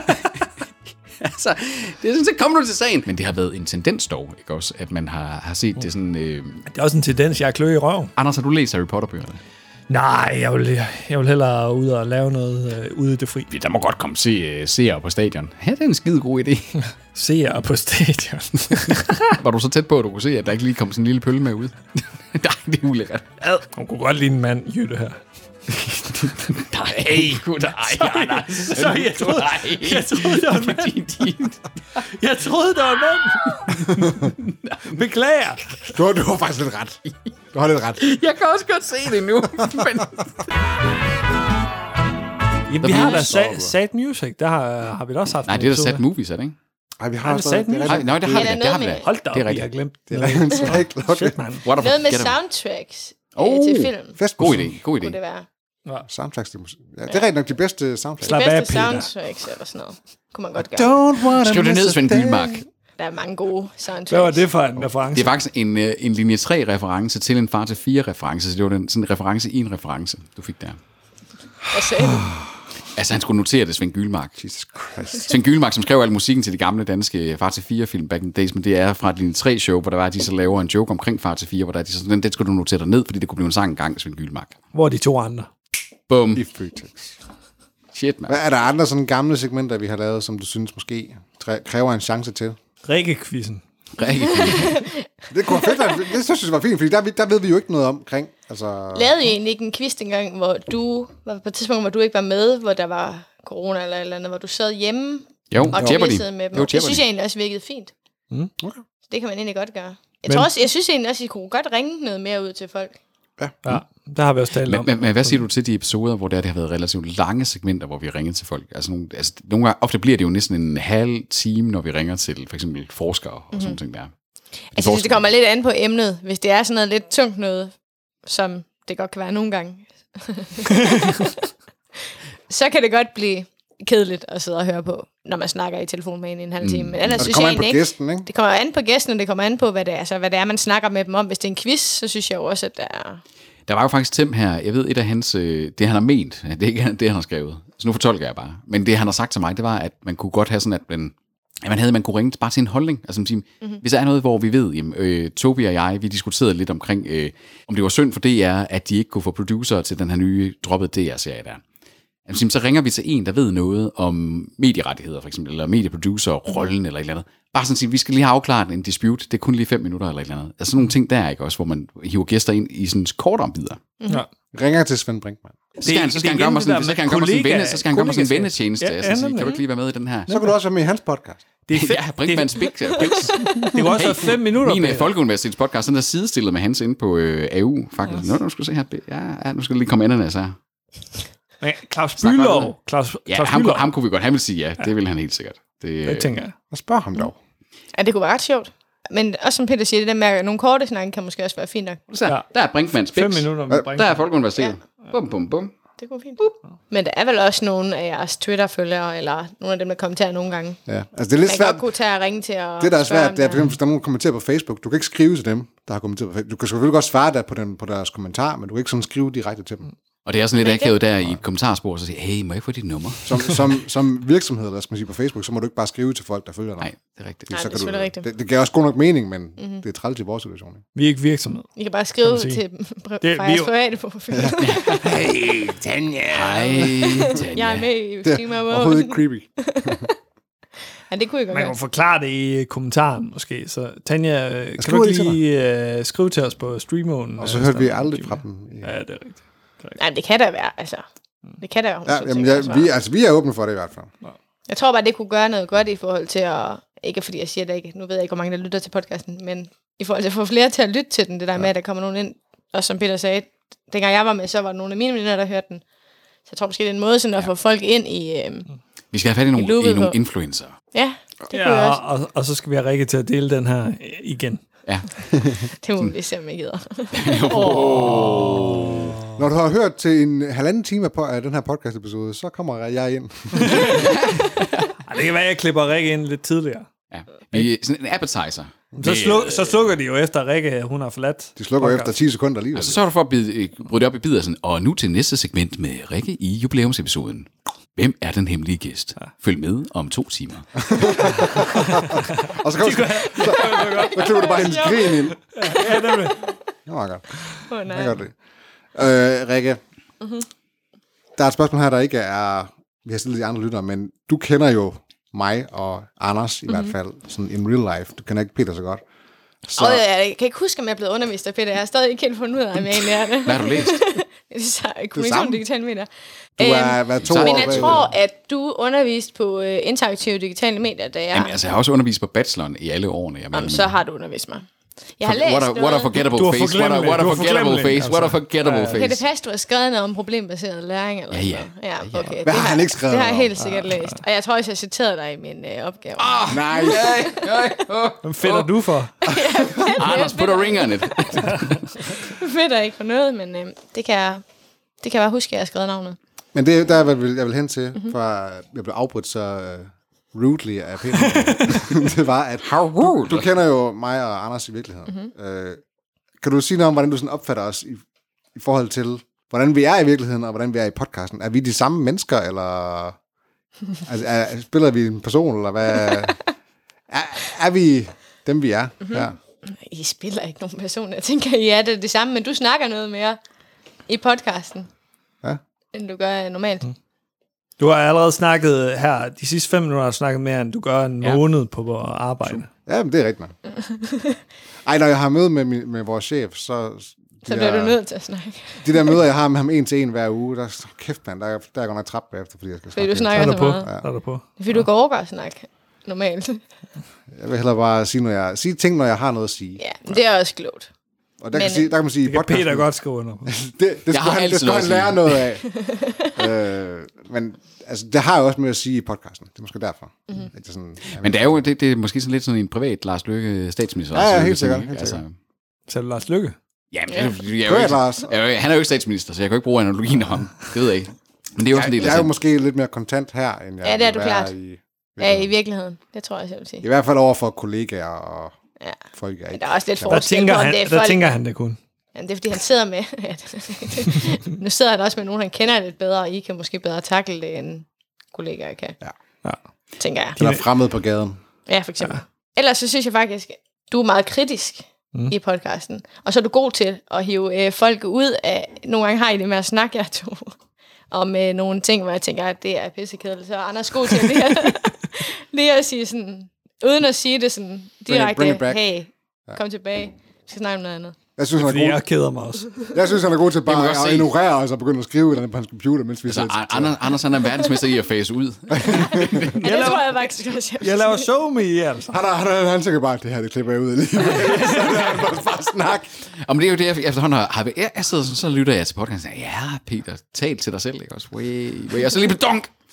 Altså, det er sådan, så kommer du til sagen. Men det har været en tendens dog, ikke også? At man har, har set det sådan... Øh... Det er også en tendens, jeg er klø i røven. Anders, har du læst Harry Potter-bøgerne? Nej, jeg vil, jeg vil hellere ud og lave noget øh, ude i det fri. Der må godt komme se uh, seere på stadion. Ja, det er en skide god idé. Seere på stadion. Var du så tæt på, at du kunne se, at der ikke lige kom sådan en lille pølle med ud? Nej, det er ulækkert. Ad. Hun kunne godt lide en mand, Jytte her. Nej, gud, nej, Anders. Sorry, jeg troede, jeg troede, det var en mand. Jeg troede, det var en mand. Beklager. Du, har- du har faktisk lidt ret. Du har lidt ret. Jeg kan også godt se det nu. Men... Jamen, vi har da Sad, sad Music. Der har, har vi da også haft. Nej, det er da Sad Movies, er det ikke? Ej, vi Ej, har det er stadig- satme. det er Nej, rigtigt. nej, det har Ja, vi der da. er Det har vi noget da. med- Hold da op, Det er vi har rigtigt. glemt. Det er rigtigt. Det er ikke klokke. Shit, man. What Noget med get 'em. soundtracks Oh, øh, til film, God idé, god idé. kunne det være. Soundtracks til musik. Ja, det er rigtig nok de bedste soundtracks. Slap af, Bedste Peter. soundtracks eller sådan noget. Kunne man godt gøre. Don't wanna Skriv det miss ned, a Svend thing. Gylmark. Der er mange gode soundtracks. Hvad var det for en reference? Det er faktisk en, øh, en linje tre reference til en far til fire reference, så det var den, sådan en reference i en reference, du fik der. Hvad sagde du? Altså, han skulle notere det, Svend Gylmark. Jesus Christ. Svend Gylmark, som skrev al musikken til de gamle danske Far til fire film back in the days, men det er fra et linje tre show, hvor der var, at de så laver en joke omkring Far til fire, hvor der er de så, den, den skulle du notere dig ned, fordi det kunne blive en sang engang, Svend Gylmark. Hvor er de to andre? Bum. I Føtex. Shit, man. Hvad er der andre sådan gamle segmenter, vi har lavet, som du synes måske træ- kræver en chance til? Rikke-quizzen. Rigtig Det kunne være fedt, det synes jeg var fint, fordi der, der ved vi jo ikke noget omkring. Altså, Lavede I egentlig ikke en quiz dengang, hvor du var på et tidspunkt, hvor du ikke var med, hvor der var corona eller et eller andet, hvor du sad hjemme Jo, og Jeopardy. quizzede med dem? Jo, Det synes Jeopardy. jeg egentlig også virkede fint. Mm. Okay. Så det kan man egentlig godt gøre. Jeg, Men- tror også, jeg synes egentlig også, at I kunne godt ringe noget mere ud til folk. Ja, der har vi også talt Men, om. men, men hvad siger du til de episoder, hvor det, er, det har været relativt lange segmenter, hvor vi ringer til folk? Altså, nogle, altså nogle gange, ofte bliver det jo næsten en halv time, når vi ringer til for eksempel forskere og mm-hmm. sådan ting der. Jeg synes, det kommer lidt an på emnet. Hvis det er sådan noget lidt tungt noget, som det godt kan være nogle gange, så kan det godt blive kedeligt at sidde og høre på, når man snakker i telefon med en i en halv time. Men og ellers det synes kommer jeg an på egentlig ikke. gæsten, ikke? Det kommer an på gæsten, og det kommer an på, hvad det er, altså, hvad det er, man snakker med dem om. Hvis det er en quiz, så synes jeg jo også, at der er... Der var jo faktisk Tim her, jeg ved et af hans, øh, det han har ment, det er ikke det, han har skrevet, så nu fortolker jeg bare. Men det han har sagt til mig, det var, at man kunne godt have sådan, at man, at man havde, man kunne ringe bare til en holdning. Altså, sige, mm-hmm. Hvis der er noget, hvor vi ved, jamen, øh, Toby og jeg, vi diskuterede lidt omkring, øh, om det var synd for D R, at de ikke kunne få producer til den her nye droppet D R-serie der. Altså, så ringer vi til en, der ved noget om medierettigheder, for eksempel, eller medieproducer, rollen eller et eller andet. Bare sådan at sige, vi skal lige have afklaret en dispute, det er kun lige fem minutter eller et eller andet. Altså sådan nogle ting der, ikke også, hvor man hiver gæster ind i sådan kort ombider. Ja. Ringer til Svend Brinkmann. Så skal han, så skal han gøre mig sådan, så skal han gøre mig sådan en venne, så skal han gøre mig sådan en vennetjeneste. Ja, Altså, ja, sige, nemlig. kan du ikke lige være med i den her? Så kan du også være med i hans podcast. Det er fedt. Ja, Brinkmanns Big Big. Det kunne også være fem minutter. Min Peter. uh, Folkeuniversitets podcast, den er sidestillet med hans inde på øh, A U, faktisk. Nå, nu skal du se her. Ja, ja, nu skal du lige komme ananas her. Men Claus Snak bare videre. Bylov. Claus, Ja, Claus ham, Bylov. ham kunne vi godt. Han vil sige ja, det vil han helt sikkert. Det, Det tænker jeg. Og spørg ham dog. Ja, det kunne være ret sjovt. Men også som Peter siger, det der med at nogle korte snakke kan måske også være fint nok. Så, Ja. der er Brinkmanns Fem Biks. minutter med Der Brinkmann. er Folkeuniversitetet. Bum, bum, bum. Det går fint. Men der er vel også nogle af jeres Twitter-følgere, eller nogle af dem, der kommenterer nogle gange. Ja, altså det er lidt Man svært. godt kunne tage og ringe til og Det, der er spørge, svært, om det er, der- for eksempel, hvis der er nogen, der kommenterer på Facebook. Du kan ikke skrive til dem, der har kommenteret på Facebook. Du kan selvfølgelig godt svare der på, den, på deres kommentar, men du kan ikke sådan skrive direkte til dem. Og det er sådan lidt Men det- akavet der i et kommentarspor, så siger hey, må jeg få dit nummer? Som, som, som virksomhed, eller skal man sige på Facebook, så må du ikke bare skrive til folk, der følger dig. Nej, det er rigtigt. Nej, Så det er kan selvfølgelig du, rigtigt. det, det giver også god nok mening, men mm-hmm. det er trælt i vores situation. Ikke? Vi er ikke virksomhed. I kan bare skrive man sige. til dem fra Det- vi er jeres jo- private profil. Hey, Tanja! Hej, Tanja. Jeg er med i Det er Streamer overhovedet World. ikke creepy. Ja, det kunne I godt Man gøre. kan forklare det i kommentaren måske. Så Tanja, øh, kan skriver du ikke lige til lige uh, skrive til os på streamoen? Og så hørte vi aldrig fra dem. Ja, det er rigtigt. Nej, men det kan da være, altså. Det kan da være, hun Ja, så jamen, tænker, ja, vi, altså, vi er åbne for det i hvert fald. Jeg tror bare, det kunne gøre noget godt i forhold til at... Ikke fordi jeg siger det ikke, nu ved jeg ikke, hvor mange der lytter til podcasten, men i forhold til at få flere til at lytte til den, det der ja. med, at der kommer nogen ind, og som Peter sagde, dengang jeg var med, så var der nogle af mine veninder, der hørte den. Så jeg tror måske, det er en måde sådan at ja. få folk ind i... Øhm, Vi skal have fat i nogle, loopet i nogle på. influencer. ja, det kunne Ja, jeg også. og, og, og så skal vi have Rikke til at dele den her øh, igen. Ja. Det må vi se, om jeg gider. Når du har hørt til en halvanden time på af den her podcast-episode, så kommer jeg ind. Ej, det kan være, at jeg klipper Rikke ind lidt tidligere. Ja. Vi, sådan en appetizer. Så, Det- slu, så slukker de jo efter Rikke, hun har forladt. De slukker podcast. efter ti sekunder alligevel. Og så sørger du for at bide, øh, bryde det op i bidder sådan, og nu til næste segment med Rikke i jubilæumsepisoden. Hvem er den hemmelige gæst? Følg med om to timer. Og så, kommer, så, så, så klipper du bare hendes grin ind. Ja, nemlig. Det var godt. Åh, Det nej. er godt det. Øh, Rikke, mm-hmm. der er et spørgsmål her, der ikke er... Vi har stillet de andre lyttere, men du kender jo mig og Anders i mm-hmm. hvert fald, sådan in real life. Du kender ikke Peter så godt. Så, Og jeg kan ikke huske, om jeg er blevet undervist af Peter. Jeg har stadig ikke helt fundet ud af, om jeg egentlig er det. Hvad har du læst? Det er så samme. kommunikation digitale medier. du Øhm, er været to så- år Men jeg bag- tror, at du underviste på øh, interaktive digitale medier, da jeg... Jamen, altså, jeg har også undervist på bacheloren i alle årene. Jeg Jamen, så har du undervist mig. Jeg har læst what, a, noget... what a forgettable Du er face. What a, forglemmelig. what a Du er forgettable forglemmelig, face. What a altså. forgettable Ja. face. Kan det passe, du har skrevet noget om problembaseret læring? Eller Ja, ja. sådan noget? Ja, okay. Hvad Det har han ikke skrevet Det har jeg om? helt sikkert læst. Og jeg tror også, jeg citerede dig i min øh, opgave. Ah, Nej, Hvem fælder du for? Anders, put a ring on it. Fedt er ikke for noget, men øh, det kan jeg... Det kan jeg bare huske, at jeg har skrevet navnet. men det er der, jeg vil, jeg vil hen til, mm-hmm. for jeg blev afbrudt så uh, rudely af Peter. Det var, at How rude. du kender jo mig og Anders i virkeligheden. Mm-hmm. Øh, kan du sige noget om, hvordan du sådan opfatter os i, i forhold til, hvordan vi er i virkeligheden, og hvordan vi er i podcasten? Er vi de samme mennesker, eller altså, er, spiller vi en person, eller hvad? Er, er vi dem, vi er? Mm-hmm. Ja. I spiller ikke nogen person. Jeg tænker, I er det, det samme, men du snakker noget mere i podcasten, Ja. end du gør normalt. Mm. Du har allerede snakket her, de sidste fem minutter har du snakket mere, end du gør en Ja. måned på vores arbejde. Ja, men det er rigtigt. nok. Ej, når jeg har møde med, min, med vores chef, så... Så de bliver der- du nødt til at snakke. De der møder, jeg har med ham en til en hver uge, der kæft man, der, er- der er godt nok træt bagefter, fordi jeg skal Fordi du snakke. Så snakker er så der på. meget. Så er der på. Det er fordi, du går over og snakke normalt. Jeg vil hellere bare sige, når jeg, sige ting, når jeg har noget at sige. Ja, men det er også klogt. Og der, kan, Men- sige, der kan man sige, Det kan podcasten- Peter godt skrive under på. Det, det Jeg skulle har han, det altid skulle han noget lære at noget af. øh, men altså, det har jeg også med at sige i podcasten. Det er måske derfor. Mm-hmm. At jeg sådan, jeg Men det er jo det, det er måske sådan lidt sådan en privat Lars Løkke statsminister. Ja, ja, også, helt sådan, sikkert, ikke? helt Altså, Så er det Lars Lykke. jamen, jeg, jeg, jeg, er jo Kør, ikke, Lars. jeg, er jo- han er jo ikke statsminister, så jeg kan jo ikke bruge analogien om ham. Det ved jeg ikke. Men det er jo også en jeg, del jeg af er jo sagen. måske lidt mere kontant her, end jeg Ja, det er vil du være klart. i, Ja, i virkeligheden. Det tror jeg selv vil sige. i hvert fald over for kollegaer og Ja. folk, jeg Men ikke. der er også lidt Der forskel tænker, på, om han, det er der folk. tænker han det kun. Ja, det er fordi, han sidder med... nu sidder han også med nogen, han kender lidt bedre, og I kan måske bedre takle det, end kollegaer kan. Ja. Ja. Tænker jeg. Eller fremmed på gaden. Ja, for eksempel. Ja. Ellers så synes jeg faktisk, du er meget kritisk mm. i podcasten. Og så er du god til at hive øh, folk ud af... Nogle gange har I det med at snakke jer to om øh, nogle ting, hvor jeg tænker, at det er pissekedeligt. Så er Anders god til lige at, lige at sige sådan... Uden at sige det sådan direkte, bring it back. hey, kom tilbage. Vi skal snakke om noget andet. Jeg synes, han Fordi er god, jeg keder mig også. jeg synes, han er god til Det må bare jeg godt at se. ignorere os og begynde at skrive et eller andet på hans computer, mens vi Altså, sidder og Anders, Anders han er verdensmester i at fase ud. Ja, det tror jeg faktisk også, jeg vil Jeg laver show me, altså. Han, er, han, er, han tænker bare, at det her, det klipper jeg ud alligevel. Så er han bare snak. Og men det er jo det, jeg efterhånden har... har jeg, jeg sidder sådan, så lytter jeg til podcasten og siger, ja, Peter, tal til dig selv, ikke også? Way, way. Og så lige på dunk!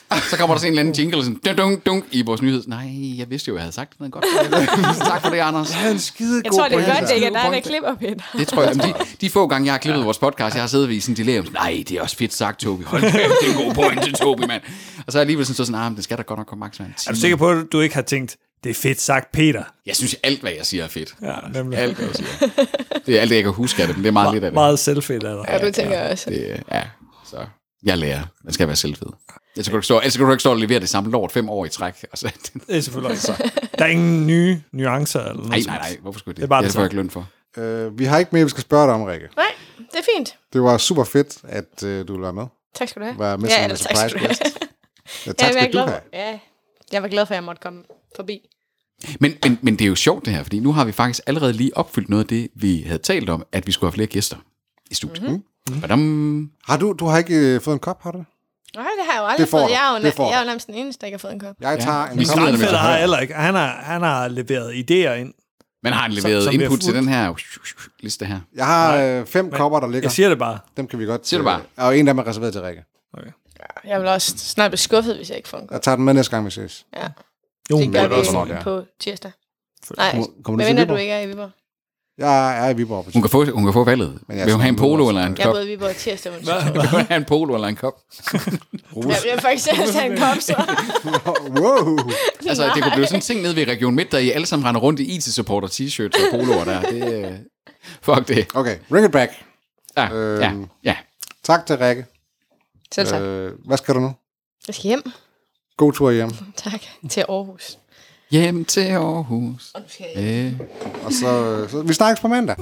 Så kommer der sådan en eller anden jingle, sådan dunk, dunk, dunk, i vores nyhed. Nej, jeg vidste jo, jeg havde sagt noget godt. Tak for det, Anders. Det er en skide Jeg god tror, det er pointe. godt, det ikke er dig, der klipper, Peter. Det tror jeg. De, de få gange, jeg har klippet vores podcast, jeg har siddet ved i sådan en dilemma. Nej, det er også fedt sagt, Tobi. Hold kæft, det er en god pointe, Tobi, mand. Og så er jeg alligevel sådan, sådan, ah, men det skal da godt nok komme maks. Er du sikker på, at du ikke har tænkt, det er fedt sagt, Peter? Jeg synes, alt, hvad jeg siger, er fedt. Ja, nemlig. Alt, hvad jeg siger. Det er alt, det, jeg kan huske af det, men det er meget lidt af det. Meget selvfedt af dig. Ja, du tænker også. Det, ja, så jeg lærer. Man skal være selvfed. Ellers kan du ikke stå, ellers kan du ikke stå og levere det samme lort fem år i træk. Og så, Det er selvfølgelig ikke så. Der er ingen nye nuancer eller noget. nej, som nej, nej. helst. Hvorfor skulle det? Det er bare det det får jeg samme. ikke løn for. Øh, vi har ikke mere, vi skal spørge dig om, Rikke. Nej, det er fint. Det var super fedt, at øh, du ville være med. Tak skal du have. Var med Ja, som en eller tak surprise skal du have. guest. Ja, Ja, tak jeg, er skal du glad have. for, ja, jeg var glad for, at jeg måtte komme forbi. Men, men, men det er jo sjovt det her, fordi nu har vi faktisk allerede lige opfyldt noget af det, vi havde talt om, at vi skulle have flere gæster i studiet. Mm-hmm. Badam. Har du, du har ikke øh, fået en kop, har du? Nej, det har jeg jo aldrig Det får fået. du. Jeg er jo, Det får na- jeg er du. jo nærmest den eneste, der ikke har fået en kop. Jeg tager en Vi kop. smider dem Strandfælder efter har heller ikke. Han har, han har leveret idéer ind. Men har han leveret som vi har input til fulgt. den her liste her? Jeg har øh, fem kopper, der ligger. Jeg siger det bare. Dem kan vi godt... Siger du bare? øh, Og en af dem er reserveret til Rikke. Jeg vil også snart blive skuffet, hvis jeg ikke får en kop. Jeg tager den med næste gang, vi ses. Ja, Jo, det gør det er også vi nok, ja. på tirsdag. Nej, Kommer- kommer du men til venter du Viborg? ikke er i Viborg. Jeg er i Viborg. Hun kan få, hun kan få valget. Men jeg Vil hun have en synes, polo hun eller en Jeg er kop? både i Viborg tirsdag, men Vil hun have en polo eller en kop? jeg vil faktisk helst have en kop, så. Wow. Altså, det kunne blive sådan en ting nede ved Region Midt, der I alle sammen render rundt i I T-supporter t-shirts og poloer der. Det, øh, fuck det. Okay, bring it back. Ja, ja, Øhm. ja. Tak til Rikke. Selv tak. Øh, hvad skal du nu? Jeg skal hjem. God tur hjem. Tak. Til Aarhus. Hjem til Aarhus. Og nu skal jeg hjem. Øh. Og så, så vi snakkes på mandag.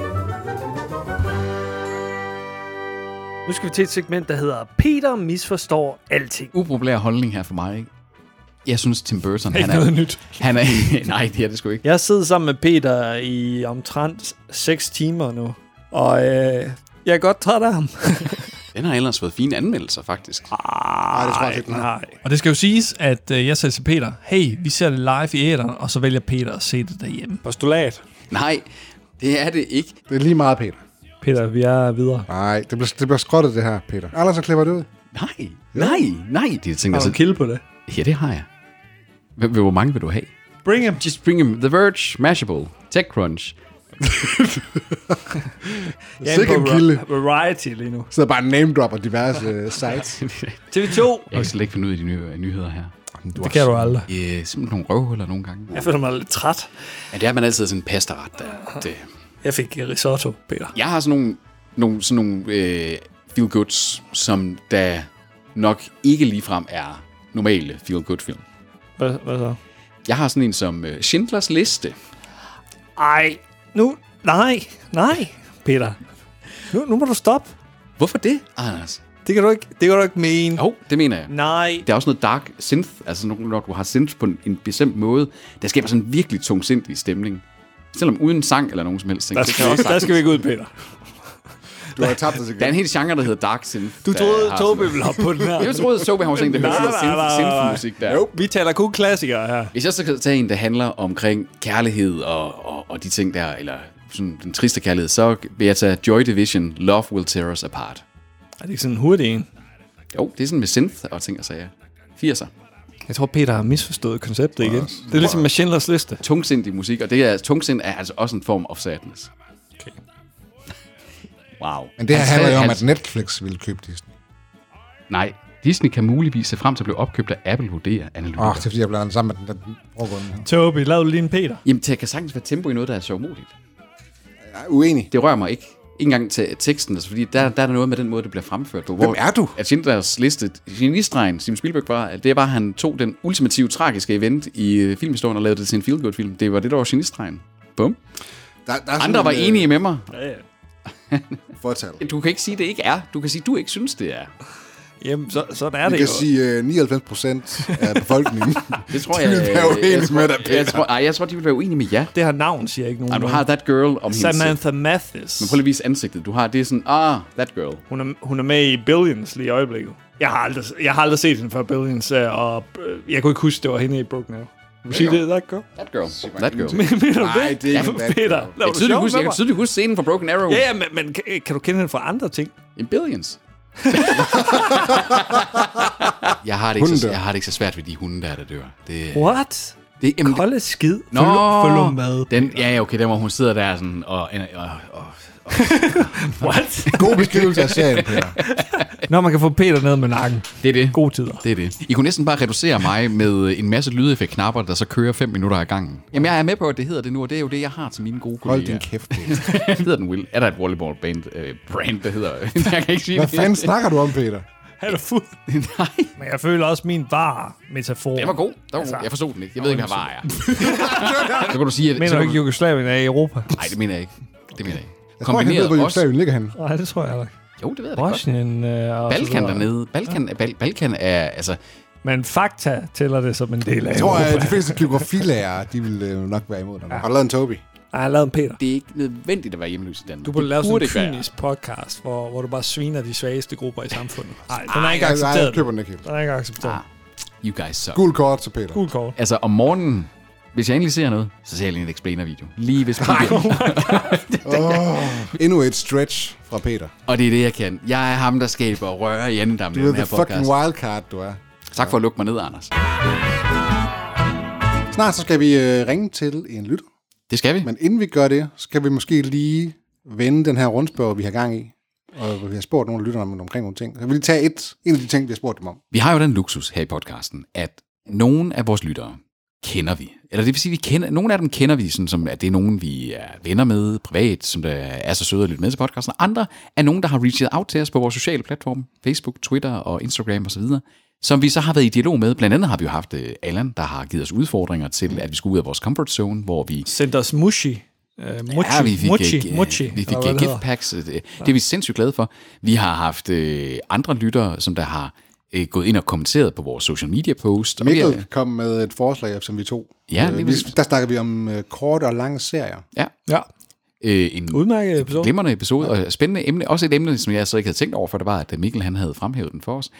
Nu skal vi til et segment, der hedder Peter misforstår alting. Upopulær holdning her for mig, ikke? Jeg synes, Tim Burton, Ikke han er... noget nyt. Han er nej, det er det sgu ikke. Jeg har siddet sammen med Peter i omtrent seks timer nu, og øh, jeg er godt træt af ham. Den har ellers fået fine anmeldelser, faktisk. Nej, det tror jeg ikke, den har. Nej. Og det skal jo siges, at øh, jeg sagde til Peter, hey, vi ser det live i æteren, og så vælger Peter at se det derhjemme. Postulat. Nej, det er det ikke. Det er lige meget, Peter. Peter, vi er videre. Nej, det bliver, det bliver skrottet, det her, Peter. Ellers så klipper det ud. Nej, nej, nej. Det er ting, Har der du en kilde på det? Ja, det har jeg. Hvor, hvor mange vil du have? Bring him. Just bring him. The Verge, Mashable, TechCrunch. Sikke en kilde. Variety lige nu. Så bare name dropper diverse uh, sites. T V to. Jeg kan slet ikke finde ud af de nye nyheder her. Det kan du aldrig. Ja, simpelthen nogle røvhuller nogle gange. Jeg føler mig lidt træt. Ja, det er man altid sådan en pastaret der. Det. Jeg fik risotto, Peter. Jeg har sådan nogle, nogle, sådan nogle øh, feel-goods, som der nok ikke ligefrem er normale feel-good-film. Hvad, hvad så? Jeg har sådan en som øh, Schindlers Liste. Ej, nu... Nej, nej, Peter. Nu, nu må du stoppe. Hvorfor det, Anders? Det kan du ikke, det kan du ikke mene. Jo, oh, det mener jeg. Nej. Der er også noget dark synth, altså når du har synth på en bestemt måde, der skaber sådan en virkelig tungsindig stemning. Selvom uden sang eller nogen som helst ting. Der Det skal, kan også der skal vi ikke ud, Peter. Du har tabt det Der er igen. en hel genre, der hedder dark synth. Du der troede, har Tobi sådan- ville hoppe på den her. Jeg troede, at Tobi har sådan en, der Nej, hører nej, nej, synth, nej. synth-musik der. Jo, vi taler kun klassikere her. Hvis jeg så kan tage en, der handler omkring kærlighed og, og, og de ting der, eller sådan den triste kærlighed, så vil jeg tage Joy Division, Love Will Tear Us Apart. Er det ikke sådan en hurtig en? Jo, det er sådan med synth og ting og sager. firser. Jeg tror, Peter har misforstået konceptet igen. Det er ligesom med Schindlers Liste. Tungsindig musik, og det er, tungsind er altså også en form of sadness. Okay. Wow. Men det her Han handler jo skrev- om, han- at Netflix ville købe Disney. Nej, Disney kan muligvis se frem til at blive opkøbt af Apple, vurderer analytikere. Åh, oh, det er fordi, jeg blander den sammen med den der overgående her. Tobi, lav lige en Peter. Jamen, det kan sagtens være tempo i noget, der er sjovmodigt. Jeg er uenig. Det rører mig ikke. Ikke engang til teksten, altså, fordi der, der er der noget med den måde, det bliver fremført på. Hvem er du? At Schindlers Liste, genistregen, Steven Spielberg var, at det var, at han tog den ultimative, tragiske event i øh, filmhistorien og lavede det til en feel-good-film. Det var det, der var genistregen. Bum. Der, der er sådan Andre var en, øh, enige med mig. Ja, ja. Fortal. Du kan ikke sige, det ikke er. Du kan sige, du ikke synes, det er. Jamen, så, sådan er Vi det kan jo. sige uh, nioghalvfems procent af befolkningen. Det tror De jeg. vil være øh, uenige jeg tror- med dig, Peter. Jeg tror, ej, jeg tror, de vil være uenige med jer. Det her navn siger ikke nogen. Ej, du har That Girl om hendes... Samantha Mathis. Men prøv lige at vise ansigtet. Du har det er sådan, ah, That Girl. Hun er, hun er med i Billions lige i øjeblikket. Jeg har aldrig, jeg har aldrig set hende før Billions, øh, og øh, jeg kunne ikke huske, det var hende i Broken Arrow. Vil du sige det, That Girl? That Girl. That Girl. Mener du Nej, det er ikke That Peter, Girl. laver Jeg, du tydeligt sjov huske, med jeg kan mig? tydeligt huske scenen fra Broken Arrow. Ja, ja, men, men kan, kan du kende hende fra andre ting? In Billions. Jeg har, det ikke så, dør. jeg har det ikke så svært ved de hunde, der, der dør. Det, What? det, jamen, Kolde skid. Nå, Følg med. den, ja, ja, okay, der hvor hun sidder der sådan, og, og, og, og What? God beskrivelse af serien, Peter. Når man kan få Peter ned med nakken. det er det. Gode tider. Det er det. I kunne næsten bare reducere mig med en masse lydeffekt-knapper, der så kører fem minutter ad gangen. Jamen, jeg er med på, at det hedder det nu, og det er jo det, jeg har til mine gode Hold kollegaer. din kæft, Peter. Hvad hedder den, Will? Er der et volleyball-band, øh, brand, der hedder? Jeg kan ikke sige Hvad det. fanden snakker du om, Peter? Han er fuld. Nej, Men jeg føler også, min var metafor. det var god. Det var Altså, god. Jeg forstod den ikke. Jeg ved ikke, hvad var er. Så kan du sige, at... Mener så du kan ikke, Jugoslavien er i Europa? Nej, det mener jeg ikke. Det mener jeg ikke. Jeg tror ikke, jeg ved, hvor Jugoslavien ligger henne. Nej, det tror jeg heller ikke. Jo, det ved jeg da godt. Bosnien øh, og Balkan så videre. dernede. Balkan, ja. Bal- Balkan er, altså... Men fakta tæller det som en del af Jeg tror, Europa. at de fleste geografilærere, de vil øh, nok være imod dig. Har du lavet en Toby? Nej, jeg lavede en Peter. Det er ikke nødvendigt at være hjemløs i Danmark. Du burde Det lave sådan burde en ikke være. kynisk podcast, hvor, hvor du bare sviner de svageste grupper i samfundet. Nej, den er Ej, ikke jeg, accepteret. jeg køber den ikke helt. Den er ikke accepteret. Ah, you guys suck. Gul kort til Peter. Cool call. Altså, om morgenen, hvis jeg endelig ser noget, så ser jeg lige en explainer-video. Lige hvis Oh, endnu et stretch fra Peter. Og det er det, jeg kan. Jeg er ham, der skaber røre i andendammen Du i er den her the fucking podcast. wildcard, du er. Tak for at lukke mig ned, Anders. Snart så skal vi øh, ringe til en lytter. Det skal vi. Men inden vi gør det, så skal vi måske lige vende den her rundspørg, vi har gang i. Og vi har spurgt nogle af lytterne om, omkring nogle ting. Så jeg vil lige tage et, en af de ting, vi har spurgt dem om. Vi har jo den luksus her i podcasten, at nogle af vores lyttere kender vi. Eller det vil sige, vi kender, nogle af dem kender vi, sådan som at det er nogen, vi er venner med privat, som der er så søde at lytte med til podcasten. Andre er nogen, der har reached out til os på vores sociale platforme, Facebook, Twitter og Instagram osv., som vi så har været i dialog med. Blandt andet har vi jo haft Allan, der har givet os udfordringer til, at vi skulle ud af vores comfort zone, hvor vi... Sendt os mushi. Uh, mochi. Ja, vi fik, mochi. uh, mochi. vi fik eller hvad uh, det hedder. gift packs. Det, det er vi sindssygt glade for. Vi har haft uh, andre lyttere, som der har uh, gået ind og kommenteret på vores social media post. Og vi Mikkel er, kom med et forslag, som vi tog. Ja, øh, lige vi, præcis. der snakker vi om øh, korte og lange serier. ja, Ja, øh, en udmærket episode. glimrende episode, og spændende emne. Også et emne, som jeg så ikke havde tænkt over, for det var, at Mikkel han havde fremhævet den for os.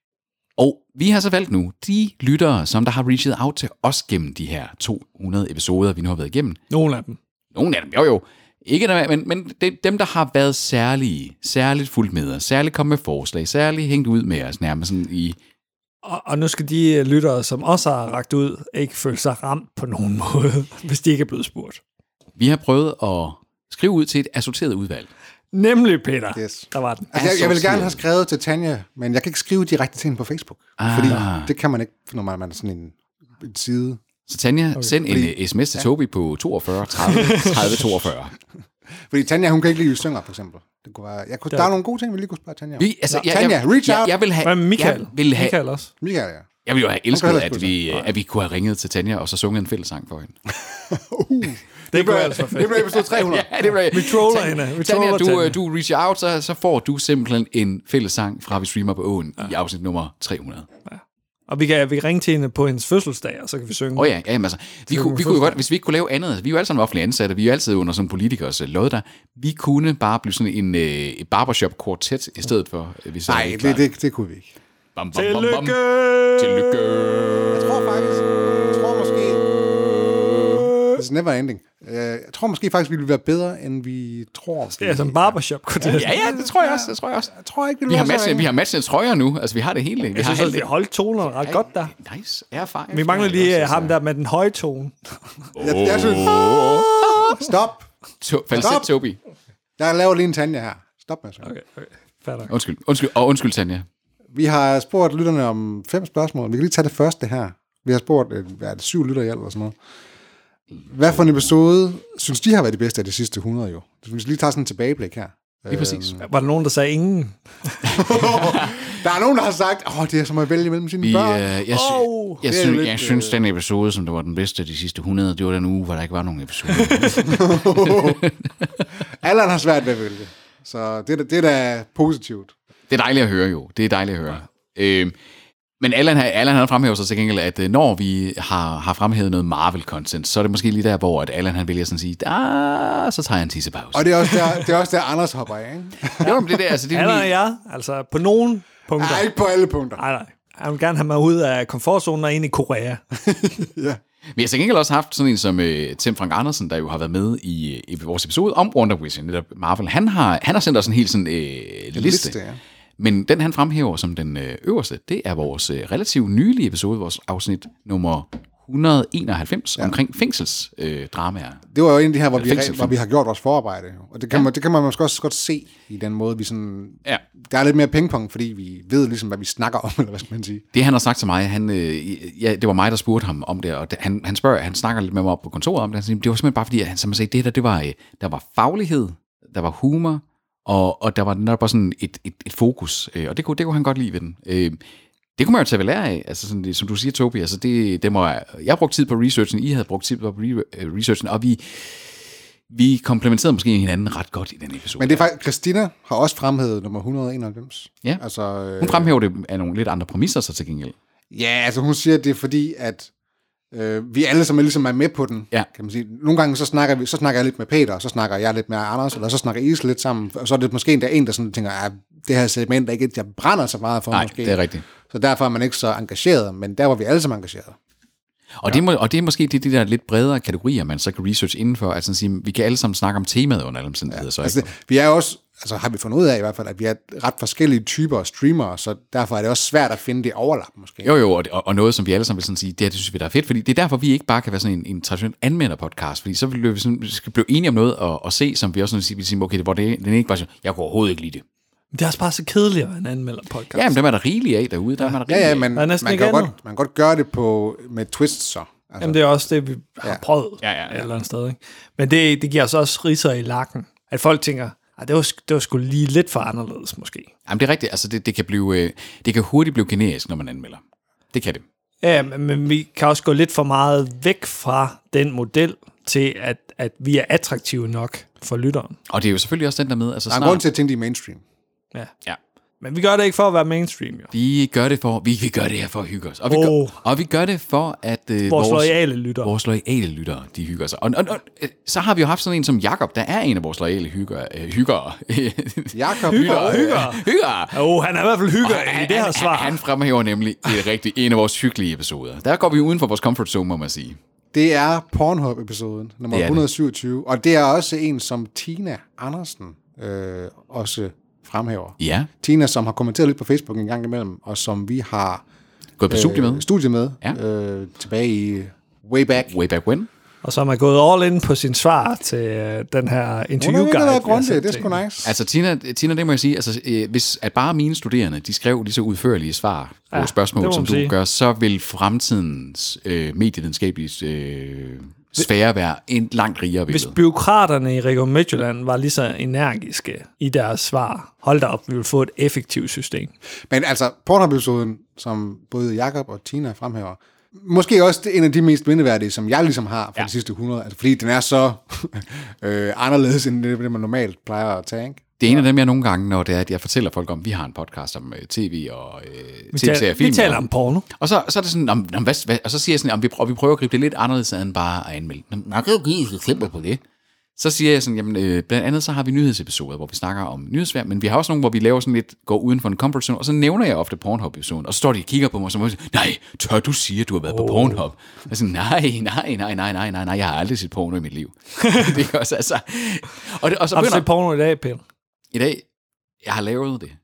Og vi har så valgt nu, de lyttere, som der har reached out til os gennem de her to hundrede episoder, vi nu har været igennem. Nogle af dem. Nogle af dem, jo jo. Ikke der, men, men det, dem, der har været særlige, særligt fuldt med os, særligt kommet med forslag, særligt hængt ud med os nærmest sådan i... Og, og nu skal de lyttere, som også har rakt ud, ikke føle sig ramt på nogen måde, hvis de ikke er blevet spurgt. Vi har prøvet at skrive ud til et assorteret udvalg. Nemlig, Peter. Yes. Der var den. Altså, jeg, jeg vil gerne have skrevet til Tanja, men jeg kan ikke skrive direkte til hende på Facebook. Ah. Fordi det kan man ikke, når man er sådan en, en side. Så Tanja, okay. send en uh, sms til Toby på toogfyrre tredive tredive toogfyrre. Fordi Tanja, hun kan ikke lide, at vi synger, for eksempel. Det kunne være, jeg kunne, der er nogle gode ting, vi lige kunne spørge Tanja om. Vi, altså, Nå, jeg, Tanja, jeg, reach jeg, out. jeg vil have, Hvad med Michael? Jeg vil have, Michael også. Michael, ja. jeg ville jo have elsket, heller at ikke vi, at vi kunne have ringet til Tanja og så sunget en fællesang for hende. Uh, det, kunne bliver, altså være fedt. det bliver episode tre hundrede. Ja, det bliver, Vi troller hende. Vi Tanja, troller du, Tanja. øh, du reach out, så, så får du simpelthen en fællesang fra Vi Streamer på Åen ja. i afsnit nummer tre hundrede. Og vi kan, vi kan ringe til hende på hendes fødselsdag, og så kan vi synge. Åh oh ja, ja jamen, altså, vi, kunne, vi kunne jo godt, hvis vi ikke kunne lave andet, vi er jo alle sammen offentlige ansatte, vi er jo altid under sådan politikers uh, lod der, vi kunne bare blive sådan en uh, barbershop-kvartet i stedet for. Uh, hvis Nej, jeg det, det, det kunne vi ikke. Bam, bam, bam, bam. Tillykke! Tillykke! Jeg tror faktisk, jeg tror måske... It's never ending. Jeg tror måske faktisk, vi ville være bedre, end vi tror. Det er som barbershop. Ja, ja, det tror jeg også, det tror jeg også. Jeg tror ikke, vi Vi vil har være så matchet, ringe. vi har matchet trøjer nu, altså vi har det hele. Vi Jeg har synes, at vi har holdt tonerne ret godt der. Nice, erfaring. Vi mangler lige altså. ham der med den høje tone. Jeg, jeg synes... Stop. To, falset Stop. Toby. Jeg laver lige en Tanja her. Stop med Okay, okay. Fair nok. Undskyld, undskyld, og undskyld, Tanja. Vi har spurgt lytterne om fem spørgsmål. Vi kan lige tage det første her. Vi har spurgt, øh, hvad er det, syv lytter i alt eller sådan noget. Hvad for en episode synes de har været det bedste af de sidste hundrede jo? Så vi skal lige tage sådan en tilbageblik her. Lige præcis. Var der nogen, der sagde ingen? Der er nogen, der har sagt, åh, det er som at vælge mellem sine Vi, øh, børn. jeg, sy- Oh, jeg, det er synes, lidt, jeg synes, den episode, som der var den bedste af de sidste hundrede, det var den uge, hvor der ikke var nogen episode. Allan har svært ved at vælge. Så det, er da- det er da positivt. Det er dejligt at høre jo. Det er dejligt at høre. Øhm, men Allan, har- Allan han fremhæver så til gengæld, at øh, når vi har, har fremhævet noget Marvel-content, så er det måske lige der, hvor at Allan han vælger sådan at sige, ah, så tager jeg en tissepause. Og det er også der, det er også der Anders hopper af, ikke? Jo, men det er det, altså, det er Allan og lige- jeg, altså på nogle punkter. Nej, ikke på alle punkter. Nej, nej. Jeg vil gerne have mig ud af komfortzonen og ind i Korea. Vi har til gengæld også haft sådan en som øh, Tim Frank Andersen, der jo har været med i, i vores episode om Wonder Vision, netop Marvel. Han har, han har sendt os en helt sådan øh, liste, liste, ja. Men den, han fremhæver som den øh, øverste, det er vores øh, relativt nylige episode, vores afsnit nummer et hundrede enoghalvfems, ja. omkring fængselsdramaer. Øh, det var jo en af de her, hvor vi, hvor vi har gjort vores forarbejde. Og det kan, ja. man, det kan man måske også godt se i den måde, vi sådan... Ja. Der er lidt mere pingpong, fordi vi ved ligesom, hvad vi snakker om, eller hvad skal man sige. Det, han har sagt til mig, han, øh, ja, det var mig, der spurgte ham om det, og det, han, han spørger, han snakker lidt med mig op på kontoret om det, han siger, det var simpelthen bare fordi, at han, som man sagde, det der, det var, øh, der var faglighed, der var humor, og, og der var der bare sådan et, et, et fokus, øh, og det kunne, det kunne han godt lide ved den. Øh, det kunne man jo tage ved lære af, altså sådan, som du siger, Tobi, altså det, det må, jeg har brugt tid på researchen, I havde brugt tid på re- researchen, og vi, vi komplementerede måske hinanden ret godt i den episode. Men det er faktisk, Christina har også fremhævet nummer et hundrede enoghalvfems. Ja, altså, øh, hun fremhæver det af nogle lidt andre præmisser så til gengæld. Ja, altså hun siger, det er fordi, at øh, vi alle sammen ligesom er med på den, ja. kan man sige. Nogle gange så snakker, vi, så snakker jeg lidt med Peter, og så snakker jeg lidt med Anders, eller så snakker Is lidt sammen, og så er det måske en, der, en, der sådan tænker, at det her segment er ikke et, jeg brænder så meget for. Nej, måske. Det er rigtigt. Så derfor er man ikke så engageret, men der var vi alle sammen engageret. Og, ja. det, må, og det er måske de, de der lidt bredere kategorier, man så kan research indenfor, altså at sige, vi kan alle sammen snakke om temaet under alle omstændigheder. Ja. Altså, vi er også, altså har vi fundet ud af i hvert fald, at vi er ret forskellige typer af streamere, så derfor er det også svært at finde det overlap måske. Jo jo, og, og noget, som vi alle sammen vil sådan sige, det, her, det synes vi, der er fedt, fordi det er derfor, vi ikke bare kan være sådan en, en traditionel anmelder-podcast, fordi så vil vi, sådan, vi skal blive enige om noget og, og se, som vi også sådan, vil sige, okay, hvor det, det er ikke bare sådan, jeg kunne overhovedet ikke lide det. Det er også bare så kedeligt en anmelder-podcast. Ja, men dem er der rigeligt af derude. Der ja. er der ja, ja, men man kan, godt, man kan godt gøre det på, med twists så. Altså. Jamen, det er også det, vi har ja. prøvet ja, ja, ja. et eller andet sted. Ikke? Men det, det giver os også ridser i lakken. At folk tænker, at det var, det var sgu lige lidt for anderledes, måske. Jamen, det er rigtigt. Altså, det, det, kan blive, det kan hurtigt blive generisk, når man anmelder. Det kan det. Ja, men, men vi kan også gå lidt for meget væk fra den model til, at, at vi er attraktive nok for lytteren. Og det er jo selvfølgelig også den der med... Altså, der er en grund til at tænke, de er mainstream. Ja. ja. Men vi gør det ikke for at være mainstream, jo. Vi gør det for, vi, vi gør det her for at hygge os. Og vi, oh. gør, og vi gør det for, at uh, vores, vores loyale lyttere, vores loyale lyttere, de hygger sig. Og, og, og så har vi jo haft sådan en som Jakob, der er en af vores loyale hyggere. Uh, hyggere. Jakob hygger, hygger. Hygger. Oh, han er i hvert fald hygger i han, det her han, svar. Han fremhæver nemlig et rigtig en af vores hyggelige episoder. Der går vi uden for vores comfort zone, må man sige. Det er Pornhub-episoden, nummer et hundrede syvogtyve, og det er også en, som Tina Andersen øh, også fremhæver. Ja. Tina, som har kommenteret lidt på Facebook en gang imellem, og som vi har gået på studie med, studie med ja. øh, tilbage i way back. Way back when. Og så er man gået all in på sin svar til øh, den her interviewguide. Det, det er sgu nice. Altså Tina, Tina, det må jeg sige, altså, øh, hvis at bare mine studerende, de skrev lige så udførlige svar på ja, spørgsmål, som du sige. gør, så vil fremtidens øh, medievidenskabelige øh, sfære være en langt rigere billede. Hvis byråkraterne i Region Midtjylland var lige så energiske i deres svar, hold da op, vi vil få et effektivt system. Men altså, Pornhub-episoden, som både Jakob og Tina fremhæver, måske også en af de mest mindeværdige, som jeg ligesom har for ja. de sidste hundrede, altså fordi den er så øh, anderledes, end det, man normalt plejer at tage, ikke? Det er en af dem, jeg nogle gange, når det er, at jeg fortæller folk om, vi har en podcast om uh, tv og uh, tv-serier og film. Vi taler om porno. Og så, så er det sådan, om, om, hvad, hvad, og så siger jeg sådan, om vi, og vi prøver at gribe det lidt anderledes end bare at anmelde. Man kan jo give et eksempel på det. Så siger jeg sådan, jamen, øh, blandt andet så har vi nyhedsepisoder, hvor vi snakker om nyhedsvær, men vi har også nogle, hvor vi laver sådan lidt, går uden for en comfort zone, og så nævner jeg ofte Pornhub-episoden, og så står de og kigger på mig, og så må jeg sige, nej, tør du sige, at du har været oh. på Pornhub? Og jeg siger, nej, nej, nej, nej, nej, nej, nej, jeg har aldrig set porno i mit liv. Det er også, altså... Og, det, og så har du set porno i dag, Peter? I dag? Jeg har lavet det.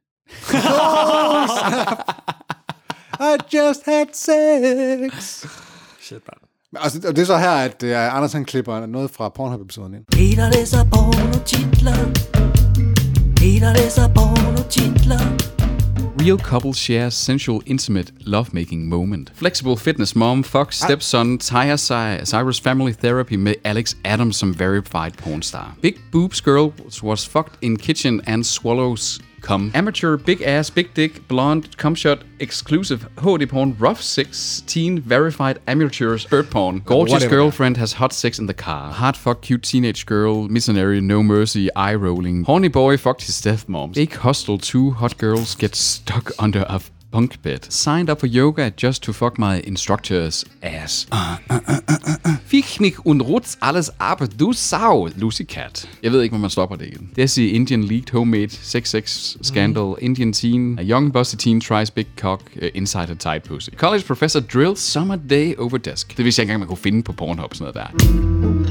I just had sex. Shit, man. Altså, og det er så her, at uh, Anders han klipper noget fra Pornhub-episoden ind. Peter læser porno-titler. Peter læser porno-titler. Real couple shares sensual, intimate lovemaking moment. Flexible fitness mom, Fox stepson, Tyre Cyrus family therapy med Alex Adams som verified pornstar. Big boobs girl was fucked in kitchen and swallows cum. Amateur, big ass, big dick, blonde, cum shot, exclusive, H D porn, rough sixteen, verified amateurs, bird porn. Gorgeous Whatever. Girlfriend has hot sex in the car. Hard fuck, cute teenage girl, missionary, no mercy, eye rolling. Horny boy fucked his death mom. Big hostel, two hot girls get stuck under a bunk bed. Signed up for yoga just to fuck my instructor's ass. Uh, uh, uh, uh, uh. Fick mich und rutz alles ab, du Sau, Lucy Cat. Jeg ved ikke, hvor man stopper det igen. Desi, Indian leaked homemade sex sex scandal. Mm. Indian teen, a young busty teen tries big cock uh, inside a tight pussy. College professor drills summer day over desk. Det vidste jeg ikke engang, man kunne finde på Pornhub, sådan noget der.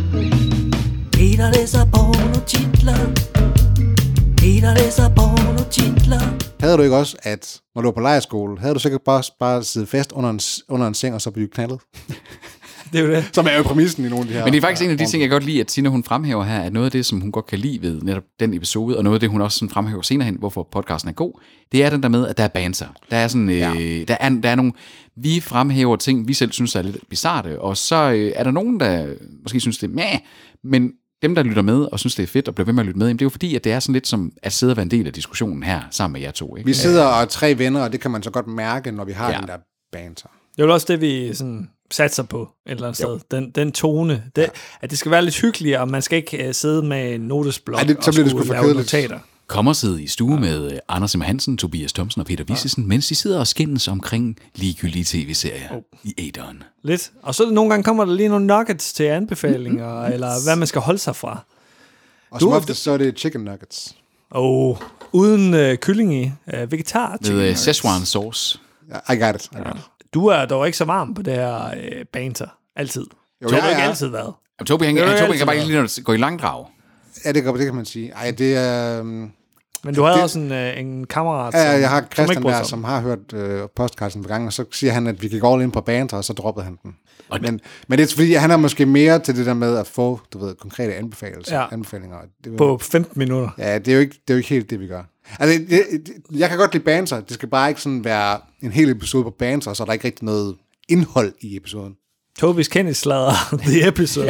Peter læser porno-titler. Peter læser porno-titler. titler. Havde du ikke også, at når du var på lejrskole, havde du sikkert bare, bare siddet fast under en, under en seng, og så blive knaldet? Det er jo det. Som er jo præmissen i nogle af de her... Men det er faktisk en af de ting, jeg godt lide, at Tina hun fremhæver her, at noget af det, som hun godt kan lide ved netop den episode, og noget af det, hun også sådan fremhæver senere hen, hvorfor podcasten er god, det er den der med, at der er banter. Der er sådan, ja. øh, der, er, der er nogle... Vi fremhæver ting, vi selv synes er lidt bizarre, og så øh, er der nogen, der måske synes, det er meh, men dem, der lytter med og synes, det er fedt og bliver ved med at lytte med, det er jo fordi, at det er sådan lidt som at sidde og være en del af diskussionen her sammen med jer to. Ikke? Vi sidder og er tre venner, og det kan man så godt mærke, når vi har Ja. den der banter. Det er jo også det, vi sådan satser på et eller andet sted. Den, den tone. Det, ja. At det skal være lidt hyggeligt, og man skal ikke uh, sidde med en notesblok Ej, det- så og bliver det skulle sgu for lave kedeligt. notater. Kom og sidde i stue ja. med Anders Simmer Hansen, Tobias Thomsen og Peter Vissesen, ja. mens de sidder og skændes omkring ligegyldige tv-serier oh. i æderen. Lidt. Og så nogle gange kommer der lige nogle nuggets til anbefalinger, mm-hmm. eller hvad man skal holde sig fra. Og Du- som ofte, så er det chicken nuggets. Og uden uh, kylling i. Uh, vegetar chicken Med uh, nuggets. Szechuan sauce. I got it. I got it. Du er dog ikke så varm på det her uh, banter. Altid. Jo, Du har jeg ikke er. altid været. Og Tobi, han, Det er jo han, Tobi altid kan bare noget. ikke lide, når det går i langdrag. Ja, det kan, det kan man sige. Ej, det er... Um, Men du havde Det- også en, uh, en kammerat, ja, jeg har som Christian ikke brød der, sig om. som har hørt øh, podcasten på gang, og så siger han, at vi gik all in på banter, og så droppede han den. Og Men, men det er fordi, han er måske mere til det der med at få, du ved, konkrete anbefalinger. Ja. anbefalinger. Det, På femten minutter. Ja, det er, jo ikke, det er jo ikke helt det, vi gør. Altså, det, det, jeg kan godt lide banter. Det skal bare ikke sådan være en hel episode på banter, og så er der ikke rigtig noget indhold i episoden. Tobis kendislader, the episode.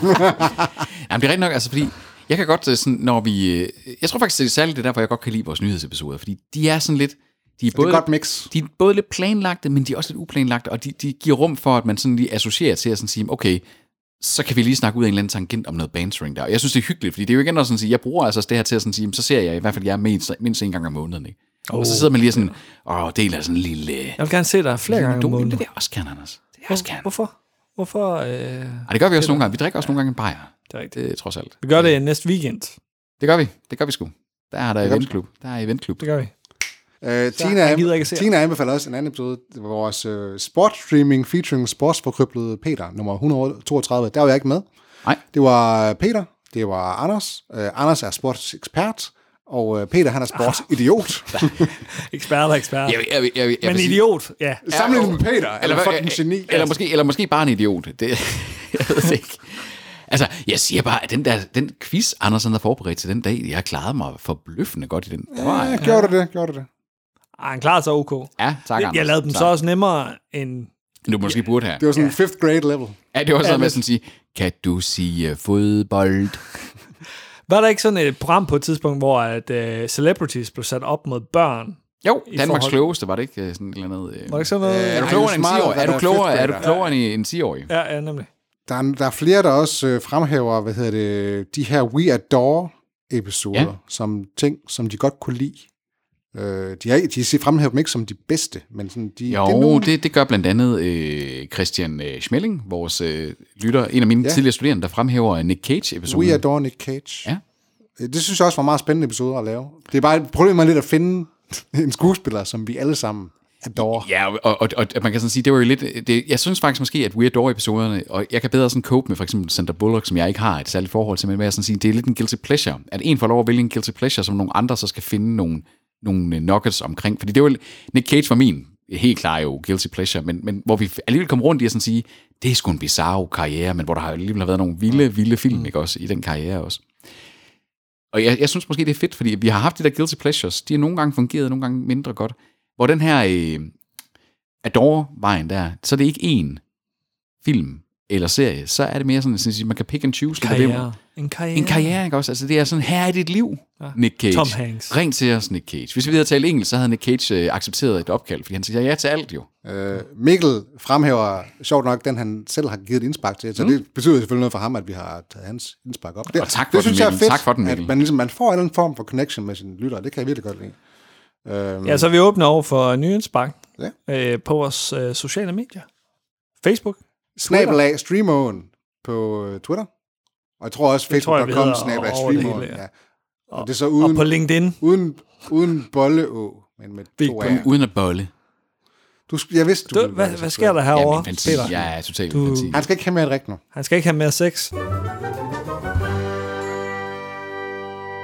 Jamen, det er rigtig nok, altså fordi, jeg kan godt sådan, når vi... øh, Jeg tror faktisk, det er særligt det er derfor, jeg godt kan lide vores nyhedsepisoder, fordi de er sådan lidt... De er, Det er både, et godt mix. de er både lidt planlagte, men de er også lidt uplanlagte, og de, de giver rum for, at man sådan lige associerer til at sådan sige, okay, så kan vi lige snakke ud af en eller anden tangent om noget bantering der. Og jeg synes, det er hyggeligt, fordi det er jo igen også sådan at sige, jeg bruger altså det her til at sådan sige, så ser jeg i hvert fald, jeg er mindst, mindst en gang om måneden, ikke? Oh. Og så sidder man lige og sådan, åh, deler sådan en lille... Jeg vil gerne se dig flere gange om Det måneden. vil jeg også gerne, Anders. Det vil jeg også gerne. Hvorfor? Hvorfor? Øh, Og det gør vi også nogle gange. Vi drikker også nogle gange en bajer. det er rigtigt. Det er trods alt. Vi gør det næste weekend. Det gør vi. Det gør vi sgu. Der er der gør vi eventklub. Der er eventklub. Det gør vi. Øh, Tina, han gider ikke at se Tina anbefaler også en anden episode. Det var vores øh, sportstreaming featuring sportsforkryblede Peter, nummer et hundrede og toogtredive. Der var jeg ikke med. Nej. Det var Peter, det var Anders. Øh, Anders er sportsekspert, og øh, Peter, han er sportsidiot. Eksperter, eksperter. Jeg, vil- jeg, vil- jeg, vil- jeg, Men vil sige- idiot, ja. Sammenlignet med Peter, eller, eller hvad- fucking geni. Eller måske, eller måske bare en idiot. Det, jeg ved det ikke. Altså, jeg siger bare, at den der den quiz, Andersen har forberedt til den dag, jeg klarede mig forbløffende godt i den. Der var, Ja, gjorde du det, gjorde du det. Ej, han klarede sig ok. ja, tak, Jeg, Anders. jeg lavede dem Tak. så også nemmere end... Du måske burde have. Det var sådan en fifth grade level. Ja, det var sådan Ja, med lidt. sådan at sige, kan du sige fodbold? Var der ikke sådan et program på et tidspunkt, hvor at, uh, celebrities blev sat op mod børn? Jo, I Danmarks forhold- klogeste, var det ikke øh, sådan et eller andet... Øh, Var det ikke sådan noget? Øh, er du Ej, klogere end en det er ti-årig? smart, Er du hvad klogere, der er er du fifth klogere end en ti-årig? Ja, ja, nemlig. Der er, der er flere, der også øh, fremhæver, hvad hedder det, de her We Adore-episoder, Ja. ja. som ting, som de godt kunne lide. Øh, de, er, de fremhæver dem ikke som de bedste, men sådan, de, Jo, det er nogle, det, det gør blandt andet øh, Christian øh, Schmeling, vores øh, lytter, en af mine ja. Ja. tidligere studerende, der fremhæver Nick Cage-episoden. We Adore Nick Cage. Ja. Det synes jeg også var en meget spændende episode at lave. Det er bare problemet lidt at finde en skuespiller, som vi alle sammen adore. Ja, og, og, og man kan sådan sige, det var jo lidt... Det, jeg synes faktisk måske, at We Adore-episoderne, og jeg kan bedre sådan cope med for eksempel Sandra Bullock, som jeg ikke har et særligt forhold til, men hvad jeg sådan sige, det er lidt en guilty pleasure. At en får lov at vælge en guilty pleasure, som nogle andre så skal finde nogle, nogle nuggets omkring. Fordi det var Nick Cage var min helt klar jo guilty pleasure, men, men hvor vi alligevel kom rundt i at sådan sige, det er sgu en bizarre karriere, men hvor der har alligevel har været nogle vilde, vilde film, ikke også, i den karriere også. Og jeg, jeg synes måske, det er fedt, fordi vi har haft de der guilty pleasures, de har nogle gange fungeret, nogle gange mindre godt. Hvor den her øh, Adore-vejen der, så er det ikke én film eller serie, så er det mere sådan, at man kan pick and choose. Karriere. En karriere. En karriere, ikke også? Altså det er sådan, her er dit liv, ja. Nick Cage. Tom Hanks. Ring til os, Nick Cage. Hvis vi havde talt engelsk, så havde Nick Cage øh, accepteret et opkald, fordi han siger ja til alt jo. Øh, Mikkel fremhæver sjovt nok den, han selv har givet et indspark til, så mm. det betyder selvfølgelig noget for ham, at vi har taget hans indspark op. Det, Og tak for det den, synes jeg er Mikkel. fedt, Tak for den, at Mikkel. man, ligesom, man får en eller anden form for connection med sine lyttere. Det kan jeg virkelig godt lide. Øhm, Ja, så er vi åbne over for nye indspark Ja. øh, på vores øh, sociale medier. Facebook. Snabelag Streamoen på øh, Twitter. Og jeg tror også Det tror jeg, vi facebook punktum com hedder snabelag over det Streamoen. hele, ja. Ja. Og det er så Og uden, på LinkedIn. uden, uden bolleå, men med Big to Boy. A'er. Uden at bolle. Du, jeg vidste, du, Du, ville hvad, være så hvad sker der sød. Ja, herovre, min fantasi. Peter? Jeg er totalt Du- fantasi. Han skal ikke have mere at drikke nu. Han skal ikke have mere sex.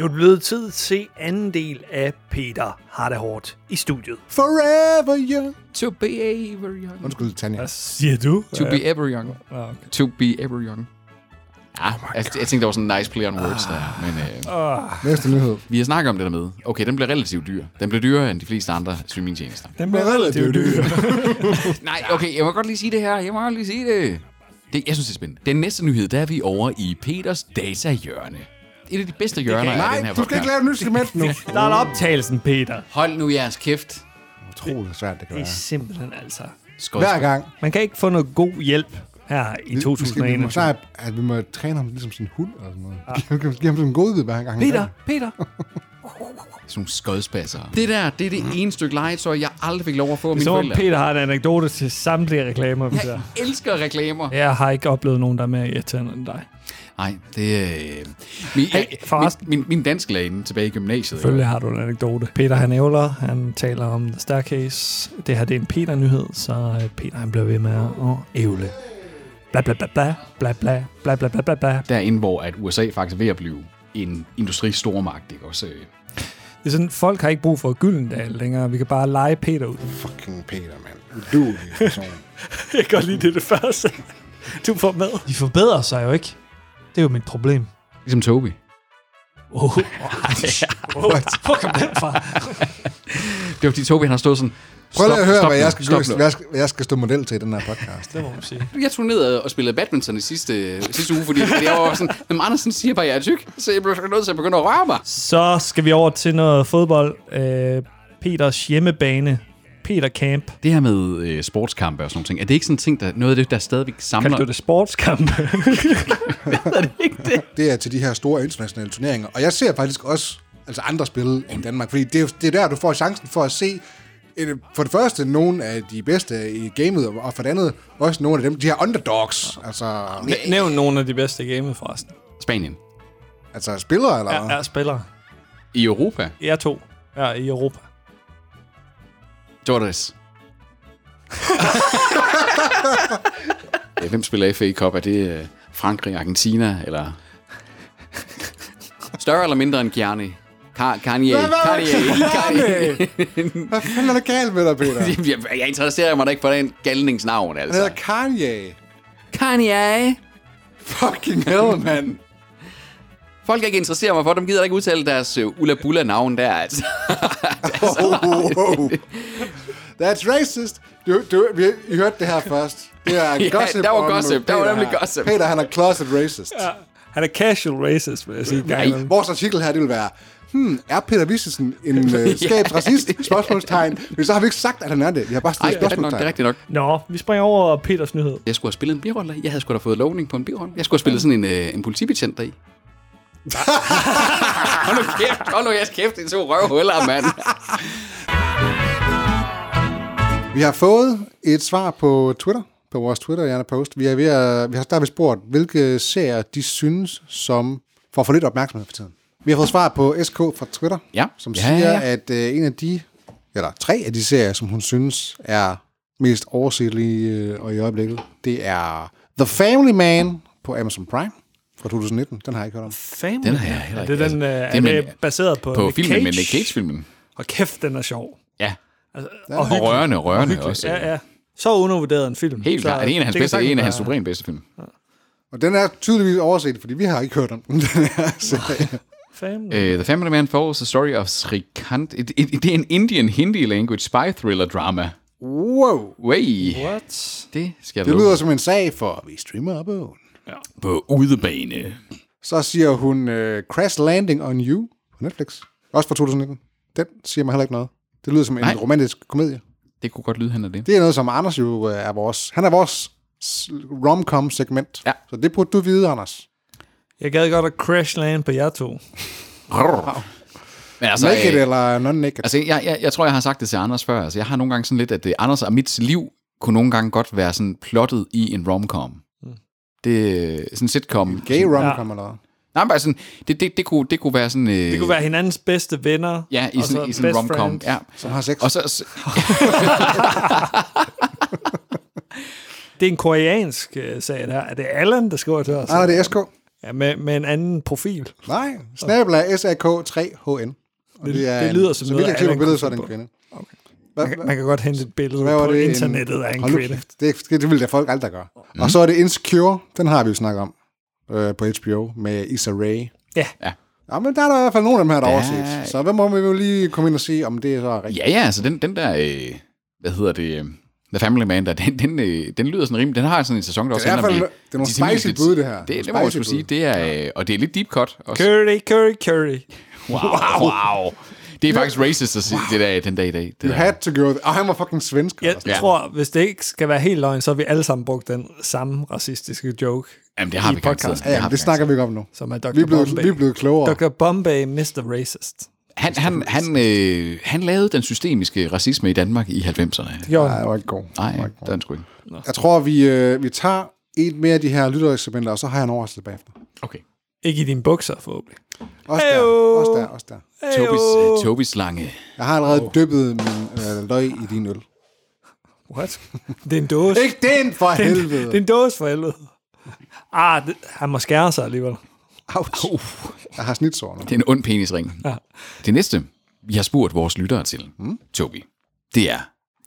Nu er det blevet tid til anden del af Peter har det hårdt i studiet. Forever young. To be ever young. Undskyld, Tanja. Hvad siger du? To be ever young. Ja, okay. To be ever young. Ja, oh jeg, jeg tænkte, der var sådan en nice play on words ah. der. Men øh, Oh, Næste nyhed. vi har snakket om det der med. Okay, den bliver relativt dyr. Den bliver dyrere end de fleste andre streamingtjenester. den bliver relativt dyr. Nej, okay, jeg må godt lige sige det her. Jeg må godt lige sige det. det jeg synes, det er spændende. Den næste nyhed, der er vi over i Peters datahjørne. Et af de bedste hjørner af Nej, den her du skal ikke podcast. lave et nyt segment nu. Start optagelsen, Peter. Hold nu jeres kæft. Utroligt svært, det kan Det er være. simpelthen altså. Skål. Hver gang. Man kan ikke få noget god hjælp her i to Vi tusind skal, og vi må enogtyve. snart, at vi må træne ham ligesom sådan en hund eller sådan noget. Ja. Give, give ham sådan en godbid hver gang. Peter, Peter. Sådan nogle skodspasser. Det der, det er det ene stykke legetøj, jeg aldrig fik lov at få af mine Så om forældre. Peter har en anekdote til samtlige reklamer. Jeg Der. elsker reklamer. Jeg har ikke oplevet nogen, der er mere irriterende end dig. Nej, det er... Øh, min, Hey, forresten. min, min, min dansklærer tilbage i gymnasiet. Selvfølgelig har du en anekdote. Peter han ævler, han taler om The Staircase. Det her det er en Peter-nyhed, så øh, Peter han bliver ved med at ævle. Bla bla bla bla, bla bla bla bla bla bla bla. Derinde, hvor at U S A faktisk er ved at blive en industristormagt, ikke også? Det er sådan, folk har ikke brug for Gyldendal længere. Vi kan bare lege Peter ud. Fucking Peter, mand. Uduelig person. Jeg kan godt lide det, det første. Du får med. De forbedrer sig jo ikke. Det er jo mit problem. Ligesom Toby. Oh, oh, hvor kom den fra? Det var fordi Toby, han har stået sådan... Prøv lige at høre, stop hvad nu, jeg skal, stop gøre, nu. hvad, jeg skal, hvad jeg skal stå model til i den her podcast. Det må man sige. Jeg tog ned og spillede badminton i sidste, sidste uge, fordi jeg var sådan... Men Andersen siger bare, at jeg er tyk, så jeg blev nødt til at begynde at røre mig. Så skal vi over til noget fodbold. Øh, Peters hjemmebane. Peter Camp. Det her med øh, sportskampe og sådan nogle ting, er det ikke sådan en ting, der noget af det, der stadigvæk samler... Kan du det sportskamp? er det ikke det? Det er til de her store internationale turneringer. Og jeg ser faktisk også altså andre spil end Danmark, fordi det er, det er der, du får chancen for at se et, for det første nogle af de bedste i gamet, og for det andet også nogle af dem, de her underdogs. Altså, Nævn nogle af de bedste i gamet forresten. Spanien. altså spillere, eller Ja, hvad? er spillere. I Europa. Jeg to. Ja, i Europa. Torres. Hvem spiller F A Cup? Er det øh, Frankrig, Argentina, eller... Større eller mindre end Gianni? Ka- Kanye. Hvad var Kanye. Kanye? Kanye. Hvad fanden er der galt med dig, Peter? jeg, jeg interesserer mig da ikke for den galningsnavn, Han altså. hedder Kanye. Kanye. Fucking hell, mand. Folk er ikke interesseret mig for, dem gider da ikke udtale deres uh, Ulla-Bulla-navn der, altså. Oh, oh, oh. That's racist. Du, du, vi, I hørte det her først. Det er Ja, gossip. der var om gossip. Der var Peter nemlig her. gossip. Peter, han er closet racist. Ja. Han er casual racist, vil jeg sige. Nej. Vores artikel her, det vil være, hmm, er Peter Vistesen en øh, skabsracist? Spørgsmålstegn. Men så har vi ikke sagt, at han er det. Vi har bare Ej, stillet det er rigtigt nok, det er spørgsmålstegn. rigtigt nok. Nå, vi springer over Peters nyhed. Jeg skulle have spillet en birolle. Jeg havde sgu da fået lovning på en birolle. Jeg skulle have spillet sådan en, øh, en politibetjent deri. Hold nu kæft, hold nu jeres kæft, det er to røvhuller, mand. Vi har fået et svar på Twitter, på vores Twitter-post. Vi er ved at, vi har der har vi spurgt, hvilke serier de synes, som får for lidt opmærksomhed for tiden. Vi har fået svar på S K fra Twitter, Ja. som Ja, siger, ja, ja. at øh, en af de, eller tre af de serier, som hun synes er mest oversættelige øh, og i øjeblikket, det er The Family Man på Amazon Prime fra to tusind nitten. Den har jeg ikke hørt om. Family. Den har jeg heller Er det ikke. den, øh, Altså, er det er det med- baseret på, På Nick filmen Cage? med Nick Cage-filmen. Og kæft, den er sjov. Ja. Altså, Ja. Og rørende, rørende også. Ja, ja. Så undervurderet en film. Helt Så klart. Det er en af hans det kan bedste, en sagtens af hans være- suverænt bedste film. Og den er tydeligvis overset, fordi vi har ikke hørt om den. den her serie. Family. Uh, The Family Man follows the story of Srikant. It, it, it, det er en Indian Hindi language spy thriller drama. Wow. Way. What? Det skal jeg Det love. lyder som en sag for, vi streamer op bogen. På udebane. Så siger hun uh, Crash Landing on You på Netflix. Også fra to tusind nitten. Den siger mig heller ikke noget. Det lyder som en Nej. romantisk komedie. Det kunne godt lyde, han er det. Det er noget, som Anders jo uh, er vores... Han er vores s- rom-com-segment. Ja. Så det burde du vide, Anders. Jeg gad godt at crash land på jer to. Men altså, Naked øh, eller non-naked? altså jeg, jeg, jeg tror, jeg har sagt det til Anders før. Altså, jeg har nogle gange sådan lidt, at det, Anders og mit liv kunne nogle gange godt være sådan plottet i en rom-com. Mm. Det er sådan en sitcom. Gay rom-com eller hvad? Nej, bare sådan, det, det, det, kunne, det kunne være sådan... Øh, Det kunne være hinandens bedste venner. Ja, i og sådan, så i sådan en best rom-com. friends. Ja. Som har sex. Og så... så Det er en koreansk uh, sag der. Er det Allan, der skriver til os? Nej, nej, det er S K. Ja, med, med en anden profil. Nej, snabel er S A K tre H N. Og Det- det, er det en- lyder som så noget, vidt jeg klipper Allan billedet, kunne så er det en finde kvinde. Okay. Hvad, Man kan, man kan godt hente et billede hvad var på det? internettet af en hold nu kvinde. kæft, Det, det, det vil da folk aldrig gøre. Mm. Og så er det Insecure, den har vi jo snakket om øh, på H B O med Issa Rae. Ja. Ja. Ja, men der er der i hvert fald nogen af dem her, der Ja. overset. Så hvad må vi jo lige komme ind og sige, om det er så rigtigt? Ja, ja, altså den, den der, øh, hvad hedder det, øh, The Family Man, der, den, den, øh, den lyder sådan rimelig, den har sådan en sæson, der også Det er i hvert ender fald- med- det er nogle de temmelig spicy lidt- bud, det her. Det, det Spicy må man skulle bud. sige, det er, øh, og det er lidt deep cut også. Curry, curry, curry. Wow, wow. Det er faktisk racist at sige det der den dag i dag. Det You der. had to go... Og han var fucking svensk. Jeg eller sådan Ja. tror, hvis det ikke skal være helt løgn, så har vi alle sammen brugt den samme racistiske joke, Jamen, det har i vi garanteret. podcasten. noget. Ja, har men vi det snakker vi ikke om nu. som er doktor Vi er blevet, Bombay. vi er blevet klogere. doktor Bombay, mister Racist. Han, han, han, øh, han lavede den systemiske racisme i Danmark i halvfemserne. Det gjorde Nej, han. det var ikke god. Nej, Det var ikke god. den skulle ikke. Jeg tror, vi, øh, vi tager et mere af de her lyttereksperimenter, og så har jeg en overraskelse bagefter. Okay. Ikke i dine bukser, forhåbentlig. Også der, Heyo. også der, også der. Tobis, Heyo. øh, Tobis lange. Jeg har allerede oh. dyppet min øh, løg i din øl. What? Det er en dåse. Ikke den, for Det er en- helvede! Det er en dåse for helvede. Ah, det, han må skære sig alligevel. Ouch. Jeg har snitsår nu. Det er en ond penisring. Ja. Det næste, vi har spurgt vores lyttere til, mm. Tobi, det er...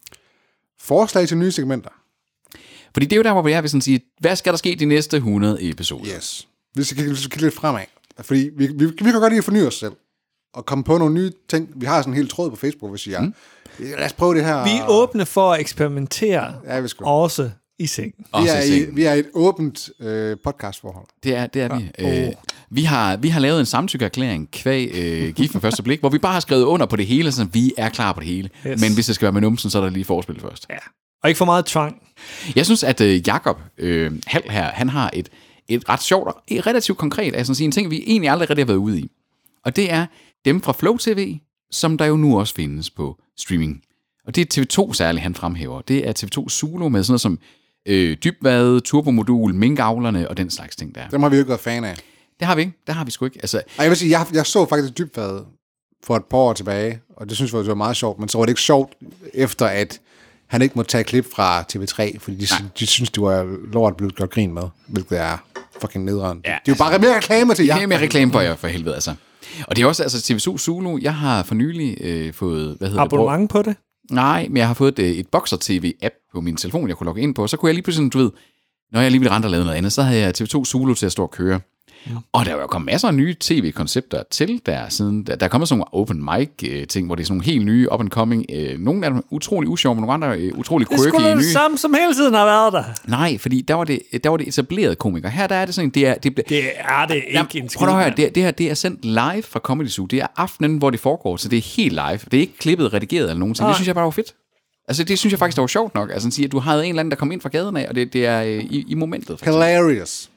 Forslag til nye segmenter. Fordi det er jo der, hvor vi er, hvis sådan sige, hvad skal der ske de næste hundrede episoder? Yes. Vi skal kigge, vi skal kigge lidt fremad. Fordi vi, vi, vi kan godt lide at forny os selv. Og komme på nogle nye ting. Vi har sådan en hel tråd på Facebook, vi siger, mm. lad os prøve det her. Vi er åbne for at eksperimentere, Ja, vi skal. også i sengen. Vi Også er, i i, sengen. vi er i et åbent øh, podcastforhold. Det er, det er vi. Ja. Øh, vi, har, vi har lavet en samtykkeerklæring kvæg øh, gift med første blik, hvor vi bare har skrevet under på det hele, så vi er klar på det hele. Yes. Men hvis det skal være med numsen, så er der lige forspil først. Ja. Og ikke for meget tvang. Jeg synes, at øh, Jakob øh, Hall her, han har et, et ret sjovt og et relativt konkret, altså en ting, vi egentlig aldrig rigtig har været ude i. Og det er dem fra Flow T V, som der jo nu også findes på streaming. Og det er T V to særligt, han fremhæver. Det er T V to Zulu med sådan noget som øh, dybvad, turbomodul, minkavlerne og den slags ting der. Dem har vi jo ikke været fan af. Det har vi ikke. Det har vi sgu ikke. Altså, Og jeg vil sige, jeg, jeg så faktisk Dybvad for et par år tilbage, og det synes jeg, det var meget sjovt, men så var det ikke sjovt, efter at han ikke måtte tage klip fra T V tre, fordi de, de synes, det var lort blevet gjort grin med, hvilket er fucking nederen. Ja, Ja, det er jo bare mere reklame til jer. det er mere reklame for jer, for helvede, altså. Og det er også, altså, T V to Zulu, jeg har for nylig øh, fået, hvad hedder det? Abonnement på det. Nej, men jeg har fået et, et Boxer-T V-app på min telefon, jeg kunne logge ind på, så kunne jeg lige pludselig, du ved, når jeg lige ville rende og lave noget andet, så havde jeg T V to Zulu til at stå og køre. Mm. Og der er jo kommet masser af nye tv-koncepter til der siden. Der, der er kommet sådan nogle open mic-ting, hvor det er sådan nogle helt nye up-and-coming. Øh, nogle af dem er utrolig usjove, men nogle andre er utrolig Det quirky skulle det nye. samme, som hele tiden har været der. Nej, fordi der var det, der var det etableret komikere. Her der er det sådan, det er... Det, Det er det ikke Jamen, en skid. prøv at høre, mand. det, det her det er sendt live fra Comedy Zoo. Det er aftenen, hvor det foregår, så det er helt live. Det er ikke klippet, redigeret eller nogen ting. Nej. Det synes jeg bare var fedt. Altså, det synes jeg faktisk, det var sjovt nok. Altså, at sige, at du havde en eller anden, der kom ind fra gaden af, og det, det er øh, i, i momentet. For eksempel. Hilarious.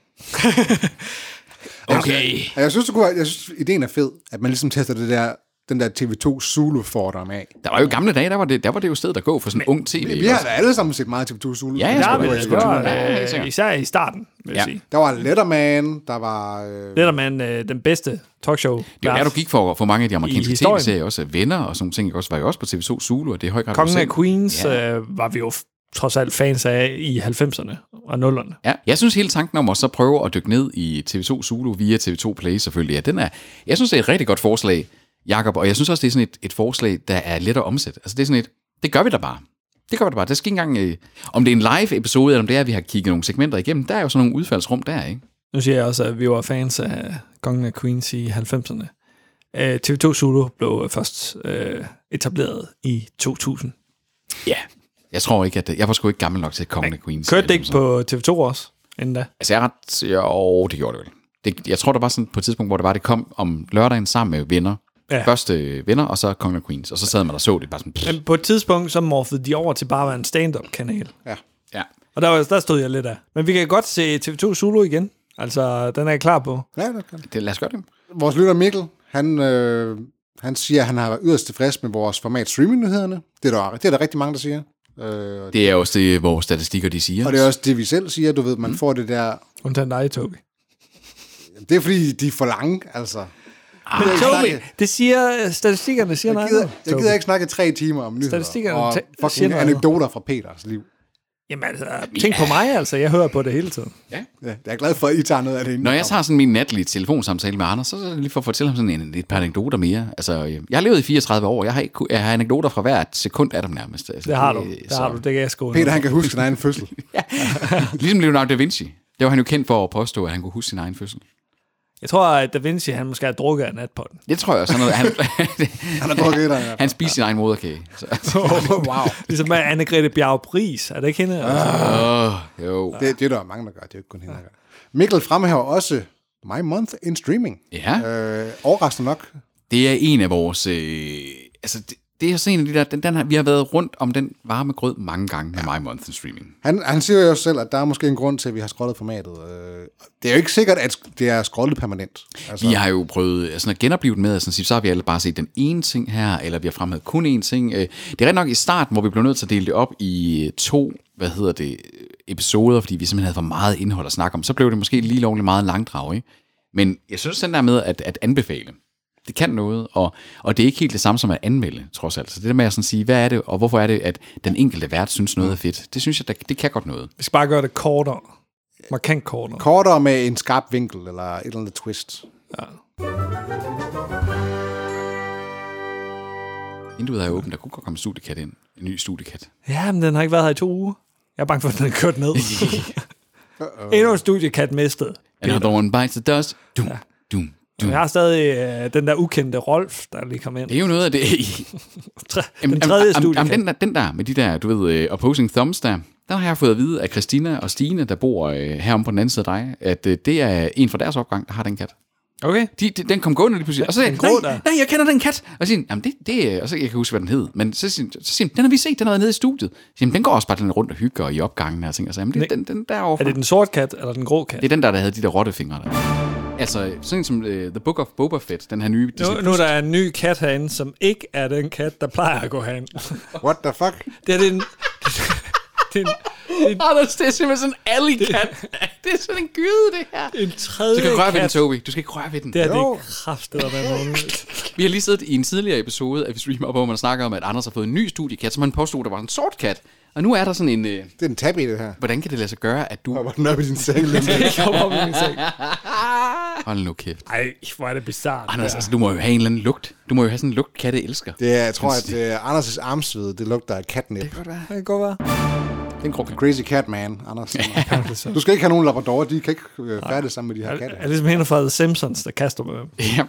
Okay. Og jeg synes, det kunne, være- jeg synes, ideen er fed, at man ligesom tester det der, den der T V to Zulu-fordom af. Der var jo gamle dage, der var det, der var det jo stedet at gå for sådan en ung tv. Vi har da alle sammen set meget T V to Zulu. Ja, ja, Det Ja, sgu var men da, jeg det sgu gjorde da. Ja, helt det, sikkert. især i starten, vil jeg Ja. sige. Der var Letterman, der var... Øh, Letterman, øh, den bedste talkshow. Det er jo der, du gik for, for mange af de amerikanske historien. tv-serier også. Venner og sådan nogle ting, ikke også, var jo også på T V to Zulu, og det er i høj grad... Kongen af selv. Queens Ja. øh, var vi jo f- trods alt fans af i halvfemserne og nullerne. Ja, jeg synes hele tanken om at så prøve at dykke ned i T V to Zulu via T V to Play selvfølgelig, ja, den er, jeg synes, det er et rigtig godt forslag, Jakob, og jeg synes også, det er sådan et, et forslag, der er let at omsætte. Altså det er sådan et, det gør vi da bare. Det gør vi da bare. Det skal ikke engang, øh, om det er en live episode, eller om det er, at vi har kigget nogle segmenter igennem, der er jo sådan nogle udfaldsrum der, ikke? Nu siger jeg også, at vi var fans af Kongen af Queens i halvfemserne. Øh, T V to Zulu blev først øh, etableret i to tusind. Ja. Jeg tror ikke, at jeg var sgu ikke gammel nok til Kongen af Queens. Kørte det ikke på T V to også, inden da? Altså jeg er ret, jo, det gjorde det vel. Det, jeg tror, der var sådan på et tidspunkt, hvor det var, det kom om lørdagen sammen med venner. Ja. Først øh, venner, og så Kongen af Queens. Og så sad man og så det bare sådan... Pff, Men på et tidspunkt, så morfede de over til bare at være en stand-up-kanal. ja. ja. Og der, var, der stod jeg lidt af. Men vi kan godt se T V to Zulu igen. Altså, den er jeg klar på. Ja, det kan. Det, lad os gøre det. Vores lytter Mikkel, han, øh, han siger, at han har været yderst tilfreds med vores format streamingnyhederne. Det er der, det er der rigtig mange, der siger. Øh, Det er også det, vores statistikker, de siger. og det er også det, vi selv siger. Du ved, man får det der... Undtagen dig, Tobi. Det er fordi, de er for lange, altså. Men Jeg Tobi, snakke- det siger, statistikkerne siger Jeg noget gider, andet, jeg Tobi. gider ikke snakke tre timer om nyheder Statistikkerne og ta- siger fucking noget andet. anekdoter fra Peters liv. Jamen altså, tænk på mig altså, jeg hører på det hele tiden. Ja. Ja, jeg er glad for, at I tager noget af det. Når jeg tager sådan min natlige telefonsamtale med Anders, så er det lige for at fortælle ham sådan en, et par anekdoter mere. Altså, jeg har levet i fireogtredive år, jeg har, ikke, jeg har anekdoter fra hvert sekund af dem nærmest. Altså, Det har du, det, det har du, det kan jeg sgu. Peter, han kan huske sin egen fødsel. Ligesom Leonardo da Vinci. Det var han jo kendt for at påstå, at han kunne huske sin egen fødsel. Jeg tror, at Da Vinci, han måske har drukket af nat på den. Det tror jeg også. Han, han, Han har drukket et af jer. han spiste sin egen moderkage. Så. Wow. Ligesom med Anne-Grethe Bjarup-Riis, er det ikke hende? Oh, jo. Det, det er der mange, der gør. Det er jo ikke kun hende, der gør. Mikkel fremhæver også My Month in Streaming. Ja. Øh, overraskende nok. Det er en af vores... Øh, altså, det, det er sådan en af de der... Den, den har, vi har været rundt om den varme grød mange gange med ja. My Month in Streaming. Han, han siger jo selv, at der er måske en grund til, at vi har skrottet formatet. Øh, det er jo ikke sikkert, at det er skrottet permanent. Altså, Vi har jo prøvet altså, at genopleve med, at så har vi alle bare set den ene ting her, eller vi har fremhævet kun én ting. Det er ret nok i starten, hvor vi blev nødt til at dele det op i to, hvad hedder det, episoder, fordi vi simpelthen havde for meget indhold at snakke om. Så blev det måske lige lovligt meget langdrag, ikke? Men jeg synes den der med at, at anbefale, det kan noget, og, og det er ikke helt det samme som at anmelde, trods alt. Så det der med at sådan sige, hvad er det, og hvorfor er det, at den enkelte vært synes noget er fedt, det synes jeg, det kan godt noget. Vi skal bare gøre det kortere. Markant kortere. Kortere med en skarp vinkel, eller et eller andet twist. Ja. Vinduet er åbent, der kunne godt komme en studiekat ind. En ny studiekat. Ja, men den har ikke været her i to uger. Jeg er bange for, at den er kørt ned. Endnu en studiekat mistet. Another one bites the dust. Dum, ja. dum, dum. Jeg har stadig øh, den der ukendte Rolf, der lige kom ind. Det er jo noget af det. Den tredje studiekat. Den der, den der med de der, du ved, uh, opposing thumbs der, der har jeg fået at vide af Christina og Stine, der bor uh, herom på den anden side af dig, at uh, det er en fra deres opgang, der har den kat. Okay. De, de, den kom gående lige pludselig. Og så sagde jeg, grå nej, der. nej, jeg kender den kat. Og så siger jamen det, det, og så jeg kan ikke huske, hvad den hed. Men så siger, så siger den har vi set, den har været nede i studiet. Så siger, den går også bare den rundt og hygger og i opgangen og ting. Og så jamen, det er den, den derovre. Er det den sorte kat, eller den grå kat? Det er den der, der havde de der rottefingre der. Altså, sådan som uh, The Book of Boba Fett, den her nye... Nu, nu er der en ny kat herinde, som ikke er den kat, der plejer at gå herinde. What the fuck? Det er den... det er en, en, Anders, det er simpelthen sådan en alley-kat. Det er sådan en gyde, det her. en tredje Du skal ikke røre ved den, kat. Toby. Du skal ikke røre ved den. Det er Jo. det kraftedder med nogen. Vi har lige siddet i en tidligere episode af Vi Streamer, hvor man snakker om, at Anders har fået en ny studiekat, som han påstod, der var en sort kat. Og nu er der sådan en... Øh, Det er en tab i det her. hvordan kan det lade sig gøre, at du... Hvor den op i din seng. Jeg kommer op i min seng. Hold nu kæft. Ej, hvor er det bizarrt. Anders, altså, du må jo have en eller anden lugt. Du må jo have sådan en lugt, katte elsker. Det er, jeg tror, at uh, Anders' armsved, det lugter af catnip. Det kan godt være. Det kan godt være. Det er en grå kat. Crazy cat man, Anders. Du skal ikke have nogen labradorer, de kan ikke uh, færdes sammen med de her katte. Er det ligesom hende fra The Simpsons, der kaster med dem? Ja.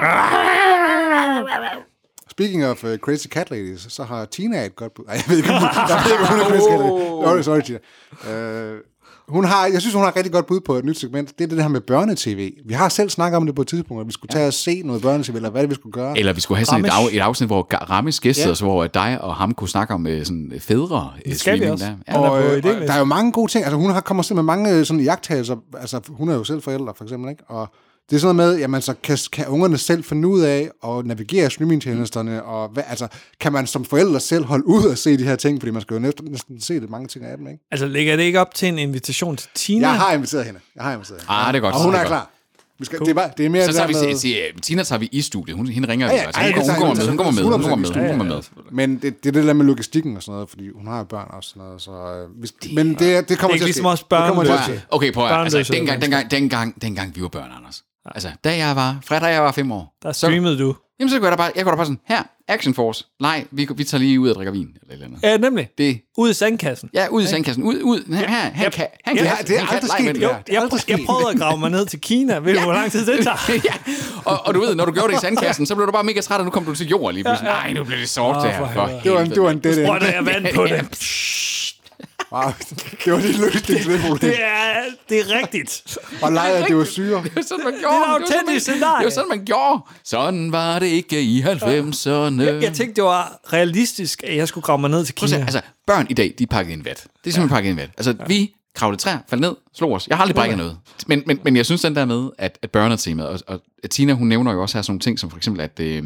Speaking of uh, crazy cat ladies, så har Tina et godt bud. Ej, jeg ved ikke, om hun, jeg ved ikke, om hun er crazy cat lady. Sorry, sorry, Tina. Uh, hun har, jeg synes, hun har et rigtig godt bud på et nyt segment. Det er det her med børnetv. Vi har selv snakket om det på et tidspunkt, at vi skulle tage og se noget børnetv, eller hvad det vi skulle gøre. Eller vi skulle have sådan et, Ramesh. af, et afsnit, hvor Ramesh gæstede Ja. os, hvor dig og ham kunne snakke om øh, sådan fædre Det skal vi streaming også. der. Ja. Og- Og, er på øh, og idélisten. der er jo mange gode ting. Altså, hun har kommer selv med mange øh, sådan iagttagelser. Altså, hun er jo selv forældre, for eksempel, ikke? Og det er sådan noget med, jamen, så kan, kan ungerne selv finde ud af at navigere streamingtjenesterne, og hvad, altså, kan man som forældre selv holde ud og se de her ting, fordi man skal jo næsten, næsten se det mange ting af dem, ikke? Altså, lægger det ikke op til en invitation til Tina? Jeg har inviteret hende. Jeg har inviteret hende. Ah, det er godt. Og hun det er godt. klar. Vi skal, det, er bare, det er mere Så det tager der vi, med, se, se, Tina tager vi i studiet. Hun, hende ringer Ja, vi. ja, Altså. ej, Hun, det tager hun, kommer vi. med. Hun kommer med. Hun kommer med. Hun kommer med. men det, det er det der med logistikken og sådan noget, fordi hun har jo børn og sådan noget, så øh, vi, men det, det kommer ikke til at ligesom ske. også Det kommer til at børneløse. ske. Okay, prøv at altså, Børneløse dengang, mennesker. dengang, dengang, dengang vi var børn, Anders. Altså, da jeg var, fra da jeg var fem år, Der streamede du. jamen så kunne jeg da bare, jeg kunne da bare sådan, her, Action Force, nej, vi, vi tager lige ud og drikker vin, eller et eller andet. Ja, nemlig. Det, Ud i sandkassen. ja, ud i sandkassen, ud, ud, her, her, han kan, han kan, Ja, det er han kan aldrig lege med sket, det. jo. Jo, Det er jeg, aldrig jeg sket. prøvede at grave mig ned til Kina. Ved du, hvor lang tid det tager? Ja, og, og du ved, når du gjorde det i sandkassen, så blev du bare mega træt, og nu kom du til jorden lige pludselig. Nej, nu blev det sort Åh, der. for For helvede. Det var en, det var en dead end. Sprøjter jeg vand på det. Wow, det var det løsning til det problem. Det er, det er rigtigt. Og leje, at det var syre. Det var sådan, man Det gjorde. er et var sådan, autentisk man- scenarie. Det var sådan, man gjorde. Sådan var det ikke i halvfemserne. Jeg, jeg tænkte, det var realistisk, at jeg skulle grave mig ned til Prøv at se, Kina. altså, børn i dag, de er pakket i en vat. Det er simpelthen pakket i en vat. Altså, vi kravlede træer, faldt ned, slog os. Jeg har aldrig brækket noget. Men, men, men jeg synes den der med, at, at børnetemaet, og, og at Tina, hun nævner jo også her sådan nogle ting, som for eksempel, at... Øh,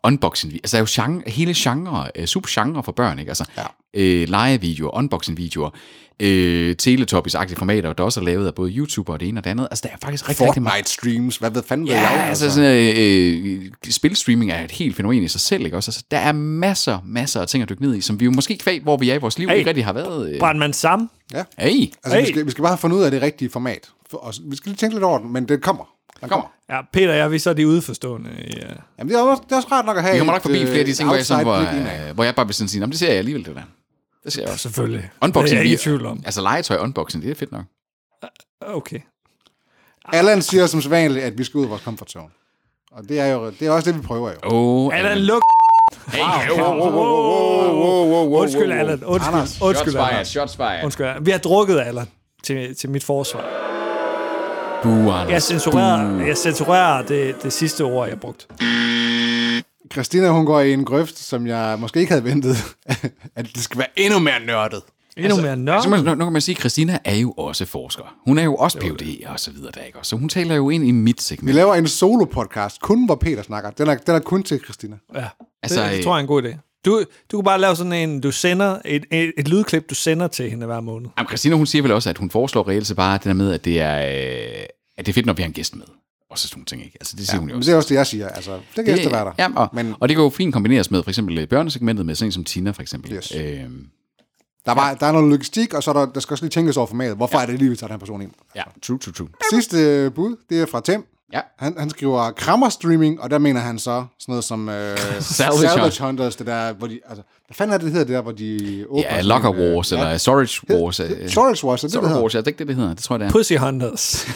unboxing, altså der er jo genre, hele genre, uh, subgenre for børn, ikke? Altså Ja. øh, legevideoer, unboxing-videoer, øh, Teletubbies-agtige formater, der også er lavet af både YouTuber og det ene og det andet. Altså der er faktisk rigtig, rigtig meget. Fortnite streams, hvad ved fanden ved Ja, jeg? altså sådan, øh, spilstreaming er et helt fænomen i sig selv, ikke også? Altså, der er masser, masser af ting at dykke ned i, som vi jo måske kvæg, hvor vi er i vores liv, Hey. ikke rigtig har været. Øh. Brandmand Sam. Ja. Hey, Altså, Hey. vi, skal, vi skal bare have fundet ud af det rigtige format. For, og, vi skal lige tænke lidt over den, men det kommer. Den kommer. Ja, Peter og jeg, vi er så de udeforstående. Ja. Jamen, det er, også, det er også rart nok at have vi kommer nok et, forbi flere af de øh, ting, hvor jeg, sådan, hvor, outside blik indad. øh, hvor jeg bare vil sådan sige, "Nå, men det ser jeg alligevel, det der. Det ser jeg også. Selvfølgelig. Unboxing, det er jeg ikke i video- tvivl om. Altså legetøj unboxing, det er fedt nok. Okay. Allan siger som sædvanligt, at vi skal ud af vores comfort zone. Og det er jo det er også det, vi prøver jo. Oh, Allan, luk. Hey, wow, wow, wow, wow, wow, wow, Undskyld, wow. Allan. Undskyld, Anders, undskyld, shots Allan. fired, shots fired. Undskyld, Allan. Vi har drukket, Allan, til, til mit forsvar. Buh, Anders. Jeg censurerer, jeg censurerer det, det sidste ord, jeg brugte. Christina, hun går i en grøft, som jeg måske ikke havde ventet, at det skal være endnu mere nørdet. Endnu altså, mere nørd. Så man, nu kan man sige, at Christina er jo også forsker. Hun er jo også P H D og så videre der, ikke? Så hun taler jo ind i mit Vi segment. laver en solo-podcast, kun hvor Peter snakker. Den er, den er kun til Christina. Ja, det, Altså, altså, det øh, tror jeg er en god idé. Du, du kan bare lave sådan en, du sender et, et, et lydklip, du sender til hende hver måned. Jamen, Christina, hun siger vel også, at hun foreslår reelt bare det der med, at det er, øh, at det er fedt, når vi har en gæst med. Og så sådan nogle ting, ikke? Altså, det siger Ja, hun jo men også. det er også det, jeg siger. Altså, det kan efter være der. Ja, og, Men og det kan jo fint kombineres med for eksempel børnesegmentet med sådan en som Tina, for eksempel. Yes. Øhm, der, var, der er noget logistik, og så er der, der skal også lige tænkes over formatet. Hvorfor ja. er det lige, vi tager den her person ind? ja, true, true, true. Sidste øh, bud, det er fra Tim. Ja. Han, han skriver krammer-streaming, og der mener han så sådan noget som øh, Salvage Salvage Hunters, det der, hvor de, altså, hvad fanden er det, det hedder, det der, hvor de åbner... Ja, sådan Locker en, øh, Wars, eller Storage Wars. øh, Storage Wars, er det, det Storage hedder? Wars, ja, det er ikke det, det hedder. Det tror jeg, det er. Pussy Hunters.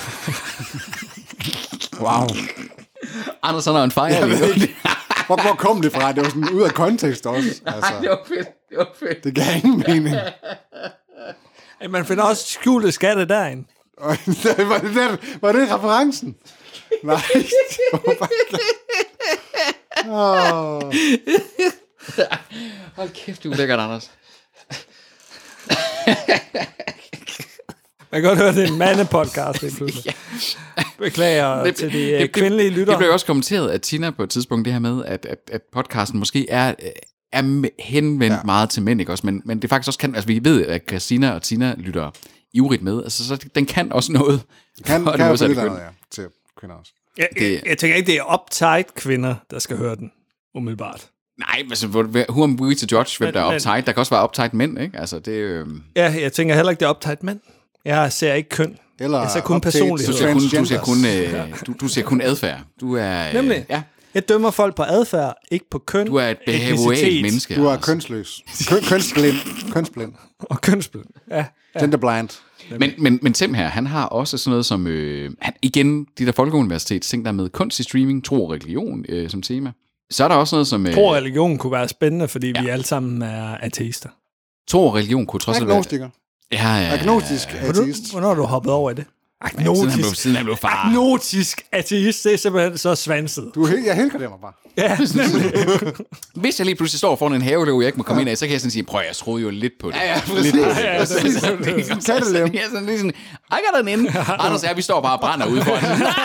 Wow. Anders, han er en fejl. Hvor, hvor kom det fra? Det var sådan ud af kontekst også. Altså, det var fedt, det var fedt. det gav ingen mening. Man finder også skjulte skatte derinde. Og var, det der, var det referencen? Nej. Oh. Hold kæft, du er lækkert, Anders. Jeg kan godt høre, det er en mandepodcast. Beklager det, til de det, det, kvindelige lyttere. Det blev også kommenteret af Tina på et tidspunkt, det her med, at, at, at podcasten måske er, er henvendt ja. meget til mænd, ikke også? Men, men det faktisk også kan, altså vi ved, at Christina og Tina lytter ivrigt med, altså så den kan også noget. Kan, kan jo få lidt andet, ja, til kvinder også. Jeg, jeg, jeg tænker ikke, det er uptight kvinder, der skal høre den, umiddelbart. Nej, altså, who am we to judge, hvem Men- der er men- uptight? Der kan også være uptight mænd, ikke? Altså, det øh... Ja, jeg tænker heller ikke, det er uptight mænd. Jeg ser ikke køn. Eller Jeg ser kun update personlighed. Du ser kun, du ser transgenders. kun, øh, du, du ser kun adfærd. Du er... Øh, Nemlig. Ja, Jeg dømmer folk på adfærd, ikke på køn, du er et behavioral etnicitet menneske. Du er Anders. kønsløs. Køn, kønsblind. Kønsblind. og kønsblind. Ja. Genderblind. Men, men, men Tim her, han har også sådan noget som, øh, han, igen, de der folkeuniversitets ting, der med kunst i streaming, tro og religion øh, som tema. Så er der også noget som... Øh, Tro og religion kunne være spændende, fordi ja. Ja. vi alle sammen er ateister. tro og religion kunne trods alt være... Agnostiker. Ja, ja, Agnostisk Hvornår, ateist. hvornår er du hoppet over i det? Siden han blev, Agnotisk. siden han blev far. Agnotisk ateist, det er simpelthen så svanset. Du, er helt- jeg helgarderer mig bare. Ja, nemlig. Hvis jeg lige pludselig står foran en havelåg, jeg ikke må komme ind af, så kan jeg sådan sige, prøv, jeg troede jo lidt på det. Ja, ja, præcis. Ja, ja, præcis. Kattelem. Jeg er sådan lige sådan, I got an in. Anders er, vi står bare og brænder ude foran.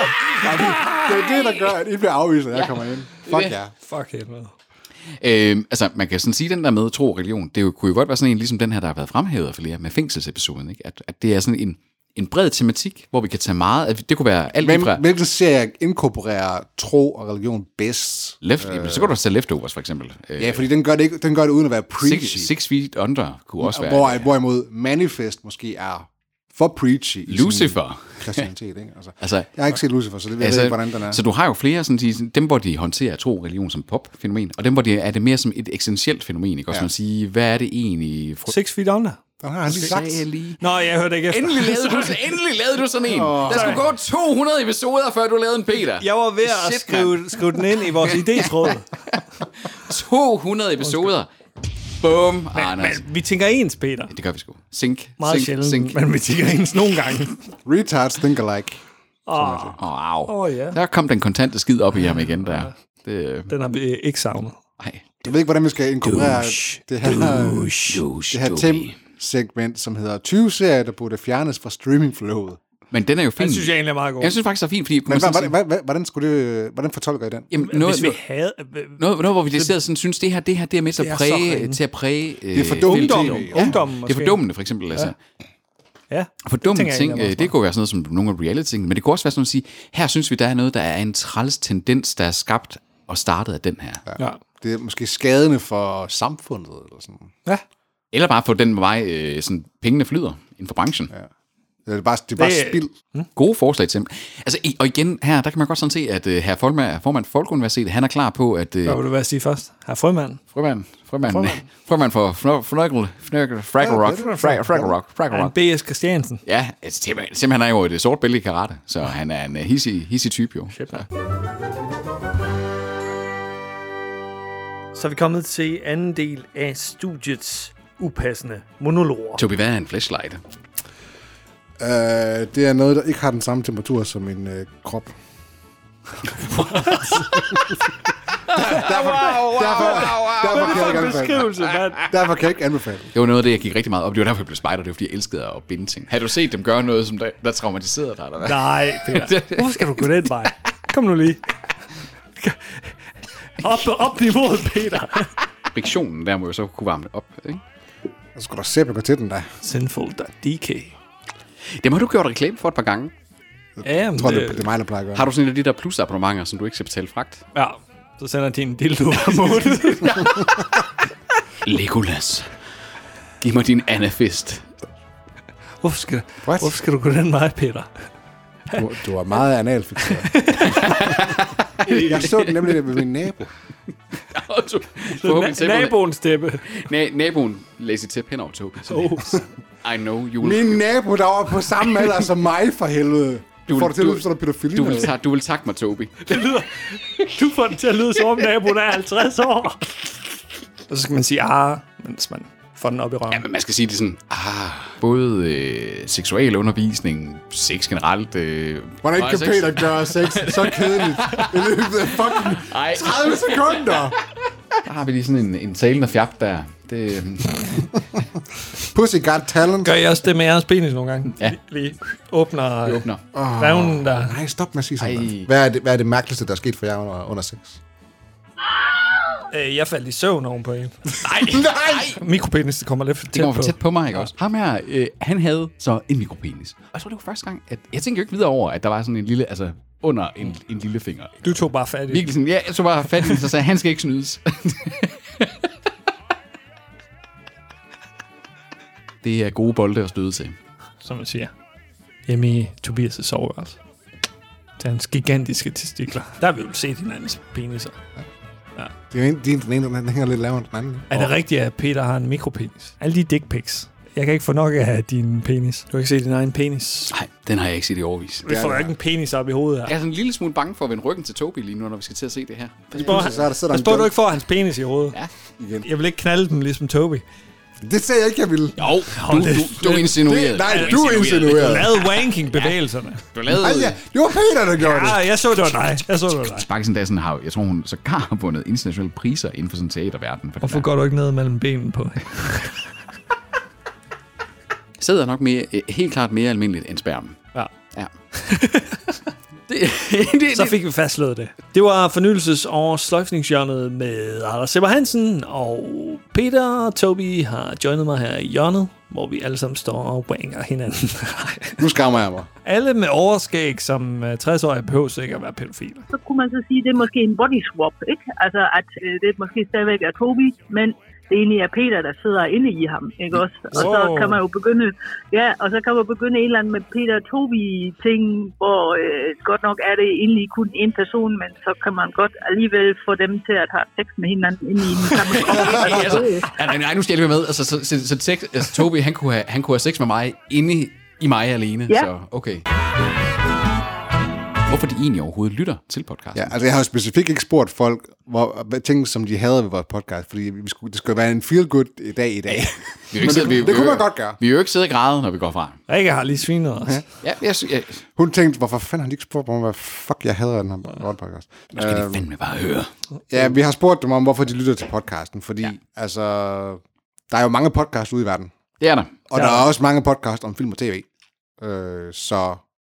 Det er det, der gør, at I bliver afvist, når jeg kommer ind. Fuck ja. Fuck helvede. Øhm, altså, man kan sådan sige, den der med tro og religion, det jo, kunne jo godt være sådan en, ligesom den her, der har været fremhævet af flere med fængselsepisoden, ikke? At, at det er sådan en, en bred tematik, hvor vi kan tage meget, at det kunne være alt Men fra hvilken serie inkorporerer tro og religion bedst? left, øh, så kan du også tage Leftovers, for eksempel. Øh, Ja, fordi den gør det, ikke, den gør det uden at være preachy. six, six Feet Under kunne også være. Hvor, hvorimod Manifest måske er for preachy. i sin Lucifer. Christianitet, ikke? Altså, Altså, jeg har ikke set Lucifer, så det ved jeg altså, ikke, hvordan den er. så du har jo flere, sådan, de, dem hvor de håndterer tro og religion som pop-fænomen, og dem hvor det er det mere som et eksistentielt fænomen, ikke? Også Ja. man sige, hvad er det egentlig? Fru- Six feet under. Den har han lige sagt. Sagde jeg lige. Nå, jeg hørte ikke efter. Endelig lavede du, endelig lavede du sådan en. Oh, der skulle gå to hundrede episoder, før du lavede en Peter. Jeg var ved at Shit, skrive, skrive den ind i vores idétråd. to hundrede episoder. Bum, Anders. Men vi tænker ens, Peter. Det gør vi sgu. Sink, Meget sink, sjældent, sink. men vi tænker ens nogle gange. Retards think alike. Åh, Åh, oh, au. oh, ja. Der kom den kontante skid op i ham igen der. Det, Den har vi ikke savnet. nej. Jeg ved ikke, hvordan vi skal inkorporere Douche. det her, Douche, det her Tim-segment, som hedder tyve serier, der burde fjernes fra streamingflowet. Men den er jo fin. Den synes jeg egentlig er meget god. Jeg synes faktisk, det er fint, fordi... Men hvad, hvad, hvad, hvordan, skulle det, hvordan fortolker I den? Jamen, noget, Hvis vi havde... noget, noget, hvor vi decideret sådan synes, det her, det her, det er med til Det er at så præge... ringe. Til at præge Det er fordummende. film. Ungdom. Ja, Ungdom, det er måske. fordummende, for eksempel. Altså. Ja. Fordummende tænker jeg ting, egentlig øh, også det kunne være sådan noget som nogle af reality-ting, men det kunne også være sådan at sige, her synes vi, der er noget, der er en træls tendens, der er skabt og startet af den her. Ja. Ja. Det er måske skadende for samfundet, eller sådan. Ja. Eller bare på den vej, øh, sådan, pengene flyder inden for branchen. Ja. Det er bare, det er bare Det- spild. Gode forslag til. Altså, i- og igen, her, der kan man godt sådan se, at uh, herr Folkman, formand for Folkeuniversitetet, han er klar på, at uh, Hvad vil du være at sige først? Her frømand. frømand, frømand, Frømand. frømand for Fnøggle, Fnøggle, Fraggle Rock, Fraggle Fraggle Rock, Fraggle Han Rock. B S Christiansen. Ja, altså, simpelthen, simpelthen han er jo et sort bælte i karate, så han er en uh, hissig, hissig type jo. Så. Så er vi kommet til anden del af studiets upassende monologer. Tobi, hvad er en flashlight? Uh, det er noget, der ikke har den samme temperatur som en uh, krop. derfor, derfor, derfor, kan jeg ikke anbefale. Derfor kan jeg ikke anbefale. Det var noget af det, jeg gik rigtig meget op. Det var derfor, jeg blev spejder. Det var, fordi jeg elskede at binde ting. Har du set dem gøre noget, som der, der traumatiserede dig, eller hvad? Nej, Peter. Hvorfor skal du gå den vej? Kom nu lige. Op, op niveauet, Peter. Friktionen der må jo så kunne varme det op, ikke? Så skal du sæbe gå til den der. Sinful.dk. Dem har du gjort reklame for et par gange. Ja, Jeg men tror, det, det, det er mig, der plejer at gøre. Har du sådan en af de der plus-abonnementer, som du ikke skal betale fragt? ja, så sender de en dildo hver måned. Legolas. Giv mig din anafist. Hvorfor skal, What? hvorfor skal du gå den vej, Peter? Du, du er meget analfixeret. Jeg så den nemlig ved min nabo. du, forhåbentlig tæpperne- Naboens steppe. Na- naboen læser tæp hen over Tobi. Oh. I know you will, Min nabo, der var på samme alder som mig, for helvede. Du vil- får det til at du- lyde, så er der pædofili. du, vil ta- du vil takke mig, Tobi. Det lyder, du får det til at lyde som om naboen er halvtreds år. Og så skal man sige, ah, mens man får den op i røven. Ja, men man skal sige det sådan, ah, både øh, seksuel undervisning, sex generelt. Øh, Hvordan og kan sex- Peter gøre sex så kedeligt i løbet af fucking Ej, tredive sekunder? der har vi lige sådan en, en talende fjap der. Det, Pussy got talent. Gør I også det med jeres penis nogle gange? Ja. Lige åbner vi åbner. revnen der. Nej, stop med at sige sådan Ej. noget. Hvad er, det, hvad er det mærkeligste, der er sket for jer under, under sex? Øh, jeg faldt i søvn oven på en. Nej, nej. Mikropenis, det kommer lidt for Det tæt kommer på. for tæt på mig, ikke også? Ham her, øh, han havde så en mikropenis. Og jeg tror, det var første gang, at jeg tænkte jo ikke videre over, at der var sådan en lille, altså under en, en lille finger. Du tog bare fat i. Virkelig sådan, ja, jeg tog bare fat i den, så sagde jeg, han skal ikke snydes. Det er gode bolde at støde til. Som man siger. Hjemme i Tobias' soveværelse. Til hans gigantiske testikler. Der har vi jo set hinandens peniser. Det er jo en, din, den ene, den hænger lidt lavere end den anden. Er det rigtigt, at Peter har en mikropenis? Alle de dick pics. Jeg kan ikke få nok af din penis. Du kan ikke se din egen penis. Nej, den har jeg ikke set i overvis. Vi får jo ikke en penis op i hovedet her. Jeg er sådan en lille smule bange for at vende ryggen til Tobi lige nu, når vi skal til at se det her. Spørg, Så er der, så er der Pas en på, at du joke ikke får hans penis i hovedet. Ja. igen. Jeg vil ikke knalde den ligesom Toby. Det sagde jeg ikke, jeg ville. Jo, du, du, du insinuerede. Det- nej, du insinuerede. Du lavede wanking-bevægelserne. Du lavede... Ej, ja, det var Peter, der gjorde det. Ja, jeg så, det var dig. Jeg så, det var dig. Sparkelsen der sådan har, jeg tror hun så har vundet internationale priser inden for sådan teaterverden. For Hvorfor går du ikke ned mellem benene på? Sæd er nok mere, øh, helt klart mere almindeligt end sperm. Ja. Ja. det, det, Så fik vi fastslået det. Det var fornyelses- og sløjfningshjørnet med Anders Sebber Hansen, og Peter og Toby har joinet mig her i hjørnet, hvor vi alle sammen står og wanger hinanden. Nu skammer jeg mig. Alle med overskæg som øh, tres-årige behøver ikke at være pædofile. Så kunne man så sige, at det er måske en body swap, ikke? Altså, at øh, det måske stadigvæk er Toby, men det egentlig er Peter, der sidder inde i ham, ikke også? Og så Wow. kan man jo begynde, ja, og så kan man begynde en eller anden med Peter og Toby-ting, hvor øh, godt nok er det egentlig kun en person, men så kan man godt alligevel få dem til at have sex med hinanden inde i den samme krop. altså, nej, nej, nu skal jeg lige være med. Altså, så, så, så sex, altså, Toby, han kunne, have, han kunne have sex med mig inde i mig alene. Ja. Så okay. Hvorfor de egentlig overhovedet lytter til podcasten? Ja, altså jeg har jo specifikt ikke spurgt folk, hvor, hvad ting, som de havde ved vores podcast, fordi vi skulle, det skulle være en feel-good dag i dag. Vi er jo Men ikke sidde- det, vi- det vi- kunne man godt gøre. Vi er jo ikke sidde og græde, når vi går fra. Rikke har lige svinet os. Ja. Ja, jeg, sy- jeg, Hun tænkte, hvorfor fanden har de ikke spurgt mig, hvad fuck jeg hader den her podcast. nu skal de fandme bare høre. Ja, vi har spurgt dem om, hvorfor de lytter til podcasten, fordi ja. altså, der er jo mange podcasts ude i verden, Det er der. og Ja. der er også mange podcasts om film og tv. Øh, så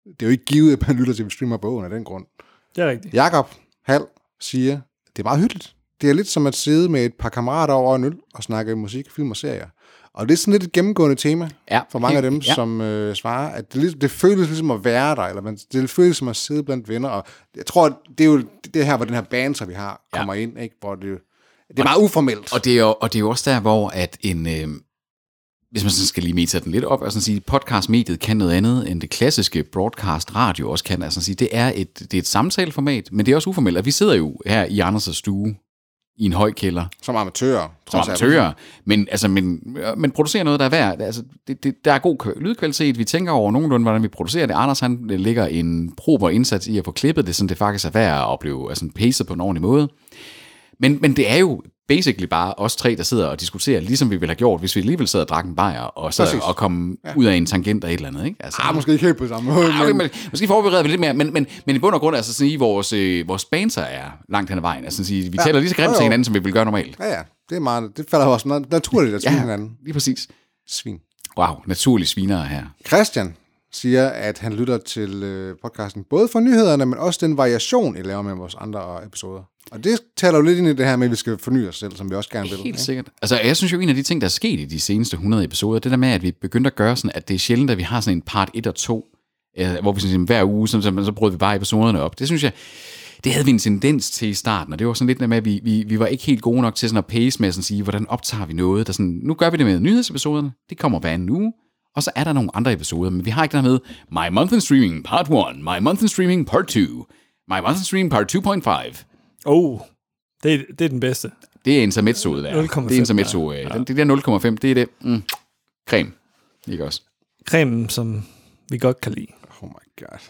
det er jo ikke givet, at man lytter til, at vi streamer bogen af den grund. Det er rigtigt. Jakob Hal siger, det er meget hyggeligt. Det er lidt som at sidde med et par kammerater over en øl og snakke musik, film og serier. Og det er sådan lidt et gennemgående tema Ja, for mange af dem, ja. som øh, svarer, at det, det føles ligesom at være der, eller man, det føles som at sidde blandt venner. Og jeg tror, det er jo det her, hvor den her banter, vi har, kommer ja. ind, ikke? Hvor det, det er meget uformelt. Og det er jo, og det er jo også der, hvor at en... Øh, hvis man sådan skal lige mete den lidt op, og sådan sige, podcastmediet kan noget andet, end det klassiske broadcast radio også kan. Altså sige, det er et, det er et samtaleformat, men det er også uformelt. Og vi sidder jo her i Anders' stue, i en høj kælder. Som amatører. Som amatører. Men, altså, men, men producerer noget, der er værd. Altså, det, det, der er god lydkvalitet. Vi tænker over nogenlunde, hvordan vi producerer det. Anders, han lægger en prober indsats i at få klippet det, så det faktisk er værd at blive altså, pacet på en ordentlig måde. Men, men det er jo basically bare os tre, der sidder og diskuterer, ligesom vi ville have gjort, hvis vi alligevel sad og drak en bajer, og, sad og kom ja. ud af en tangent af et eller andet. Ikke? Altså, ah, måske ikke helt på samme måde. Ah, men... men... Måske forbereder vi lidt mere, men, men, men i bund og grund er altså sådan, at vores, øh, vores banter er langt hen ad vejen. Altså, sige, vi ja. taler lige så grimt til hinanden, som vi vil gøre normalt. Ja, ja. Det er meget, det falder også noget naturligt at svine ja, hinanden. Lige præcis. Svin. Wow, naturlige svinere her. Christian siger, at han lytter til øh, podcasten, både for nyhederne, men også den variation, I laver med vores andre episoder. Og det taler jo lidt ind i det her med, at vi skal forny os selv, som vi også gerne vil. Helt ikke? sikkert. Altså, jeg synes jo, en af de ting, der er sket i de seneste hundrede episoder, det der med, at vi begyndte at gøre sådan, at det er sjældent, at vi har sådan en part et og to, øh, hvor vi sådan, hver uge, så, så, så brød vi bare episoderne op. Det synes jeg, det havde vi en tendens til i starten, og det var sådan lidt med, at vi, vi, vi var ikke helt gode nok til sådan at pace med at sige, hvordan optager vi noget, der sådan, nu gør vi det med nyhedsepisoderne, det kommer hver anden uge, og så er der nogle andre episoder, men vi har ikke der med My Month in Streaming Part one, My Month in Streaming Part two, My Month in Streaming Part to point five. Oh, det er, det er den bedste. Det er intermezzo, der. Det er intermezzo. Ja. Det der nul komma fem, det er det. Mm. Creme. Ikke også? Cremen, som vi godt kan lide. Oh my god.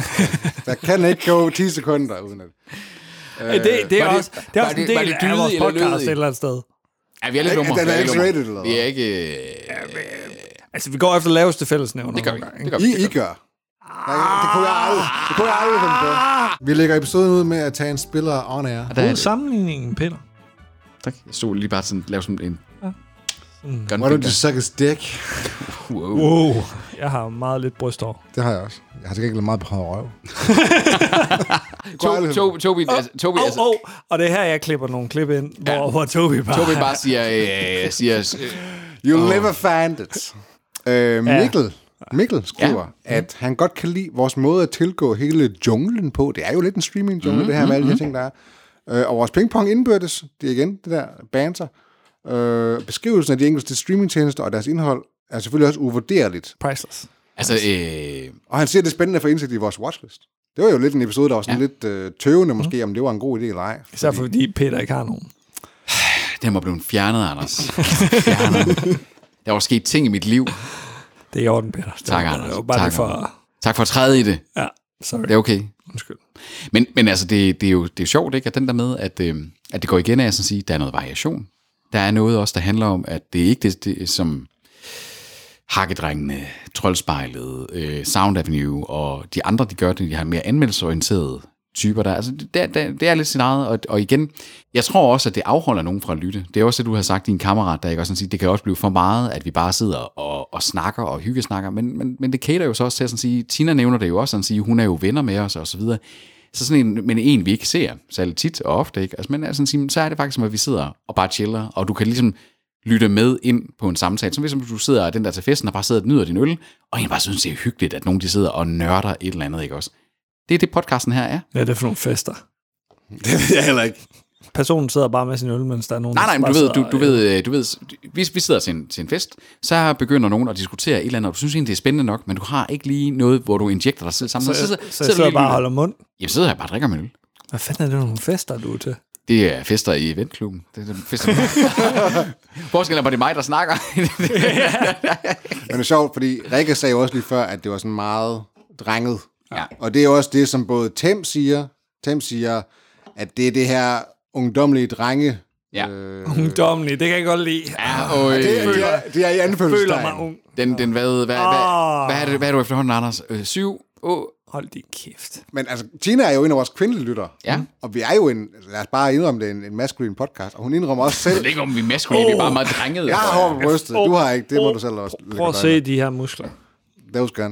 Der kan ikke gå ti sekunder uden at... Øh, det, det er også, det er også en del af vores podcast et eller andet sted. Ja, vi er lidt lummer. Den er ikke rated, eller Vi er ikke... Ja, men, altså, vi går efter laveste fællesnævner. Det gør vi. Det gør vi. I, I gør. Nej, det kunne jeg aldrig, det kunne jeg aldrig finde på. Vi lægger episoden ud med at tage en spiller on air. God sammenligning, Peter. Tak. Jeg så lige bare sådan, lave sådan en... Ja. Mm. Why don't you suck his dick? Wow. wow. Jeg har meget lidt brysthår. Det har jeg også. Jeg har sikkert ikke meget på røv. Toby, Toby, altså, Toby, oh, altså... Oh, og det er her, jeg klipper nogle klip ind, ja. hvor, hvor Toby bare... Toby bare siger... Øh, siger You'll oh. never find it. Øh, Mikkel... Ja. Mikkel skriver, ja. at han godt kan lide vores måde at tilgå hele junglen på. Det er jo lidt en streaming-jungle, mm, det her med alle de ting, der er. Øh, og vores pingpong indbyrdes, det er igen det der banter. Øh, beskrivelsen af de enkelte streamingtjenester og deres indhold er selvfølgelig også uvurderligt. Priceless. Altså, øh... Og han siger, det er spændende at få indsigt i vores watchlist. Det var jo lidt en episode, der var sådan ja. lidt øh, tøvende måske, mm. om det var en god idé eller ej. Fordi... Især fordi Peter ikke har nogen. Den var blevet fjernet, Anders. fjernet. Der var sket ting i mit liv. Det er i orden, Peter. Tak, Anders. Det var bare tak, for... tak for at træde i det. Ja, sorry. Det er okay. Undskyld. Men, men altså, det, det, er jo, det er jo sjovt, ikke? At den der med, at, øh, at det går igen af at sige, der er noget variation. Der er noget også, der handler om, at det er ikke det, det som Hakkedrengene, Troldspejlet, øh, Sound Avenue og de andre, de gør det, de har mere anmeldelsesorienterede typer der. Altså, det, det, det er lidt sin eget, og, og igen, jeg tror også, at det afholder nogen fra at lytte. Det er også det, du har sagt, din kammerat, der ikke også sådan sige, det kan også blive for meget, at vi bare sidder og, og snakker og hyggesnakker, men, men, men det cater jo så også til at sådan sige, Tina nævner det jo også, sådan sige, hun er jo venner med os og så videre. Så sådan en, men en, vi ikke ser, særligt tit og ofte, ikke? Altså, men altså, sige, så er det faktisk som, at vi sidder og bare chiller, og du kan ligesom lytte med ind på en samtale, som hvis du sidder den der til festen og bare sidder og nyder din øl, og en bare synes, det er hyggeligt, at nogen de sidder og nørder et eller andet, ikke også? Det er det, podcasten her er. Ja, det er for nogle fester. Det ved jeg heller ikke. Personen sidder bare med sin øl, mens der er nogen... Nej, nej, men du ved, du, du ved, du ved, hvis vi sidder til en, til en fest, så begynder nogen at diskutere et eller andet, og du synes egentlig, det er spændende nok, men du har ikke lige noget, hvor du injekter dig selv sammen. Så, så, så, så, så jeg sidder bare og holder mund? Jamen, så sidder jeg bare og drikker min øl. Hvad fanden er det nogle fester, du er til? Det er fester i eventklubben. Det er fester. Forskellen er bare, det er mig, der snakker. Men det er sjovt, fordi Rikke sagde jo også lige før, at det var sådan meget drenget. Ja. Og det er jo også det, som både Tem siger, Tem siger, at det er det her ungdomlige drenge. Ja. Øh, ungdomlige, det kan jeg godt lide. Ja, og øh, det, er, det, er, det er i anfølgelsestegn. Føler mig ung. Den, den hvad, hvad, hvad, oh. hvad, er det, hvad er du efterhånden, Anders? Øh, syv? Oh. Hold din kæft. Men altså, Tina er jo en af vores kvindelige lyttere. Ja. Og vi er jo en, lad os bare indrømme det, en, en maskulin podcast. Og hun indrømmer også selv. Jeg ved ikke, om vi er maskuline, oh. vi er bare meget drengede. Jeg har hår på brystet. Du har ikke, det må oh. du selv også. Prøv at se de her muskler. Those guns.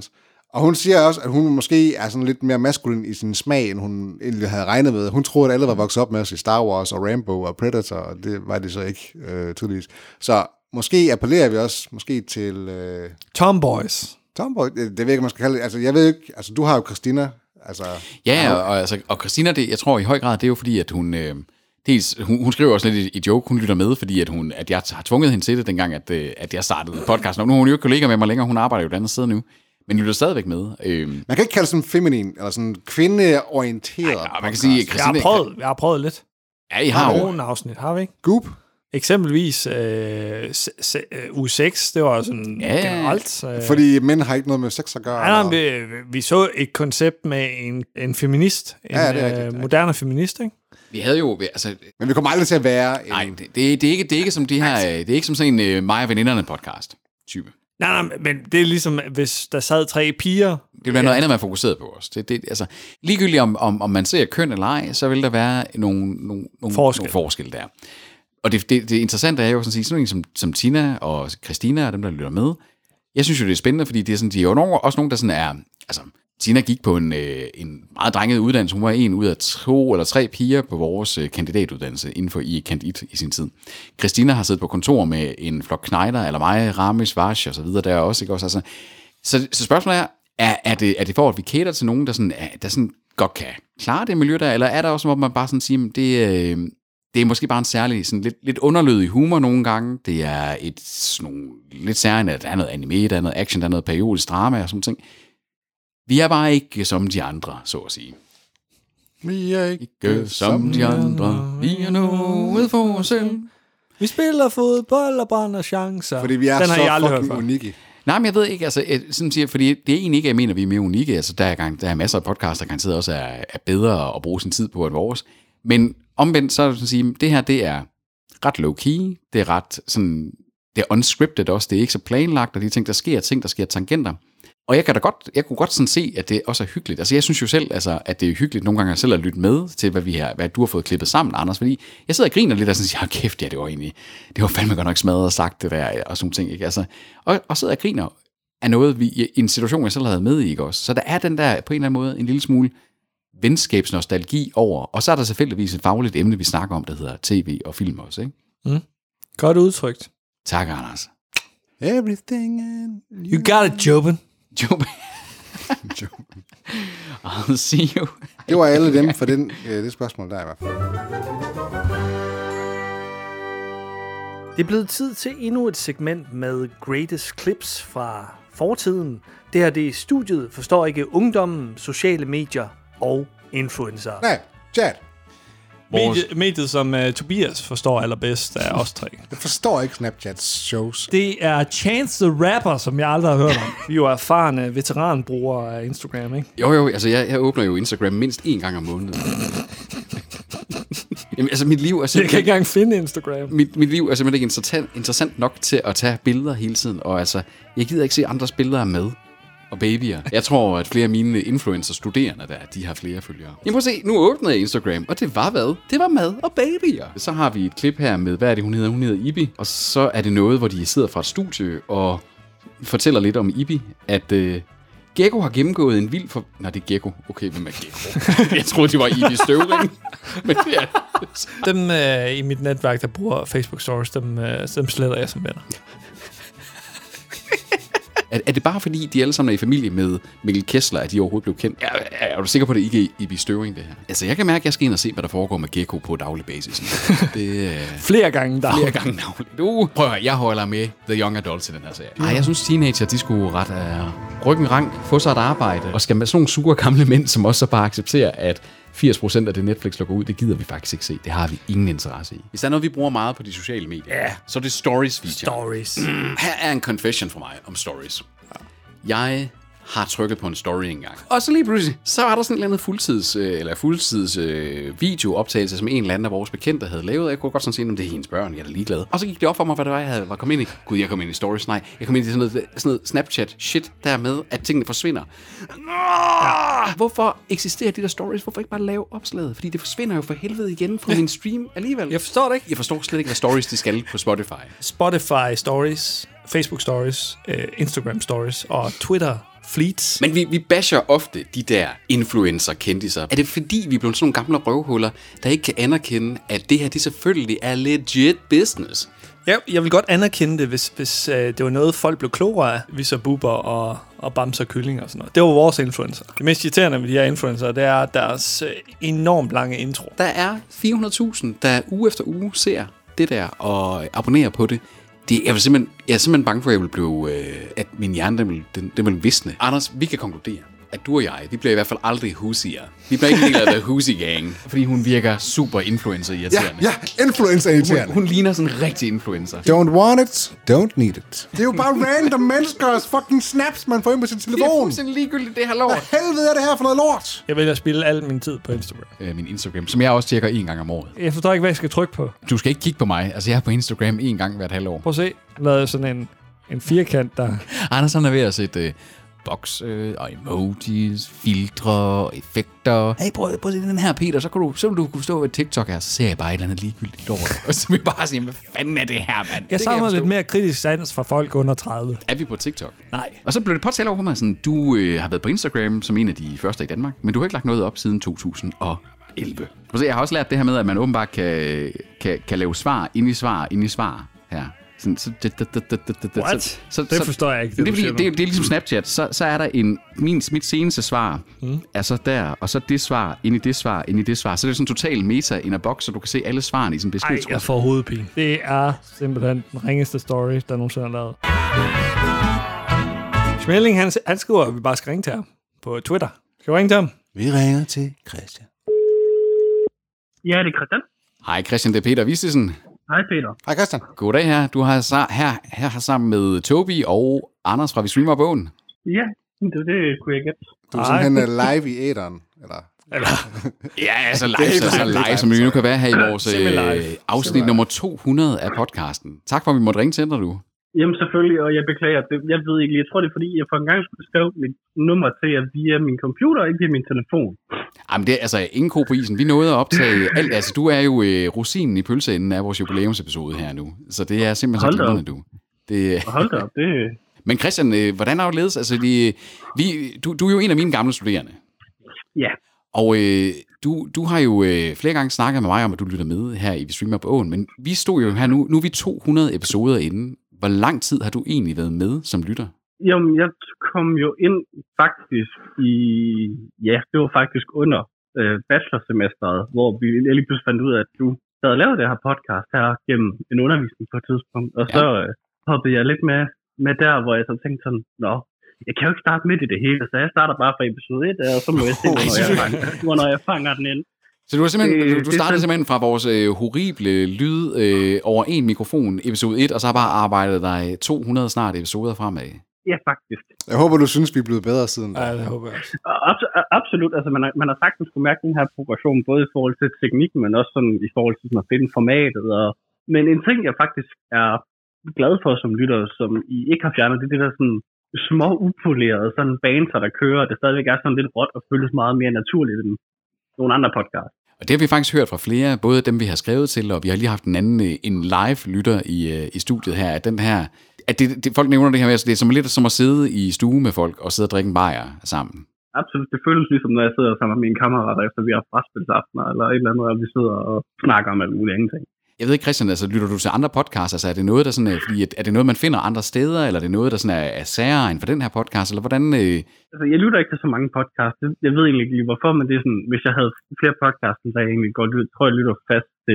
Og hun siger også, at hun måske er sådan lidt mere maskulin i sin smag, end hun egentlig havde regnet med. Hun troede, at alle var vokset op med at se Star Wars og Rambo og Predator, og det var det så ikke øh, tydeligvis. Så måske appellerer vi også måske til... Øh, Tomboys. Tomboy, det, det ved jeg ikke, man skal kalde det. Altså, jeg ved ikke, altså du har jo Christina. Altså, ja, og, og, altså, og Christina, det, jeg tror i høj grad, det er jo fordi, at hun... Øh, dels, hun, hun skriver også lidt i, i joke, hun lytter med, fordi at, hun, at jeg har tvunget hende til det, dengang, at, at jeg startede podcasten. Nu er hun jo ikke kollega med mig længere, hun arbejder jo et andet sted nu. Men lytter stadigvæk med. Øhm. Man kan ikke kalde det sådan feminin, eller sådan kvindeorienteret. Ej, man kan sige, jeg har prøvet, jeg har prøvet lidt. Ja, I har jo. Nogle afsnit, har vi ikke? Goop. Eksempelvis øh, se, se, uge seks, det var sådan ja, generelt. Øh, fordi mænd har ikke noget med sex at gøre. Nej, nej, vi, vi så et koncept med en, en feminist, en ja, det er rigtigt, øh, moderne feminist, ikke? Vi havde jo, altså... Men vi kommer aldrig til at være... En... Nej, det, det, det, er ikke, det er ikke som de her... Det er ikke som sådan en uh, mig og veninderne podcast type. Nej, nej, men det er ligesom, hvis der sad tre piger... Det vil være noget andet, man er fokuseret på os. Det, det, altså, ligegyldigt om, om, om man ser køn eller ej, så vil der være nogle, nogle, nogle, forskel. nogle forskel der. Og det, det, det interessante er jo sådan at sige, sådan noget som, som Tina og Christina og dem, der lytter med. Jeg synes jo, det er spændende, fordi det er sådan, de er jo nogle, også nogen, der sådan er... Altså, Tina gik på en, øh, en meget drenget uddannelse. Hun var en ud af to eller tre piger på vores øh, kandidatuddannelse inden for i Candid i sin tid. Christina har siddet på kontor med en flok knejder, eller mig, Ramesh, Vash og så videre der også. Ikke? også altså, så, så spørgsmålet er, er, er, det, er det for, at vi cater til nogen, der, sådan, er, der sådan godt kan klare det miljø der, eller er der også, hvor man bare sådan siger, det, øh, det er måske bare en særlig, sådan lidt, lidt underlødig humor nogle gange. Det er et sådan nogle, lidt særligt, at der er noget anime, der er noget action, der er noget periodisk drama og sådan ting. Vi er bare ikke som de andre, så at sige. Vi er ikke, ikke som de andre. Vi er noget for os selv. Vi spiller fodbold og brænder chancer. Fordi vi er Den så fucking unikke. Nej, men jeg ved ikke, altså, sådan siger, fordi det er egentlig ikke, jeg mener, vi er mere unikke. Altså, der er, gang, der er masser af podcasts, der garanteret også er, er bedre at bruge sin tid på end vores. Men omvendt, så er det sådan at sige, det her, det er ret low-key. Det er ret sådan, det er unscripted også. Det er ikke så planlagt, og de ting, der sker, ting, der sker tangenter. Og jeg kan da godt, jeg kunne godt sådan se, at det også er hyggeligt. Altså jeg synes jo selv, altså, at det er hyggeligt nogle gange selv at lytte med til, hvad vi har, hvad du har fået klippet sammen, Anders. Fordi jeg sidder og griner lidt og sådan siger, kæft, ja, det var egentlig, det var fandme godt nok smadret og sagt det der, og sådan nogle ting, ikke? Altså, og, og sidder og griner af noget, vi, i en situation, jeg selv havde med i, ikke også? Så der er den der, på en eller anden måde, en lille smule venskabsnostalgi over, og så er der selvfølgeligvis et fagligt emne, vi snakker om, der hedder tv og film også, ikke? Mm. Godt udtrykt. Tak, Anders. Everything and you, you got it, Jobin. Jobin. I'll see you. Det var alle dem for den, øh, det spørgsmål der i hvert fald. Det er blevet tid til endnu et segment med Greatest Clips fra fortiden. Det her det er studiet, forstår ikke ungdommen, sociale medier og influencer. Nej, chat. Medie, mediet, som uh, Tobias forstår allerbedst af os tre. Jeg forstår ikke Snapchats shows. Det er Chance the Rapper, som jeg aldrig har hørt om. Vi er jo erfarne veteranbrugere af Instagram, ikke? Jo, jo, altså jeg, jeg åbner jo Instagram mindst én gang om måneden. Jamen, altså mit liv er simpelthen... Jeg kan ikke engang finde Instagram. Mit, mit liv er simpelthen ikke interessant, interessant nok til at tage billeder hele tiden, og altså, jeg gider ikke se andres billeder af mad og babyer. Jeg tror, at flere af mine influencer-studerende der, de har flere følgere. Jamen prøv at se, nu åbnede jeg Instagram, og det var hvad? Det var mad og babyer. Så har vi et klip her med, hvad er det, hun hedder? Hun hedder Ibi, og så er det noget, hvor de sidder fra et studie og fortæller lidt om Ibi, at... Øh, Gekko har gennemgået en vild for... Nej, det er Gekko. Okay, hvem er Gekko? Jeg troede, de var i de støvring. Men det er... Dem øh, i mit netværk, der bruger Facebook Stories, dem, øh, dem sletter jeg som venner. er, er det bare fordi, de alle sammen er i familie med Mikkel Kessler, at de overhovedet blev kendt? Er, er, er du sikker på, at det ikke er i de støvring, det her? Altså, jeg kan mærke, at jeg skal ind og se, hvad der foregår med Gekko på daglig basis. Det, øh... Flere gange dagligt. Flere gange dagligt. Du, prøv at høre, jeg holder med The Young Adults i den her serie. Ej, jeg synes, teenager, de skulle ret af ryggen rank, få sig et arbejde, og skal med sådan nogle sure gamle mænd, som også så bare accepterer, at firs procent af det Netflix lukker ud, det gider vi faktisk ikke se. Det har vi ingen interesse i. Hvis der er noget, vi bruger meget på de sociale medier, ja. så er det stories feature. Stories. Mm, her er en confession for mig om stories. Ja. Jeg har trykket på en story engang. Og så lige pludselig, så var der sådan en eller anden fuldtids, eller fuldtids øh, videooptagelse, som en eller anden af vores bekendte havde lavet. Jeg kunne godt sådan sige, om det er hendes børn, jeg er da ligeglad. Og så gik det op for mig, hvad det var, jeg havde var kommet ind i. Gud, jeg kom ind i stories. Nej, jeg kom ind i sådan noget, sådan noget Snapchat shit der med, at tingene forsvinder. Ja. Hvorfor eksisterer de der stories? Hvorfor ikke bare lave opslaget? Fordi det forsvinder jo for helvede igen fra min stream alligevel. Jeg forstår det ikke. Jeg forstår slet ikke, hvad stories de skal på Spotify. Spotify Stories, Facebook Stories, øh, Instagram Stories og Twitter fleets. Men vi, vi basher ofte de der influencer-kendiser. Er det fordi, vi er blevet sådan nogle gamle røvhuller, der ikke kan anerkende, at det her det selvfølgelig er legit business? Ja, jeg vil godt anerkende det, hvis, hvis øh, det var noget, folk blev klogere af. Vi så buber og, og bamser kylling og sådan noget. Det var vores influencer. Det mest irriterende med de her influencer, det er deres øh, enormt lange intro. Der er fire hundrede tusind, der uge efter uge ser det der og abonnerer på det. Det, jeg, vil simpelthen, jeg er simpelthen bange for, at, jeg vil blive, øh, at min hjerne den vil, den, den vil visne. Anders, vi kan konkludere, at du og jeg, vi bliver i hvert fald aldrig husier. Vi bliver ikke en del af The Husi Gang, fordi hun virker super influencer-irriterende. Ja, ja, influencer-irriterende. Hun, hun ligner sådan en rigtig influencer. Don't want it, don't need it. Det er jo bare random menneskers fucking snaps, man får ind på sin telefon. Det er fuldstændig ligegyldigt, det her lort. Hvad helvede er det her for noget lort? Jeg vælger at spille al min tid på Instagram. Øh, min Instagram, som jeg også tjekker en gang om året. Jeg forstår ikke, hvad jeg skal trykke på. Du skal ikke kigge på mig. Altså, jeg er på Instagram en gang hvert halvår. Prøv at se. Jeg lavede sådan en, en firkant, der... Anders han er ved at sætte øh, boks øh, og emojis, filtre og effekter. Hey, prøv, prøv at se den her, Peter. Så kan du, så vil du kunne stå ved TikTok her, så ser jeg bare et eller andet ligegyldigt lort. Og så vil jeg bare sige, hvad fanden er det her, mand? Jeg savner lidt mere kritisk sans fra folk under tredive. Er vi på TikTok? Nej. Og så blev det påtalt over for mig sådan, du øh, har været på Instagram som en af de første i Danmark, men du har ikke lagt noget op siden to tusind og elleve. Og så jeg har også lært det her med, at man åbenbart kan, kan, kan lave svar ind i svar, ind i svar her. Sådan, så, det, det, det, det, det, What? Så, så, det forstår jeg ikke. Det, det, det, det, det, det er ligesom Snapchat. Så, så er der en, min, mit seneste svar mm. er så der, og så det svar, ind i det svar, ind i det svar. Så det er sådan total meta in a box, så du kan se alle svarene i sådan en besked. Ej, jeg får hovedpine. Det er simpelthen den ringeste story, der nogensinde er lavet. Schmeling, han, han skriver, at vi bare skal ringe til ham på Twitter. Skal vi ringe til ham? Vi ringer til Christian. Ja, det er Christian. Hej Christian, det er Peter Vistisen. Hej Peter. Hej Christian. Goddag her. Du har sa- her, her har sammen med Toby og Anders fra Vi Streamer Bogen. Ja, det, det kunne jeg gætte. Du er simpelthen uh, live i æderen, eller? Eller? Ja, altså live, så, så live, som vi nu kan være her i vores øh, afsnit nummer to hundrede af podcasten. Tak for, at vi måtte ringe til dig, du. Jamen selvfølgelig, og jeg beklager det. Jeg ved ikke, jeg tror det er fordi, jeg for en gang skulle skrive mit nummer til jer via min computer, og ikke via min telefon. Jamen det er altså ingen ko på isen. Vi nåede at optage alt. Altså du er jo øh, rosinen i pølseenden af vores jubilæumsepisode her nu. Så det er simpelthen så glimrende, du. Det, Hold da op, det... Men Christian, øh, hvordan er du ledes? Altså, de, vi, du, du er jo en af mine gamle studerende. Ja. Og øh, du, du har jo øh, flere gange snakket med mig om, at du lytter med her i Vi Streamer Bogen. Men vi stod jo her nu. Nu er vi to hundrede episoder inde. Hvor lang tid har du egentlig været med som lytter? Jamen, jeg kom jo ind faktisk i... Ja, det var faktisk under øh, bachelorsemesteret, hvor vi lige pludselig fandt ud af, at du havde lavet det her podcast her gennem en undervisning på et tidspunkt. Og så ja. øh, hoppede jeg lidt med, med der, hvor jeg så tænkte sådan, nå, jeg kan jo ikke starte midt i det hele, så jeg starter bare fra episode et, og så må jeg se, hvornår jeg fanger, hvornår jeg fanger den ind. Så du, har simpelthen, det, du, du startede det, simpelthen fra vores øh, horrible lyd øh, over en mikrofon, episode et, og så har bare arbejdet dig to hundrede snart episoder fremad. Ja, faktisk. Jeg håber, du synes, vi er blevet bedre siden. Ja, det håber jeg også. Abs- absolut. Altså, man har, man har sagtens kunne mærke den her progression, både i forhold til teknikken, men også sådan i forhold til sådan at finde formatet. Og... Men en ting, jeg faktisk er glad for som lytter, som I ikke har fjernet, det er det der sådan små upolerede sådan banter, der kører. Det stadigvæk er sådan lidt råt og føles meget mere naturligt end nogle andre podcasts. Og det har vi faktisk hørt fra flere, både dem, vi har skrevet til, og vi har lige haft en anden, en live-lytter i, i studiet her, at den her, at det, det, folk nævner det her med, at det er som lidt som at sidde i stue med folk og sidde og drikke en bajer sammen. Absolut. Det føles ligesom, når jeg sidder sammen med mine kammerater, efter vi har brætspilsaftener, eller et eller andet, og vi sidder og snakker om alt muligt ingenting. Jeg ved ikke, Christian, altså lytter du til andre podcasts, altså er det noget, der sådan er, fordi er det noget, man finder andre steder, eller er det noget, der sådan er, er særere end for den her podcast, eller hvordan? Øh... Altså, jeg lytter ikke til så mange podcasts. Jeg ved egentlig ikke lige, hvorfor, men det er sådan, hvis jeg havde flere podcasts, så jeg egentlig godt lytter, tror jeg, lytter fast til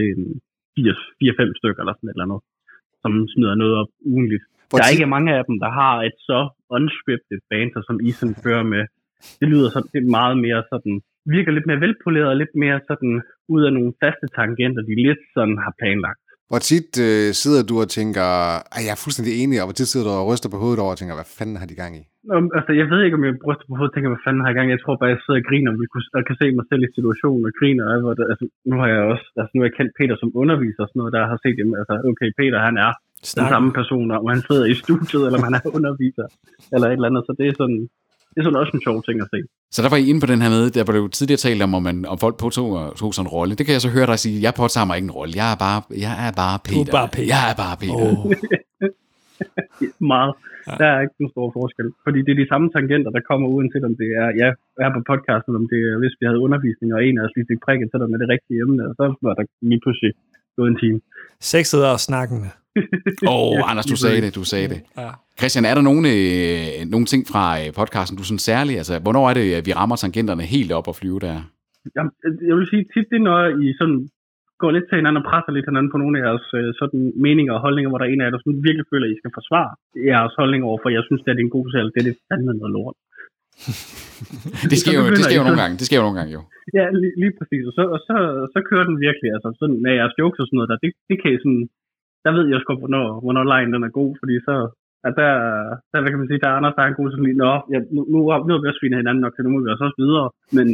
fire fem stykker, eller sådan et eller andet, som smider noget op ugenligt. Der er ikke mange af dem, der har et så unscripted banter, som I sådan fører med. Det lyder sådan det er meget mere sådan, virker lidt mere velpoleret, lidt mere sådan ud af nogle faste tangenter, de lidt sådan har planlagt. Hvor tit øh, sidder du og tænker, at jeg er fuldstændig enig, og hvor tit sidder du og ryster på hovedet over og tænker, hvad fanden har de gang i? Um, altså, jeg ved ikke, om jeg ryster på hovedet og tænker, hvad fanden har jeg gang i. Jeg tror bare, jeg sidder og griner, og, vi kunne, og kan se mig selv i situationen og griner. Og, altså, nu har jeg også, altså nu har jeg kendt Peter som underviser og sådan noget, der har set dem. Altså, okay, Peter, han er Snak. den samme person, og han sidder i studiet, eller man er underviser, eller et eller andet. Så det er sådan... Det er sådan også en sjov ting at se. Så der var I inde på den her med, der var det jo tidligere talt om, om, man, om folk påtog tog sådan en rolle. Det kan jeg så høre dig sige, jeg påtager mig ikke en rolle. Jeg er bare, jeg er bare Peter. Du er bare Peter. Jeg er bare Peter. Oh. Meget. Ja. Der er ikke en stor forskel. Fordi det er de samme tangenter, der kommer uanset om det er, ja, her på podcasten, om det er, hvis vi havde undervisning, og en af os lige fik prikket til dig med det rigtige emne, og så var der lige pludselig gået en time. Sexet og snakkende. Åh, oh, Anders, du sagde det, du sagde det. Ja. Christian, er der nogle, øh, nogle ting fra podcasten, du synes særligt? Altså, hvornår er det, at vi rammer tangenterne helt op og flyve der? Jamen, jeg vil sige, tit det er, når I sådan går lidt til hinanden og presser lidt hinanden på nogle af jeres øh, sådan meninger og holdninger, hvor der er en af jer, der sådan virkelig føler, at I skal forsvare jeres holdninger over, for jeg synes, det er en god sal. Det er det fandme noget lort. det sker jo, det sker jo nogle gange. Det sker jo nogle gange, jo. Ja, lige, lige præcis. Og så, og så, så kører den virkelig. Altså sådan med jeres jokes og sådan noget der. Det, det kan I sådan, der ved jeg sgu, hvornår, hvornår lejen den er god, fordi så, at der, der, hvad kan man sige, der er Anders, der er en god sådan lige, nå, ja, nu, nu, nu er vi også svine hinanden nok, så nu må vi også også videre. Men,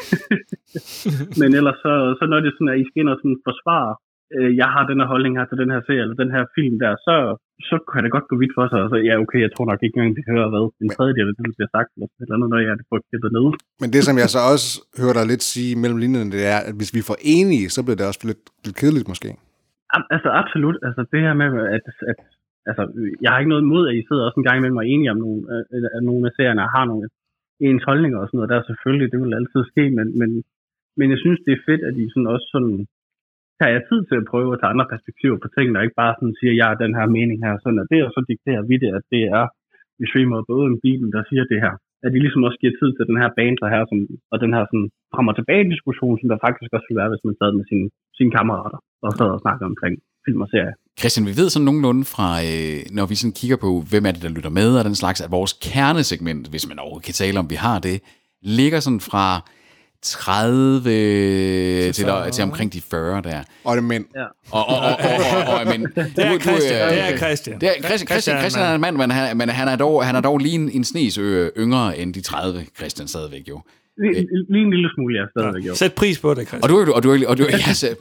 men ellers så, så når det sådan, at I skal ind og sådan forsvare, øh, jeg har den her holdning her til den her serie, eller den her film der, så, så kan det godt gå vidt for sig. Altså, ja, okay, jeg tror nok ikke engang, vi hører, hvad en tredjedel af det, der bliver sagt, eller et eller andet, når jeg er det får klippet ned. Men det, som jeg så også hører dig lidt sige mellem linjerne, det er, at hvis vi får enige, så bliver det også lidt, lidt kedeligt måske. Altså absolut, altså det her med, at, at altså, jeg har ikke noget imod, at I sidder også en gang imellem og er enige om nogle, at nogle af serierne har nogle ens holdninger og sådan noget, der er selvfølgelig, det vil altid ske, men, men, men jeg synes, det er fedt, at I sådan også sådan, tager jeg tid til at prøve at tage andre perspektiver på tingene, og ikke bare sådan siger, jeg har den her mening her, sådan at det, og så dikterer vi det, at det er, vi streamer både en bil, der siger det her, at I ligesom også giver tid til den her banter her, som, og den her sådan frem og tilbage diskussion, som der faktisk også ville være, hvis man sad med sine, sine kammerater, og sad og snakkede omkring film og serier. Christian, vi ved sådan nogenlunde fra, øh, når vi sådan kigger på, hvem er det, der lytter med, og den slags, at vores kernesegment, hvis man overhovedet kan tale om, vi har det, ligger sådan fra tredive til, til, til omkring de fyrre der. Og det er mænd. Ja. Og, og, og, og, og, og, men, det er Christian. Det er Christian. Det er Christian, Christian, Christian er en mand, men han, men han er dog, han er dog lige en, en snes yngre end de tredive, Christian stadigvæk jo. Lige, lige en lille smule, jeg stadigvæk jo. Sæt pris på det, Christian. Og du, og du, og du, ja, sæt,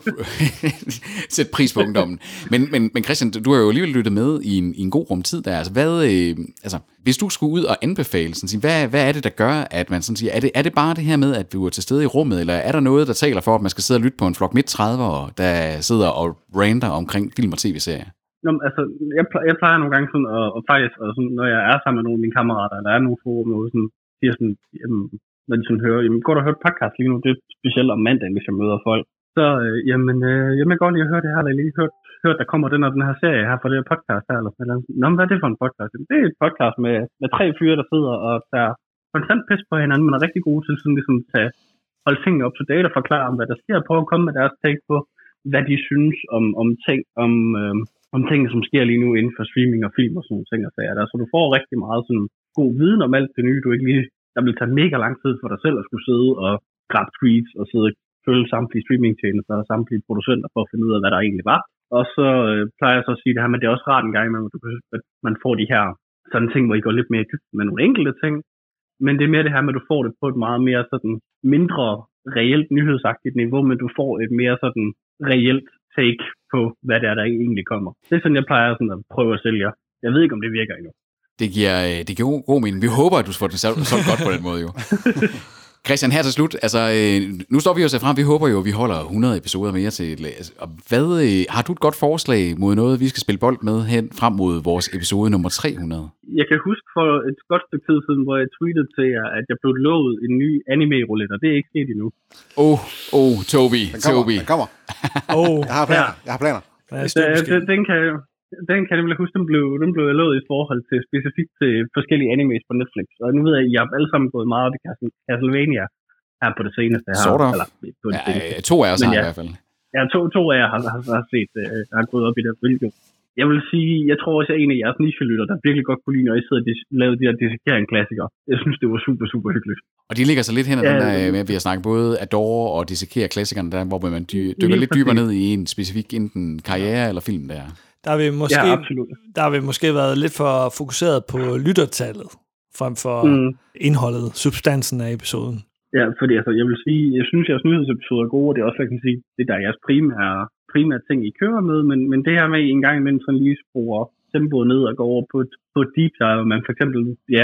sæt pris på ungdommen. Men, men, men Christian, du har jo alligevel lyttet med i en, i en god rumtid der. Altså, hvad, øh, altså, hvis du skulle ud og anbefale, sådan, hvad, hvad er det, der gør, at man sådan siger, er det, er det bare det her med, at vi er til stede i rummet, eller er der noget, der taler for, at man skal sidde og lytte på en flok midt tredivere, der sidder og ranter omkring film og tv-serier? Nå, altså, jeg, plejer, jeg plejer nogle gange sådan, og, og faktisk, og sådan, når jeg er sammen med nogle af mine kammerater, eller er nogle forum, og sådan, siger sådan, jamen, når de sådan hører, jamen, går der hørt podcast lige nu, det er specielt om mandagen, hvis jeg møder folk, så, øh, jamen, øh, jamen, jeg går lige og høre det her, eller lige hørt, hørt, der kommer den og den her serie her, for det her podcast her, eller sådan. Nå, men hvad er det for en podcast? Det er et podcast med, med tre fyre, der sidder og tager konstant pis på hinanden, men er rigtig gode til sådan ligesom at holde tingene op til date og forklare om, hvad der sker, prøve at komme med deres take på, hvad de synes om, om ting, om, øh, om tingene, som sker lige nu inden for streaming og film og sådan nogle ting, og sager der. Så du får rigtig meget sådan god viden om alt det nye, du ikke lige, der vil tage mega lang tid for dig selv at skulle sidde og grab tweets og sidde og følge samtlige streamingtjenester og samtlige producenter for at finde ud af, hvad der egentlig var. Og så øh, plejer jeg så at sige det her, men det er også rart en gang imellem, at man får de her sådan ting, hvor I går lidt mere i dybden med nogle enkelte ting. Men det er mere det her med, at du får det på et meget mere sådan mindre reelt nyhedsagtigt niveau, men du får et mere sådan reelt take på, hvad det er, der egentlig kommer. Det er sådan, jeg plejer sådan at prøve at sælge. Jeg ved ikke, om det virker endnu. Det giver, det giver god mening. Vi håber, at du får det solgt godt på den måde, jo. Christian, her til slut, altså, nu står vi jo så frem, vi håber jo, at vi holder hundrede episoder mere til. Og hvad, har du et godt forslag mod noget, vi skal spille bold med hen frem mod vores episode nummer tre hundrede? Jeg kan huske for et godt stykke tid siden, hvor jeg tweetede til jer, at jeg blev lovet en ny anime-roulette, og det er ikke sket endnu. Åh, oh, oh, Toby, den kommer, Toby. Den kommer. oh. Jeg har planer, jeg har planer. Ja, den, den kan jeg Den kan jeg huske, den blev, den blev lovet i forhold til specifikt til forskellige animes på Netflix. Og nu ved jeg, at I har alle sammen gået meget op i Castlevania her på det seneste. Her, sort of. Eller, på det ja, seneste. To af os har ja, i hvert fald. Ja, to, to af jer har, har, har set, uh, har gået op i det video. Jeg vil sige, jeg tror også, jeg er en af jeres nichelytter, der virkelig godt kunne lide, når I sidder og laver de her dissekering-klassikere. Jeg synes, det var super, super hyggeligt. Og de ligger så lidt hen ad ja, den der, med at vi har snakket både Adore og dissekere-klassikerne der, hvor man dy- dykker lidt dybere ned i en specifik enten karriere eller film der. Der har vi måske, ja, der har vi måske været lidt for fokuseret på lyttertallet, frem for mm. indholdet, substansen af episoden. Ja, fordi altså, jeg vil sige, jeg synes, at jeres nyhedsepisoder er gode, og det er også, hvad jeg kan sige, det der er jeres primære, primære ting, I kører med, men, men det her med, en gang imellem sådan lige skruer tempoet ned og går over på et, på et deep dive, og man for eksempel, ja,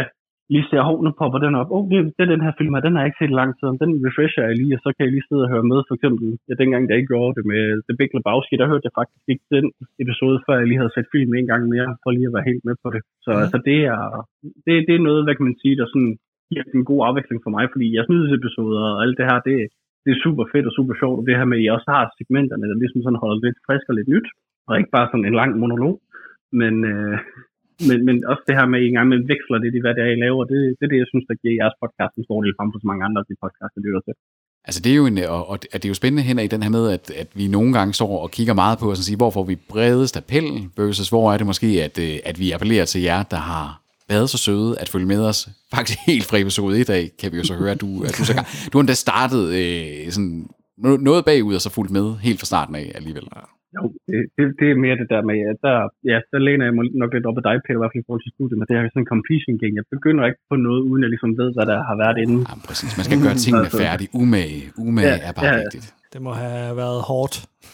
lige ser, hov, nu popper den op. Åh, oh, det, det er den her film her, den har jeg ikke set i lang tid. Den refresher jeg lige, og så kan jeg lige sidde og høre med. For eksempel, ja, dengang jeg ikke gjorde det med The Big Lebowski, der hørte jeg faktisk ikke den episode, før jeg lige havde set film en gang mere, for lige at være helt med på det. Så mm. altså, det er, det, det er noget, hvad kan man sige, der sådan giver en god afveksling for mig, fordi jeg nyhedsepisoder og alt det her, det, det er super fedt og super sjovt, og det her med, at I også har segmenterne, der ligesom sådan holder lidt frisk og lidt nyt, og ikke bare sådan en lang monolog, men... Øh, Men, men også det her med, at I engang med veksler lidt i, hvad det er, I laver, det, det er det, jeg synes, der giver jeres podcast en stor del frem for så mange andre af de podcasts, der lytter til. Altså det er jo en, og, og det er jo spændende hen i den her med, at, at vi nogle gange står og kigger meget på, og så siger, hvor får vi bredest appel, versus hvor er det måske, at, at vi appellerer til jer, der har været så søde at følge med os. Faktisk helt fra episode et af, kan vi jo så høre, at du, at du, så, du har endda startet øh, sådan noget bagud, og så fulgt med helt fra starten af alligevel. Jo, det, det, det er mere det der med, at der, ja, der læner jeg mig nok lidt op ad dig, Peter, i hvert fald i forhold til studiet, men det er sådan en completion game. Jeg begynder ikke på noget, uden jeg ligesom ved, hvad der har været inde. Ja, præcis. Man skal gøre tingene færdige. Umage. Umage ja, er bare ja, vigtigt. Det må have været hårdt.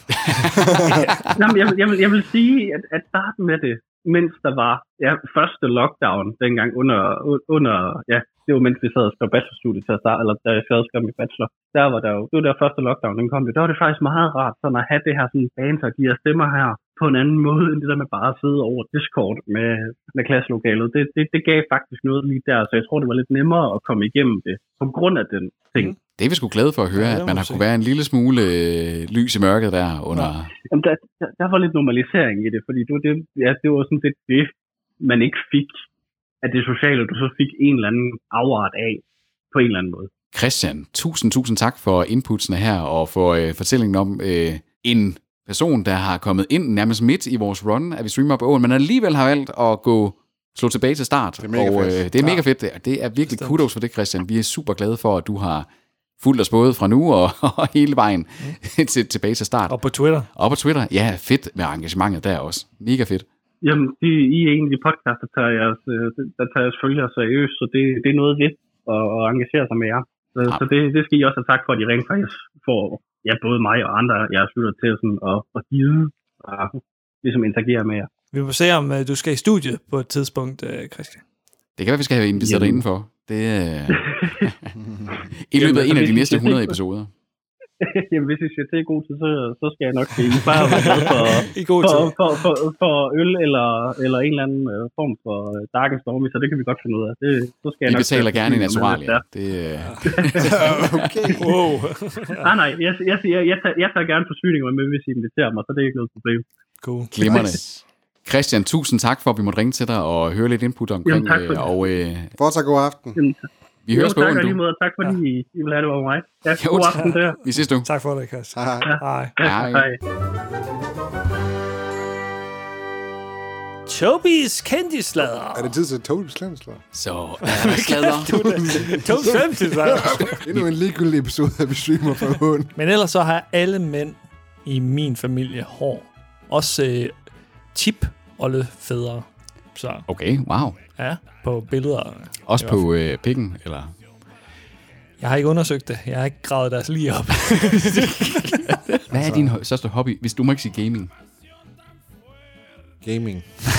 Jamen, jeg, jeg, vil, jeg vil sige, at, at starte med det, mens der var ja, første lockdown dengang under, under ja, det var mens vi sad og skrev bachelorstudiet til at starte, eller da jeg sad og skrev min bachelor, der var der jo, det var der første lockdown, den kom det, der var det faktisk meget rart, sådan at have det her sådan banter, de her stemmer her, på en anden måde, end det der med bare at sidde over Discord med, med klasselokalet. Det, det, det gav faktisk noget lige der, så jeg tror, det var lidt nemmere at komme igennem det, på grund af den ting. Mm. Det er vi sgu glade for at høre, ja, at man har kunne være en lille smule øh, lys i mørket der under... Ja. Jamen, der, der, der var lidt normalisering i det, fordi det, det, ja, det var sådan lidt det, man ikke fik af det sociale, du så fik en eller anden afart af, på en eller anden måde. Christian, tusind, tusind tak for inputsene her, og for øh, fortællingen om øh, en person, der har kommet ind nærmest midt i vores run, at vi streamer på åen, men alligevel har valgt at gå slå tilbage til start. Det er mega og fedt. øh, det er mega fedt. Det er virkelig Bestemt. Kudos for det, Christian. Vi er super glade for, at du har fulgt os både fra nu og, og hele vejen mm. til, tilbage til start. Og på Twitter. Og på Twitter. Ja, fedt med engagementet der også. Mega fedt. Jamen, I, I er en af de podcasts, der tager jeres, der tager jeres følgere seriøst, så det, det er noget vidt at, at engagere sig med jer. Så, ja. så det, det skal I også have tak for, at I rent faktisk får ja, både mig og andre jeres lytter til sådan, at, at give og ligesom interagere med jer. Vi må se, om uh, du skal i studiet på et tidspunkt, uh, Christian. Det kan være, vi skal have inviteret dig indenfor. Det er i løbet af en af de næste hundrede episoder. Jamen, hvis I skal til i god tid, så, så skal jeg nok se. I bare være glad for, for, for, for, for øl eller, eller en eller anden form for dark and stormy, så det kan vi godt finde ud af. Det, så skal jeg I nok betaler gerne i naturalia. Det, okay. Wow. nej, nej, jeg, jeg, jeg, jeg, tager, jeg tager gerne forsyninger med, hvis I inviterer mig, så det er ikke noget problem. Cool. Glimrende. Christian, tusind tak for, at vi måtte ringe til dig og høre lidt input omkring. Jamen, tak for det. Og, øh, Fortsat god aften. Jamen, vi høres på tak, åen, du. Tak fordi ja. I vil have det over mig. Ja, jo, god aften der. Vi ses, du. Tak for det, Christian. Hej. Hej. Ja, hej. Tobis kendisladder. Er det tid til Tobis kendisladder? Så er der sladder. Tobis kendisladder. Endnu en ligegyldig episode, at vi streamer for åen. Men ellers så har alle mænd i min familie hår. Også øh, tip oldefædre. Så Okay, wow. ja, på billeder. Også på øh, pikken, eller? Jeg har ikke undersøgt det. Jeg har ikke gravet deres lige op. Hvad er din hø- største hobby? Hvis du må ikke sige gaming. Gaming.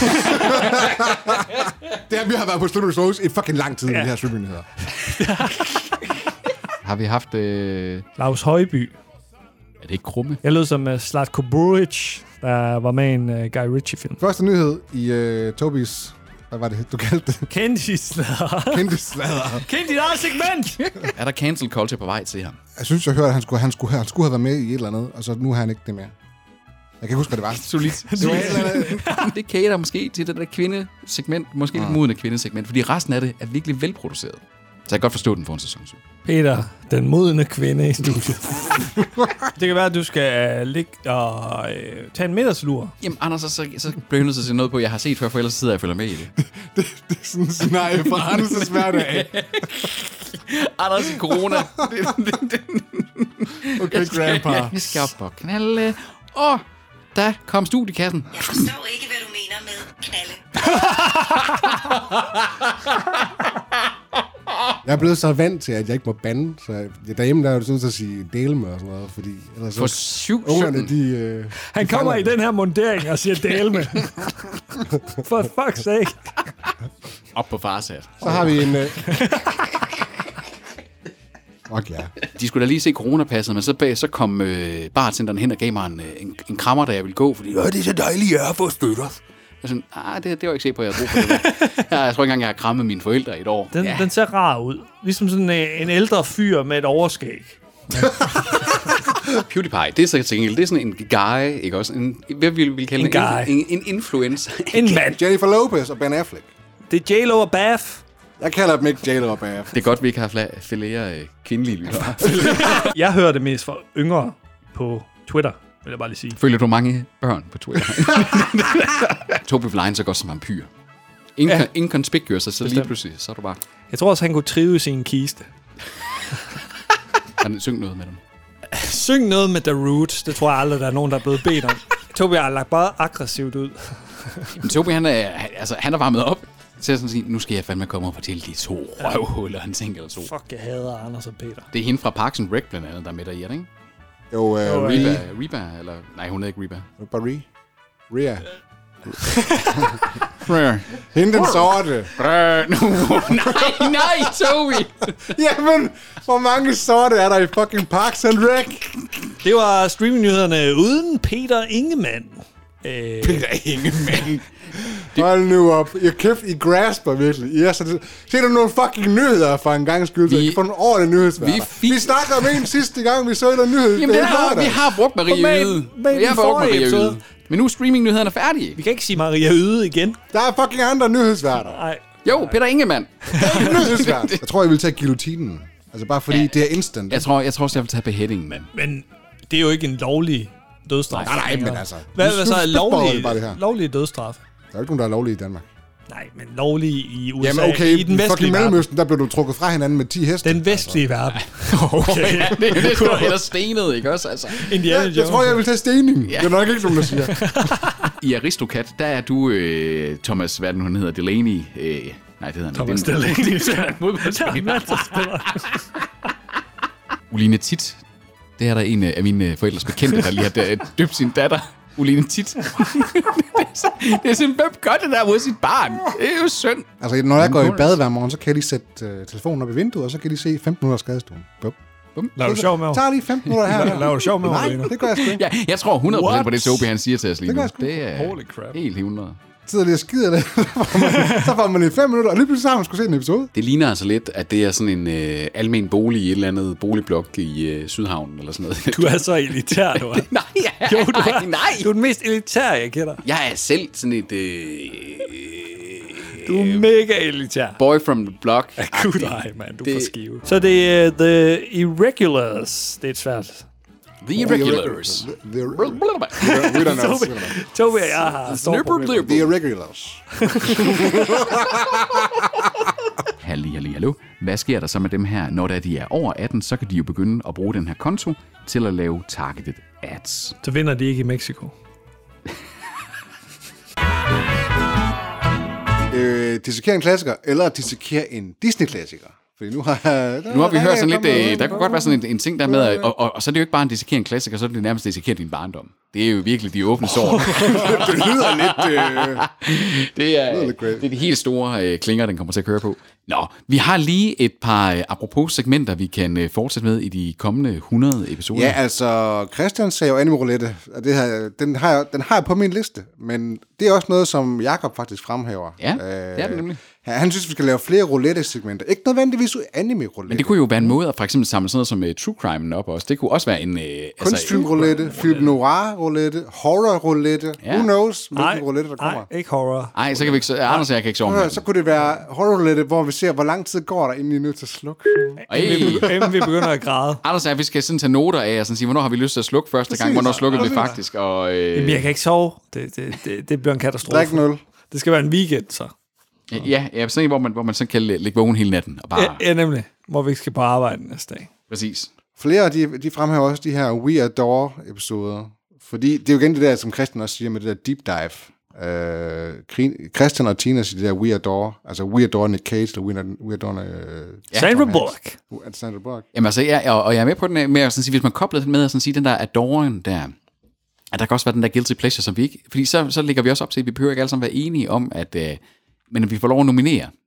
det har vi har været på Studios Rose i fucking lang tid, ja. Det her streamingheder. Har vi haft... Øh... Lars Højby. Er det ikke Krumme? Jeg lød som uh, Zlatko Buric, der var med i en uh, Guy Ritchie-film. Første nyhed i uh, Tobis... Hvad var det, du kaldte det? Kendisladder. Kendisladder. Kend dit eget segment! Er der cancel culture på vej til ham? Jeg synes, jeg hørte, at han skulle, han, skulle, han skulle have været med i et eller andet, og så nu har han ikke det mere. Jeg kan ikke huske, hvad det var. Solidt. Det var et eller andet. Det cater måske til det der kvindesegment, måske lidt modne kvindesegment, fordi resten af det er virkelig velproduceret. Så jeg kan godt forstå den for en sæson syv. Peter, den modne kvinde i studiet. Det kan være, at du skal uh, ligge og uh, tage en middagslur. Jamen, Anders, så, så, så bliver jeg nødt til at se noget på, jeg har set før, for ellers sidder jeg og følger med i det. det, det er sådan en scenarie fra Anders' hverdag. Anders i corona. Okay, grandpa. Vi skal op og knalde. Åh, der kom studiekassen. Jeg forstår ikke, hvad du mener med knalde. Jeg er blevet så vant til, at jeg ikke må bande, så jeg, derhjemme der er jo sådan at sige dele med og sådan noget, fordi ellers For så syv ungerne, de... Øh, Han de kommer fanger. i den her mundering og siger dele med. For fuck's sake. Op på farsat. Så har vi en... Øh... Fuck ja. De skulle da lige se coronapasset, men så, bag, så kom øh, bartenderen hen og gav mig en, en, en krammer, da jeg ville gå, fordi det er så dejligt, jeg har fået støtter. Jeg sådan, ah, det, det var ikke sikker på, at jeg har brug for det der. Jeg tror ikke engang, jeg har krammet mine forældre i et år. Den, ja. den ser rar ud. Ligesom sådan en, en ældre fyr med et overskæg. PewDiePie, det er så til gengæld, det er sådan en guy, ikke også? En, hvad vil vi kalde en? En, en, en influencer. En mand. Jennifer Lopez og Ben Affleck. Det er J-Lo og Bath. Jeg kalder dem ikke J-Lo og Bath. Det er godt, vi ikke har fla- flere øh, kvindelige lyttere. Jeg hører det mest fra yngre på Twitter, vil jeg bare lige sige. Følger du mange børn på Twitter? Toby Vline så godt som vampyr. Ingen, ja. ingen conspicuous, så lige pludselig, så er du bare... Jeg tror også, han kunne trives i en kiste. Han syng noget med dem. Syng noget med The Roots. Det tror jeg aldrig, der er nogen, der er blevet bedt om. Toby har lagt bare aggressivt ud. Men Toby, han er, altså, han er varmet op til at sådan sige, nu skal jeg fandme komme og fortælle de to røvhuller, han tænker eller to. Fuck, jeg hader Anders og Peter. Det er hende fra Parks and Rec, blandt andet, der er med der i, ikke? Jo, uh, Reba, Reba, eller... Nej, hun er ikke Reba. Reba. Ria. Rare. Hende den sorte. nej, nej, Toby. Jamen, hvor mange sorte er der i fucking Parks and Rec? Det var streamingnyhederne uden Peter Ingemann. Øh... Peter Ingemann. Hold nu op. Jeg kæft, I grasper virkelig. I er så... Se du nogle fucking nyheder for en gang skyld, så I kan få nogle ordentlige nyhedsværter. Vi, fi- vi snakker om en sidste gang, vi så en nyhed. Jamen, det har, vi har brugt Maria Yde. Jeg har brugt Maria Yde. Men nu er streamingnyhederne færdige. Vi kan ikke sige Maria Yde igen. Der er fucking andre nyhedsværter. Nej. Jo, Peter Ingemann. Jeg tror, jeg vil tage guillotinen. Altså bare fordi ja. Det er instant. Jeg tror, jeg tror også, jeg vil tage beheadingen, mand. Men det er jo ikke en lovlig dødsstraf. Nej, nej, men altså. Hvad, hvad så er lovlig, lovlig dødsstraf? Der er ikke nogen, der er lovlige i Danmark. Nej, men lovlig i U S A. Jamen okay, i den vestlige Mellemøsten, der blev du trukket fra hinanden med ti heste. Den vestlige altså. Verden. Okay. Ja, det, det er eller stenet, ikke også? Altså. Indiana ja, jeg tror, jeg vil tage stening. Ja. Det er nok ikke, som du siger. I Aristocat, der er du, øh, Thomas, hvad den hun hedder, Delaney. Øh, nej, det hedder han Thomas Delaney. Uline Tit. Det er der en af mine forældres bekendte, der lige har døbt sin datter. Uline Tit. det, er så, det er simpelthen, hvem gør det der mod sit barn? Det er jo synd. Altså, når jeg går i bad hver morgen, så kan de sætte uh, telefonen op i vinduet, og så kan de se femten minutter skadestuen. Bum. Bum. Laver du sjov med? Tager lige femten minutter her. Laver du sjov med? Nej, det gør jeg sgu ikke. Ja, jeg tror hundrede procent på det, Toby han siger til os lige nu. Det, det er holy crap. Helt hundrede. Sidder lige og skider det. Så får man i fem minutter, og lige pludselig har man sgu set en episode. Det ligner altså lidt, at det er sådan en øh, almen bolig i et eller andet boligblok i øh, Sydhavnen eller sådan noget. Du er så elitær, du er. nej, ja, jo, du er. nej. Du er den mest elitære, jeg kender. Jeg er selv sådan et... Øh, du er mega elitær. Boy from the block. Ja, gud nej, mand. Du det... får skive. Så det er uh, The Irregulars. Det er et svært... The Irregulars. The Irregulars. Toby og jeg har stået The Irregulars. Halli, halli, hallo. Hvad sker der så med dem her? Når der de er over atten, så kan de jo begynde at bruge den her konto til at lave targeted ads. Så vinder de ikke i Mexico. øh, dissekere en klassiker, eller dissekere en Disney-klassiker. Fordi nu har, der, nu har vi hørt sådan lidt, øh, der kunne godt være sådan en, en ting der med, at, og, og, og så er det jo ikke bare en dissekere en klassiker, så er det nærmest dissekere din barndom. Det er jo virkelig de åbne sår. det lyder lidt... Øh, det, er, det, det er de helt store øh, klinger, den kommer til at køre på. Nå, vi har lige et par øh, apropos segmenter, vi kan øh, fortsætte med i de kommende hundrede episoder. Ja, altså, Christian sagde jo Anime Roulette, og det her, den, har jeg, den har jeg på min liste, men det er også noget, som Jakob faktisk fremhæver. Ja, øh, det er det nemlig. Han synes, vi skal lave flere roulette-segmenter. Ikke nødvendigvis anime-roulette. Men det kunne jo være en måde at for eksempel samle sådan noget som uh, True Crime op også. Det kunne også være en... Uh, kunstfilm-roulette, altså, film noir-roulette, horror-roulette. Ja. Who knows, hvilken roulette der kommer. Nej, ikke horror. Nej, så kan vi ikke... Så, Anders og jeg kan ikke sove med. Så kunne det være horror-roulette, hvor vi ser, hvor lang tid går der, inden I er nødt til at slukke. Inden vi begynder at græde. Anders og jeg, vi skal sådan tage noter af og sådan sige, hvornår har vi lyst til at slukke første Præcis. gang, hvornår slukker vi faktisk. Og, øh... Jamen, jeg kan ikke sove. Det, det, det, det bliver en katastrofe. Der er ikke nul. Det skal være en weekend, så. Ja, ja, sådan en, hvor man, hvor man så kan ligge vågen hele natten. Og bare... ja, ja, nemlig. Hvor vi ikke skal på arbejde næste dag. Præcis. Flere, de, de fremhæver også de her We Adore-episoder. Fordi det er jo igen det der, som Christian også siger med det der deep dive. Uh, Christian og Tina siger det der We Adore. Altså We Adore Nick Cage, eller We, we Adore... Uh, ja. Sandra Bullock. Uh, Sandra Bullock. Jamen altså, jeg, og, og jeg er med på den med at sådan sige, hvis man kobler det med at sådan sige, den der Adoren der... At der kan også være den der guilty pleasure, som vi ikke... Fordi så, så ligger vi også op til, at vi behøver ikke alle sammen være enige om, at... Uh, men at vi får lov at nominere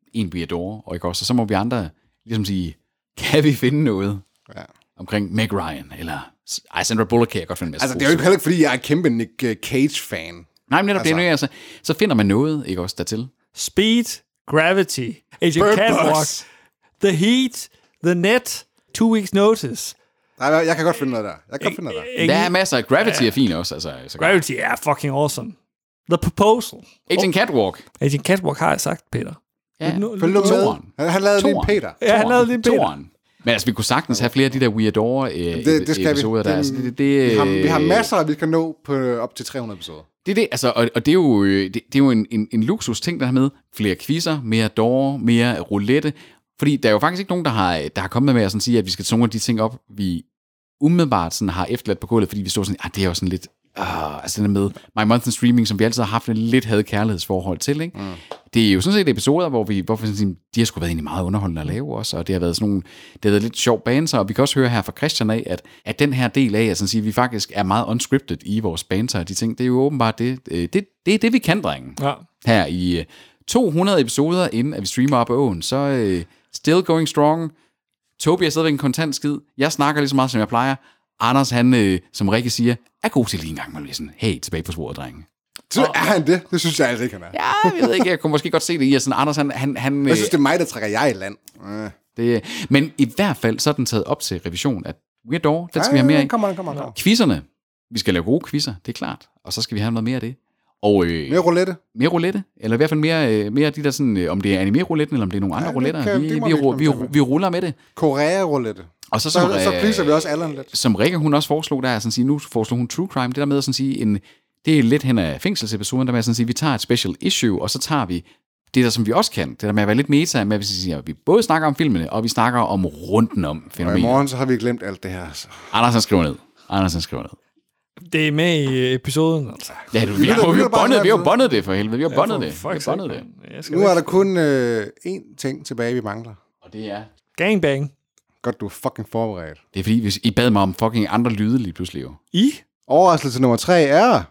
en we adore, og, ikke også? Og så må vi andre ligesom sige, kan vi finde noget ja. omkring Meg Ryan, eller ej, Sandra Bullock kan jeg godt finde en masse. Altså, det er jo ikke heller ikke, fordi jeg er kæmpe Nick Cage-fan. Nej, men netop altså. det er altså, så finder man noget, ikke også, dertil. Speed, Gravity, Agent Catwalk, The Heat, The Net, Two Weeks Notice. Nej, jeg kan godt finde noget der. Jeg kan godt finde noget der. Der er masser af Gravity er fint også. Altså, så Gravity er fucking awesome. The Proposal. Agent Catwalk. Agent Catwalk har jeg sagt, Peter. Ja, følg nu med. Han, han lavede lige en Peter. Ja, han lavede lige en Peter. Toren. Men altså, vi kunne sagtens have flere af de der We Adore øh, det, det skal episoder vi. der. Altså, det, det, vi, har, vi har masser, vi kan nå på op til tre hundrede episoder. Det er det, altså, og, og det er jo, det, det er jo en, en, en luksus ting, der har med flere quizzer, mere Adore, mere roulette. Fordi der er jo faktisk ikke nogen, der har, der har kommet med at sådan sige, at vi skal tage nogle af de ting op, vi umiddelbart sådan har efterladt på gulvet, fordi vi står sådan, ah, det er jo sådan lidt, ah, altså den med My Month in Streaming, som vi altid har haft en lidt had-kærlighedsforhold til, ikke? Mm. Det er jo sådan set episoder, hvor vi, hvor vi sådan, de har sgu været egentlig meget underholdende at lave også, og det har været sådan nogle, det har været lidt sjov banter, og vi kan også høre her fra Christian af, at, at den her del af, at sådan sige, vi faktisk er meget unscripted i vores banter, de ting, det er jo åbenbart det, det, det er det, vi kan, drenge. Ja. Her i to hundrede episoder, inden at vi streamer op ad åen, så uh, still going strong. Tobi er stadigvæk en kontant skid. Jeg snakker lige så meget, som jeg plejer. Anders, han, øh, som Rikke siger, er god til lige en gang med sådan, hey, tilbage på sporet, drenge. Så er han det? Det synes jeg altså ikke, han er. Ja, jeg ved ikke, jeg kunne måske godt se det i, at sådan, Anders, han... han, han jeg synes, det er mig, der trækker jeg i land. Øh. Det, men i hvert fald, så er den taget op til revision, at We Adore, den skal ja, vi have mere af. Kommer, kommer, kommer. Quizzerne. Vi skal lave gode quizzer, det er klart. Og så skal vi have noget mere af det. Og, øh, mere roulette. Mere roulette. Eller i hvert fald mere, øh, mere af de der sådan, øh, om det er anime-rouletten, eller om det er nogle andre ja, rouletter. Kan, vi, vi, vi, vi, vi ruller med det. Korea-roulette. Og så, så, som, så pleaser vi også Allan lidt. Som Rikke, hun også foreslog, der er sådan sige, nu foreslog hun True Crime, det der med at sådan sige, en, det er lidt hen af fængselsepisoden, der med at sådan sige, vi tager et special issue, og så tager vi det der, som vi også kan, det der med at være lidt meta, med at vi, siger, at vi både snakker om filmene, og vi snakker om runden om fænomenet. Og i morgen, så har vi glemt alt det her. Så. Andersen skriver ned. Andersen skriver ned. Det er med i episoden, altså. Ja, du, vi, har, vi, vi, har bondet, vi har bondet det for helvede. Vi har bondet ja, det. Vi har bondet det. Nu er der kun øh, én ting tilbage, vi mangler. Og det er... Gangbang. Godt, du er fucking forberedt. Det er fordi, hvis I bad mig om fucking andre lyde lige pludselig. Jo. I? Overraskelse nummer tre er...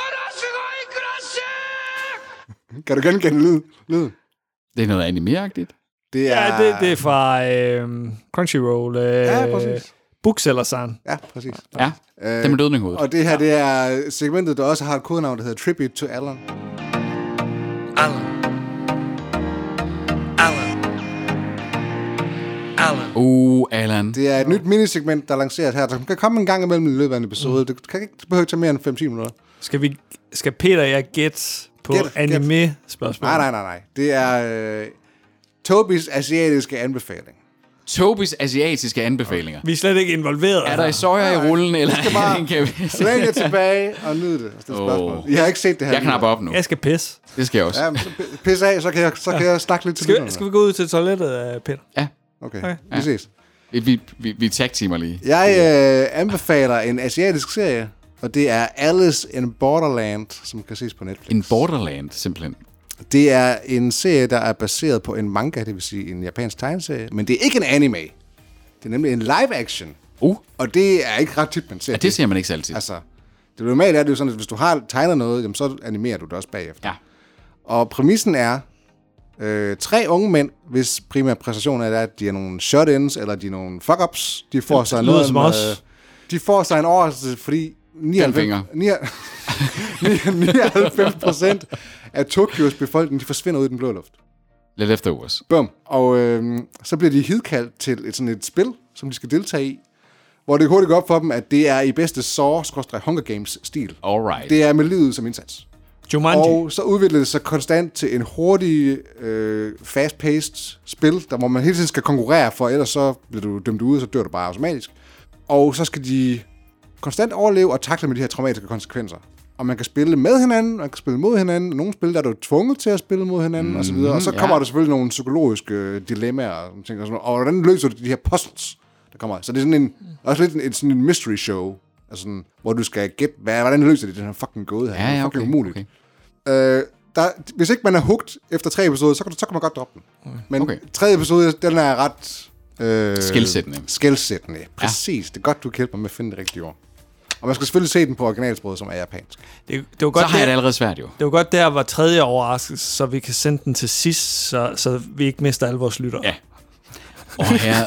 Kan du genkende lyd? lyd? Det er noget anime-agtigt. Det er... Ja, det, det er fra øh, Crunchyroll. Øh, ja, præcis. Bookseller-san. Ja, præcis. Ja, øh, det med dødning hovedet. Og det her, det er segmentet, der også har et kodenavn, der hedder Tribute to Allan. Allan. Allan. Allan. Uh, Allan. Det er et nyt minisegment, der er lanceret her. Der kan komme en gang imellem i løbet af en episode. Mm. Det kan ikke det behøver ikke tage mere end fem til ti minutter. Skal, vi, skal Peter og jeg gætte på anime-spørgsmål? Nej, nej, nej, nej. Det er øh, Tobis asiatiske anbefaling. Tobis asiatiske anbefalinger. Vi er slet ikke involveret. Er der i soja i rullen, eller er det en kasse? Læg det tilbage og nyd det. Oh. Jeg har ikke set det her. Jeg knapper op nu. Jeg skal pisse. Det skal jeg også. Ja, pis af, så kan jeg, så kan jeg snakke lidt til skal, vi, skal vi gå ud til toilettet, Peter? Ja. Okay, okay. Vi ses. Vi, vi, vi, vi tag-teamer lige. Jeg øh, anbefaler en asiatisk serie, og det er Alice in Borderland, som kan ses på Netflix. In Borderland, simpelthen. Det er en serie, der er baseret på en manga, det vil sige en japansk tegneserie, men det er ikke en anime. Det er nemlig en live-action. Uh. Og det er ikke ret tit, man ser. Ja, det ser man ikke så altid. Altså, det normalt er det jo sådan, at hvis du har tegnet noget, jamen, så animerer du det også bagefter. Ja. Og præmissen er øh, tre unge mænd, hvis primære præstation er, at de er nogle shut-ins, eller de er nogle fuck-ups. De får sig noget som os. Øh, de får sig en overraskelse, fordi nioghalvfems procent af Tokyos befolkning, de forsvinder ud i den blå luft. Lidt leftovers. Bum. Og øh, så bliver de hidkaldt til et, sådan et spil, som de skal deltage i, hvor det hurtigt går op for dem, at det er i bedste Saw-Hunger Games-stil. Alright. Det er med livet som indsats. Jumanji. Og så udvikler det sig konstant til en hurtig, øh, fast-paced spil, der hvor man hele tiden skal konkurrere, for ellers så bliver du dømt ude, så dør du bare automatisk. Og så skal de konstant overleve og takle med de her traumatiske konsekvenser. Og man kan spille med hinanden, man kan spille mod hinanden. Nogle spil, der er du tvunget til at spille mod hinanden, mm, og så videre. Og så kommer ja. der selvfølgelig nogle psykologiske dilemmaer, og, ting og, sådan noget. Og hvordan løser du de her puzzles, der kommer? Så det er sådan en, også lidt en, sådan en mystery show, altså sådan, hvor du skal gætte, hvad, hvordan løser de den her fucking gåde her. Ja, ja, det er fucking okay, umuligt. Okay. Øh, der, hvis ikke man er hooked efter tre episoder, så kan, du, så kan man godt droppe den. Men okay. tredje episode, den er ret... Øh, skelsættende. Skelsættende, præcis. Ja. Det er godt, du kan hjælpe mig med at finde det rigtige ord. Og man skal selvfølgelig se den på originalsproget, som er japansk. Det, det var godt Så har jeg der, det allerede svært, jo. det var godt, der var tredje overraskelse, så vi kan sende den til sidst, så, så vi ikke mister alle vores lyttere. Ja. Og her...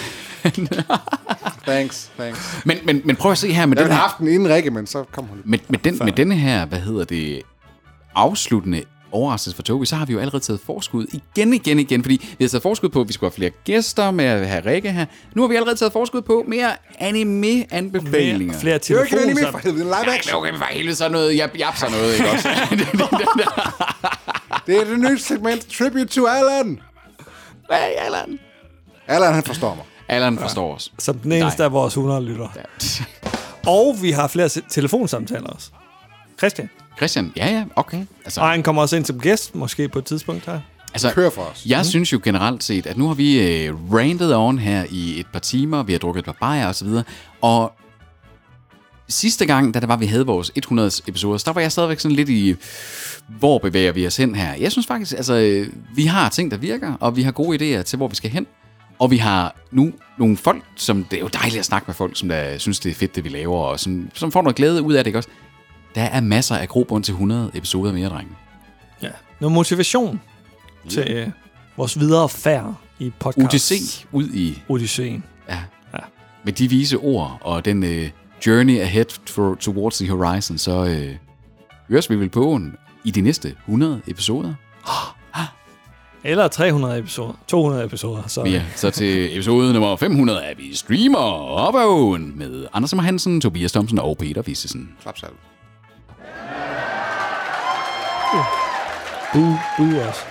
Thanks, thanks. men, men, men prøv at se her med Jeg den ville her... have haft den inden Rikke, men så kom hun lidt. Med, med, den, med denne her, hvad hedder det, afsluttende overraskelse for Tobi, så har vi jo allerede taget forskud igen, igen, igen, fordi vi har taget forskud på, at vi skulle have flere gæster med at have Rikke her. Nu har vi allerede taget forskud på mere anime-anbefalinger. Mere, flere Det er jo ikke en anime telefoner. for helvede, en live action. Okay, men for helvede, så er noget, jeg japser noget, ikke også? Det er det nye segment, Tribute to Allan. Hvad er Allan? Allan, han forstår mig. Allan forstår os. Som den eneste af vores hundrede lyttere. Ja. Og vi har flere se- telefonsamtaler også. Christian. Christian, ja, ja, okay. Altså, Og han kommer også ind som gæst, måske på et tidspunkt her. altså, Kør for os. Jeg mm. synes jo generelt set, at nu har vi øh, randet on her i et par timer, vi har drukket et par bajer og så videre, og sidste gang, da det var, vi havde vores hundrede episoder, der var jeg stadigvæk sådan lidt i, hvor bevæger vi os hen her. Jeg synes faktisk, altså, øh, vi har ting, der virker, og vi har gode idéer til, hvor vi skal hen. Og vi har nu nogle folk, som det er jo dejligt at snakke med folk, som der synes, det er fedt, det vi laver, og som, som får noget glæde ud af det, ikke også? Der er masser af grobund til hundrede episoder mere, drenge. Ja. Noget motivation ja. til øh, vores videre færd i podcast. U T C ud i... Odysseen. Ja. Ja. Med de vise ord og den øh, journey ahead for, towards the horizon, så øh, høres vi vel på i de næste hundrede episoder. Eller tre hundrede episoder. to hundrede episoder. Så. Ja, så til episode nummer fem hundrede er vi streamer op ad åen med Anders Simmer Hansen, Tobias Thomsen og Peter Vissesen. Klapsalve. Boo, boo også.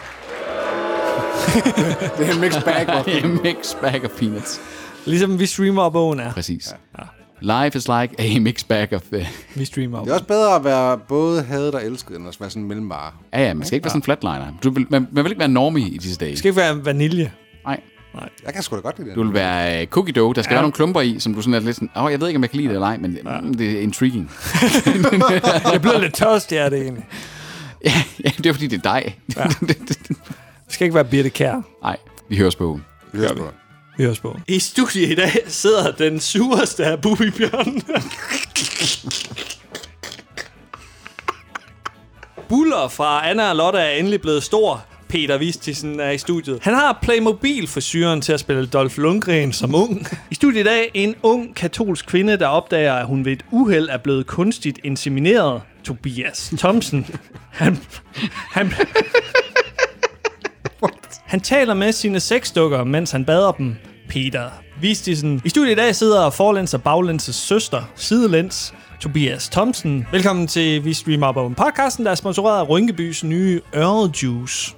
Det er en mixed bag. A mixed bag of peanuts. Ligesom vi streamer op åen er. Præcis. Ja. Life is like a mixed bag of... Uh... Vi streamer op. Det er også bedre at være både hadet og elsket, end at være sådan en mellemvare. Ja, ja, man skal ikke være sådan en flatliner. Du vil, man, man vil ikke være normie i disse dage. Det skal ikke være vanilje. Nej. Nej. Jeg kan sgu da godt lide det. Du vil være cookie dough. Der skal ja. være nogle klumper i, som du sådan er lidt sådan... Åh, oh, jeg ved ikke, om jeg kan lide det eller ej, men ja. mm, det er intriguing. Jeg bliver lidt tørst, er det egentlig. Ja, ja, det er fordi, det er dig. Ja. Det skal ikke være Birte Kjær. Nej, vi høres på. Vi høres på. Vi høres på. I studiet i dag sidder den sureste af Bubibjørn. Buller fra Anna og Lotte er endelig blevet stor. Peter Vistisen er i studiet. Han har Playmobil-frisyren til at spille Dolph Lundgren som ung. I studiet i dag en ung katolsk kvinde, der opdager, at hun ved et uheld er blevet kunstigt insemineret. Tobias Thomsen. Han... han Han taler med sine sexdukker, mens han bader dem. Peter Vistisen. I studiet i dag sidder forlæns og baglæns' søster, sidelæns, Tobias Thomsen. Velkommen til Vi Streamer Op Oven podcasten, der er sponsoreret af Rynkebys nye Ørredjuice.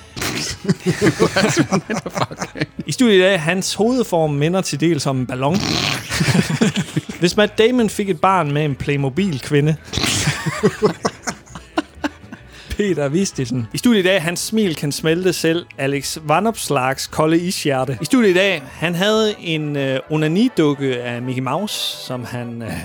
I studiet i dag, hans hovedform minder til dels om en ballon. Hvis Matt Damon fik et barn med en Playmobil-kvinde. Peter Vistisen. I studiet i dag, hans smil kan smelte selv Alex Vanopslags kolde ishjerte. I studiet i dag, han havde en øh, onanidukke af Mickey Mouse, som han... Øh...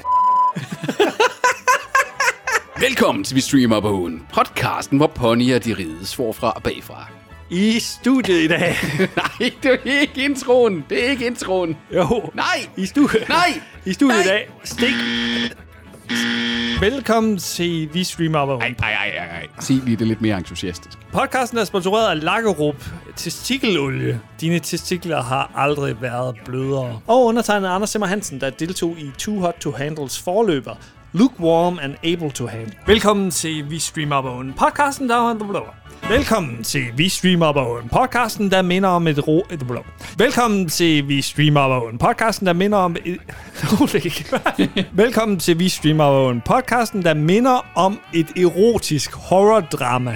Velkommen til Vi Streamer Op ad Åen. Podcasten, hvor ponyer de rides forfra og bagfra. I studiet i dag... Nej, det er ikke introen. Det er ikke introen. Jo. Nej. I studiet... Nej. I studiet Nej. i dag... Stik... Velkommen til Vi Streamer Op Ad Åen. Ej, ej, ej, ej. Sig lige det lidt mere entusiastisk. Podcasten er sponsoreret af Lakkerup Testikelolie. Dine testikler har aldrig været blødere. Og undertegnet Anders Simmer Hansen, der deltog i Too Hot to Handles forløber. Lukewarm and able to handle. Velkommen til Vi Streamer Op Ad Åen. Podcasten, der er blå. Velkommen til Vi Streamer Op Ad Åen. Podcasten, der minder om et ro... Et blå. Velkommen til Vi Streamer Op Ad Åen. Podcasten, der minder om et... Velkommen til Vi Streamer Op Ad Åen. Podcasten, der minder om et erotisk horror-drama.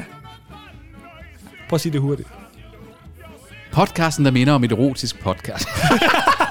Prøv at sige det hurtigt. Podcasten, der minder om et erotisk podcast.